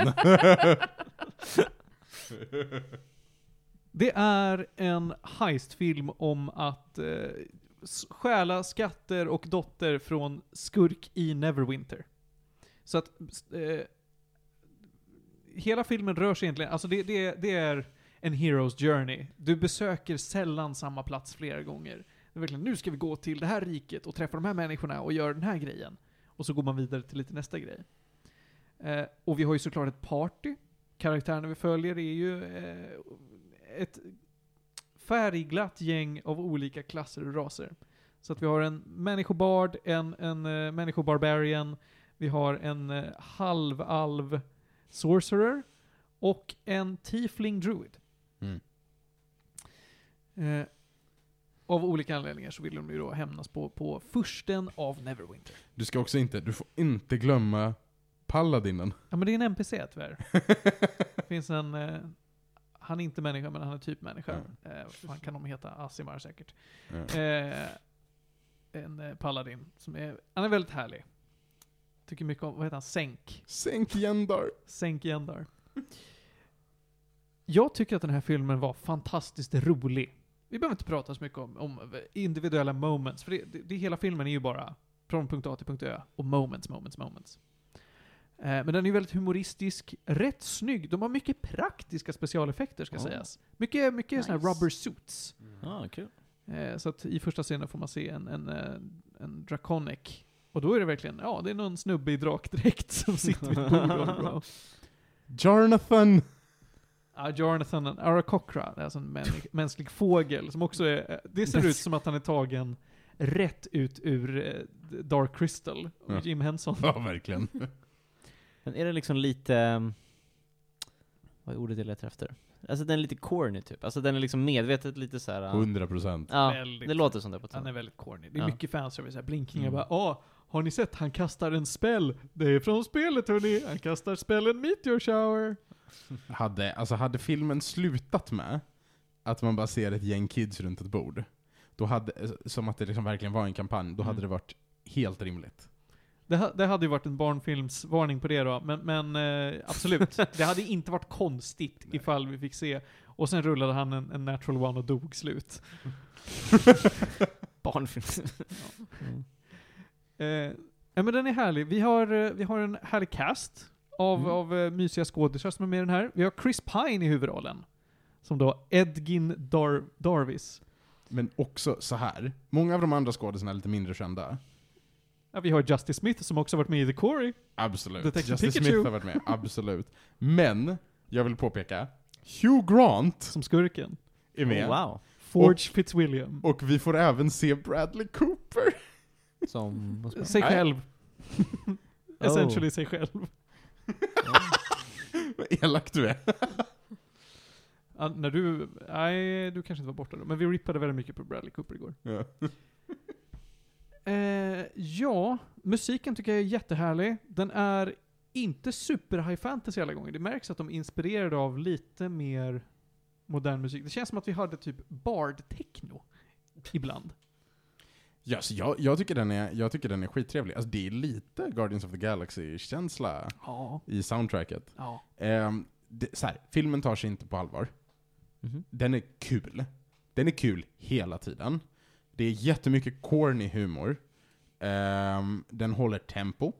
Det är en heistfilm om att eh, stjäla skatter och dotter från skurk i Neverwinter. Så att eh, hela filmen rör sig egentligen, alltså det, det, det är en hero's journey. Du besöker sällan samma plats flera gånger. Det är verkligen, nu ska vi gå till det här riket och träffa de här människorna och göra den här grejen. Och så går man vidare till lite nästa grej. Eh, och vi har ju såklart ett party. Karaktärerna vi följer är ju eh, ett färgglatt gäng av olika klasser och raser. Så att vi har en människobard, en, en uh, människobarbarian, vi har en uh, halvalv sorcerer och en tiefling druid. Mm. Uh, av olika anledningar så vill de ju då hämnas på, på fursten av Neverwinter. Du ska också inte, du får inte glömma Paladinen. Ja, men det är en N P C tyvärr. Det finns en... Uh, han är inte människa, men han är typ människa. Mm. Eh, han kan de heta Asimar säkert. Mm. Eh, en eh, paladin som är, han är väldigt härlig. Tycker mycket om, vad heter han? Sänk. Sänk Jendar. Sänk Jendar. Jag tycker att den här filmen var fantastiskt rolig. Vi behöver inte prata så mycket om, om individuella moments, för det, det, det, hela filmen är ju bara från punkt A till punkt Ö och moments, moments, moments. Men den är väldigt humoristisk, rätt snygg. De har mycket praktiska specialeffekter ska oh. sägas. Mycket, mycket Nice. såna här rubber suits. Ja, ah, kul. Så att i första scenen får man se en, en, en draconic. Och då är det verkligen, ja, det är någon snubbe i drakdräkt som sitter vid ett bord. Jonathan! Ja, Jonathan Arakocra, det är alltså en män- mänsklig fågel som också är, det ser ut som att han är tagen rätt ut ur Dark Crystal och Ja. Jim Henson. Ja, verkligen. Men är det liksom lite... Vad är ordet jag letar efter? Alltså den är lite corny typ. Alltså den är liksom medvetet lite så här. hundra procent. Ja, Väldigt. det låter som det på Han är ett väldigt corny. Det är Ja. mycket fanservice, här blinkningar Mm. bara, åh, har ni sett? Han kastar en spell. Det är från spelet, hörni. Han kastar spellen Meteor Shower. Hade, alltså hade filmen slutat med att man bara ser ett gäng kids runt ett bord, då hade, som att det liksom verkligen var en kampanj, då hade Mm. det varit helt rimligt. Det, ha- det hade ju varit en barnfilmsvarning på det då, men, men eh, absolut. Det hade inte varit konstigt Nej. ifall vi fick se. Och sen rullade han en, en natural one och dog slut. barnfilm. Mm. Eh, ja, men den är härlig. Vi har, eh, vi har en härlig cast av, Mm. av eh, mysiga skådespelare som är med i den här. Vi har Chris Pine i huvudrollen. Som då Edgin Dar- Darvis. Men också så här. Många av de andra skådespelarna är lite mindre kända. Ja, vi har Justice Smith som också varit med i The Corey. Absolut. Detective Justice Pikachu. Smith har varit med, absolut. Men, jag vill påpeka, Hugh Grant Som skurken. är med. Oh, wow. Forge Fitzwilliam. Och vi får även se Bradley Cooper. Som... vad ska- Sig Nej. själv. Essentially sig själv. Vad elak du är. Ja, när du... Nej, du kanske inte var borta då. Men vi rippade väldigt mycket på Bradley Cooper igår. Ja. Eh, ja, musiken tycker jag är jättehärlig. Den är inte super high fantasy alla gånger. Det märks att de är inspirerade av lite mer modern musik. Det känns som att vi hörde typ bard-techno ibland. Ja, så jag, jag, tycker den är, jag tycker den är skittrevlig. Alltså, det är lite Guardians of the Galaxy-känsla Ja. i soundtracket. Ja. Um, det, så här, filmen tar sig inte på allvar. Mhm. Den är kul. Den är kul hela tiden. Det är jättemycket corny humor. Ehm, den håller tempo.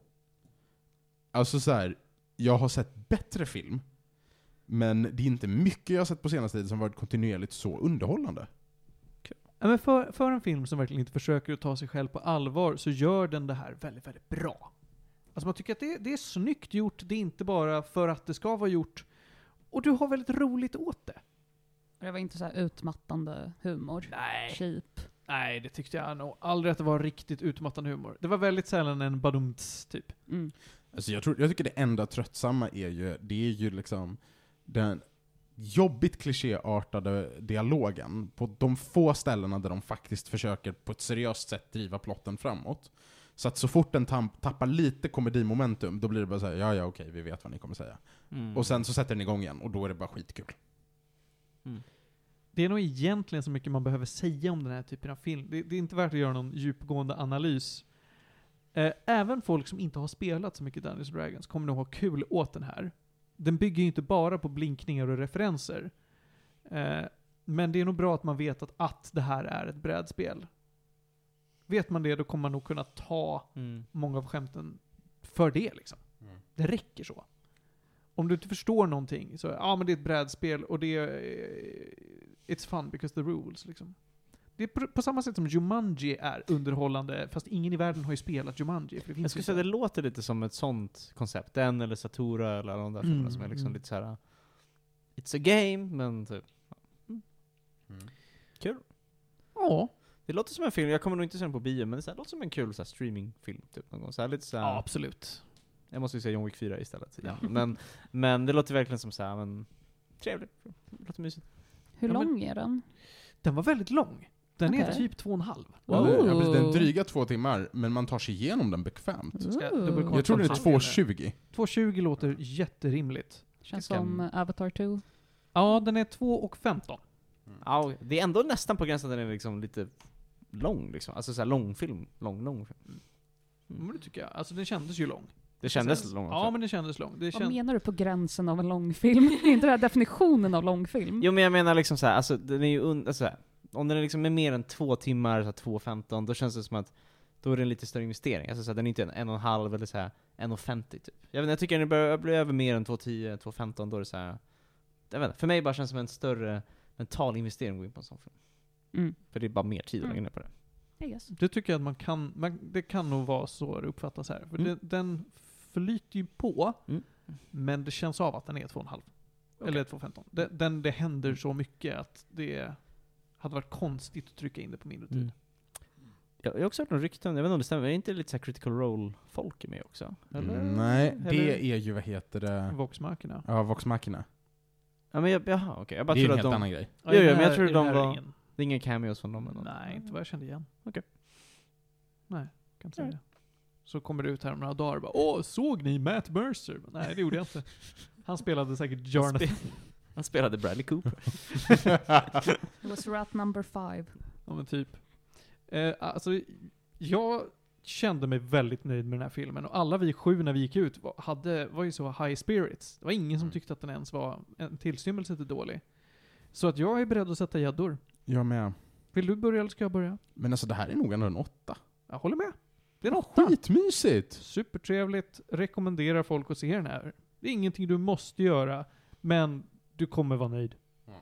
Alltså så här, jag har sett bättre film, men det är inte mycket jag har sett på senaste tiden som varit kontinuerligt så underhållande. Ja, men för, för en film som verkligen inte försöker att ta sig själv på allvar så gör den det här väldigt, väldigt bra. Alltså man tycker att det, det är snyggt gjort, det är inte bara för att det ska vara gjort. Och du har väldigt roligt åt det. Det var inte så här utmattande humor. Nej. Cheap. Nej, det tyckte jag nog aldrig att det var riktigt utmattande humor. Det var väldigt sällan en badumts typ. Mm. Alltså jag, tror, jag tycker det enda tröttsamma är ju, det är ju liksom den jobbigt klichéartade dialogen på de få ställena där de faktiskt försöker på ett seriöst sätt driva plotten framåt. Så att så fort den tam- tappar lite komedimomentum, då blir det bara så här: ja ja okej, vi vet vad ni kommer säga. Mm. Och sen så sätter den igång igen, och då är det bara skitkul. Mm. Det är nog egentligen så mycket man behöver säga om den här typen av film. Det, det är inte värt att göra någon djupgående analys. Eh, även folk som inte har spelat så mycket Dungeons and Dragons kommer nog ha kul åt den här. Den bygger ju inte bara på blinkningar och referenser. Eh, men det är nog bra att man vet att, att det här är ett brädspel. Vet man det, då kommer man nog kunna ta Mm. många av skämten för det liksom. Mm. Det räcker så. Om du inte förstår någonting så, ja men det är ett brädspel och det är it's fun because the rules liksom. Det är på, på samma sätt som Jumanji är underhållande, fast ingen i världen har ju spelat Jumanji. För det finns Jag skulle ju säga så- det låter lite som ett sånt koncept. Den eller Satura eller alla de där filmerna Mm, som är liksom mm. lite så här. It's a game, men typ. Mm. Kul. Ja, Det låter som en film, jag kommer nog inte se den på bio, men det, så här, låter som en kul så här, streamingfilm typ någon gång. Så här, lite så här, ja absolut. jag måste ju säga John Wick fyra istället. Ja. Ja. Men, men det låter verkligen som så här, men trevligt. Det låter mysigt. Hur Ja, men- lång är den? Den var väldigt lång. Den är Okej. typ två och en halv. Ja, det- ja, precis, den Oh. dryga två timmar, men man tar sig igenom den bekvämt. Ska jag Ooh. dubbelkolla? Jag tror det är Konstigt. två tjugo. två tjugo låter jätterimligt. Känns Ska- som Avatar två. Ja, den är två och femton. Ja, det är ändå nästan på gränsen att den är liksom lite lång liksom. Alltså så här långfilm. Lång, lång film. Mm. Men det tycker jag. Alltså den kändes ju lång. Det kändes Sen- lång också. Ja, men det kändes lång. Det Vad känd... menar du på gränsen av en långfilm? Det är inte den här definitionen av långfilm. Jo men jag menar liksom så här, alltså den är ju un- alltså, så här, om den är liksom är mer än två timmar, så här, två femton, då känns det som att då är det en lite större investering. Alltså så här, den är inte en, en och en halv eller så här en och femtio typ. Jag vet inte, jag tycker den börjar bli över mer än två tio, två femton, då är det så här. Jag vet inte, för mig bara känns det som en större mental investering att gå in på en sån film. Mm. För det är bara mer tid att Mm. lägga ner på det. I guess. Det tycker jag att man kan, man, det kan nog vara så det uppfattas här. För Mm. det, den flyter ju på, Mm. men det känns av att den är två och en halv. Eller två femton. Det, den, det händer så mycket att det hade varit konstigt att trycka in det på mindre tid. Mm. Jag, jag har också hört några rykten, jag vet inte om det stämmer, är det inte lite så här critical role-folk med också? Eller? Mm, nej, Eller? det är ju, vad heter det? Voxmarkerna. Ja, Vox Machina. Ja men jag, jaha, okej. Jag bara Det är en tror helt att de... annan grej. Jo, jo, men jag tror I den de här var- ringen. Det är inga cameos från dem eller något. Nej, inte vad jag kände igen. Okej. Nej, kan inte säga Nej. det. Så kommer det ut här om några dagar och bara, åh, såg ni Matt Mercer? Nej, det gjorde jag inte. Han spelade säkert Jonathan. Han spelade Bradley Cooper. It was rat number five. Ja men typ. Eh, alltså, jag kände mig väldigt nöjd med den här filmen. Och alla vi sju när vi gick ut var, hade, var ju så high spirits. Det var ingen som Mm. tyckte att den ens var en tillstymmelse till dålig. Så att jag är beredd att sätta gäddor. Jag med. Vill du börja eller ska jag börja? Men alltså det här är nog ändå en åtta. Jag håller med. Det är en åtta. Skitmysigt! Supertrevligt. Rekommenderar folk att se den här. Det är ingenting du måste göra, men du kommer vara nöjd.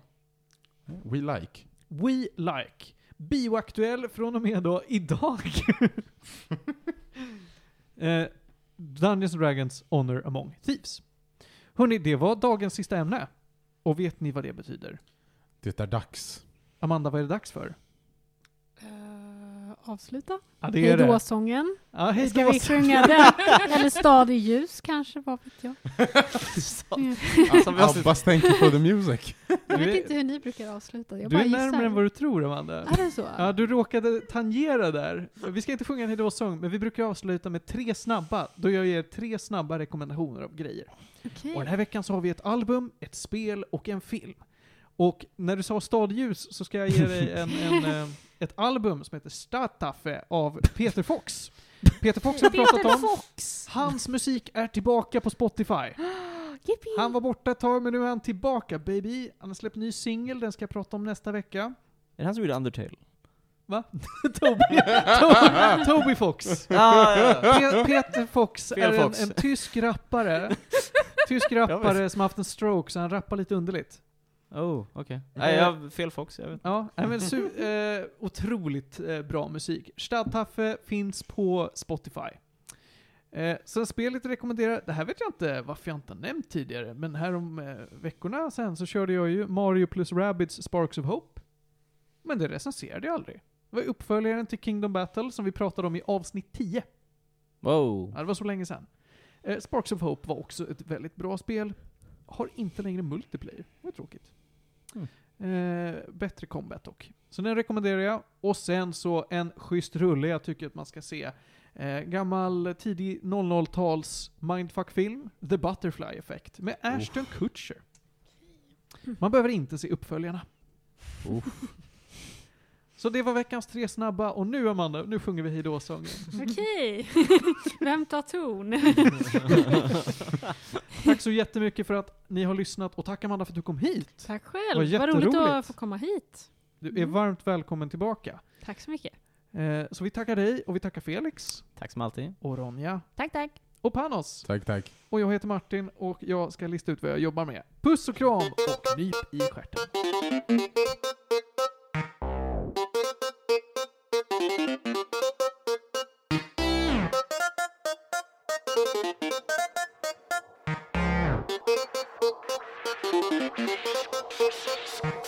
We like. We like. Bioaktuell från och med då idag. eh, Dungeons and Dragons Honor Among Thieves. Hörrni, det var dagens sista ämne. Och vet ni vad det betyder? Det är dags. Amanda, vad är det dags för? Uh, avsluta. Ja, det är Hej det. då-sången. Ja, hej Ska då. vi sjunga den? Eller Stad i ljus kanske, vad vet jag. Som vi avslutar. Abbas thank you for the music. Jag Du vet är- inte hur ni brukar avsluta. Jag Du bara är närmare gissar. än vad du tror, Amanda. Är det så? Ja, du råkade tangera där. Vi ska inte sjunga en hejdå-sång, men vi brukar avsluta med tre snabba, då jag ger tre snabba rekommendationer av grejer. Okej. Och den här veckan så har vi ett album, ett spel och en film. Och när du sa stadljus så ska jag ge dig en, en, eh, ett album som heter Stadtaffe av Peter Fox. Peter Fox har pratat Peter om. Fox! Hans musik är tillbaka på Spotify. Yippee! Han var borta ett tag, men nu är han tillbaka, baby. Han har släppt en ny singel, den ska jag prata om nästa vecka. Är det han som gjorde Undertale? Va? Toby, Toby, Toby Fox. Ja, ja, ja. Pe- Peter Fox Fel är Fox. En, en tysk rappare. Tysk rappare som har haft en stroke, så han rappar lite underligt. Oh, okej. Okay. Nej, jag har fel Fox, jag vet. Ja, nej, men su- eh, otroligt eh, bra musik. Stadtaffe finns på Spotify. Eh, sen spelet rekommenderar, det här vet jag inte varför jag inte har nämnt tidigare, men här om eh, veckorna sen så körde jag ju Mario plus Rabbids Sparks of Hope. Men det recenserade jag aldrig. Det var uppföljaren till Kingdom Battle som vi pratade om i avsnitt tio. Wow. Ja, det var så länge sedan. Eh, Sparks of Hope var också ett väldigt bra spel. Har inte längre multiplayer. Det var tråkigt. Mm. Eh, bättre combat dock. Så den rekommenderar jag. Och sen så en schysst rulle jag tycker att man ska se. Eh, gammal tidig noll noll-tals mindfuck-film. The Butterfly Effect. Med Ashton oh. Kutcher. Man behöver inte se uppföljarna. Oh. Så det var veckans tre snabba. Och nu Amanda, nu sjunger vi hejdå-sången. Okej. Vem tar ton? Tack så jättemycket för att ni har lyssnat. Och tack Amanda för att du kom hit. Tack Det var själv. Vad roligt jätteroligt. att få komma hit. Du är Mm. varmt välkommen tillbaka. Tack så mycket. Eh, så vi tackar dig och vi tackar Felix Tack som alltid. och Ronja Tack, tack. och Panos. Tack, tack. Och jag heter Martin och jag ska lista ut vad jag jobbar med. Puss och kram och nyp i stjärten. Thank you.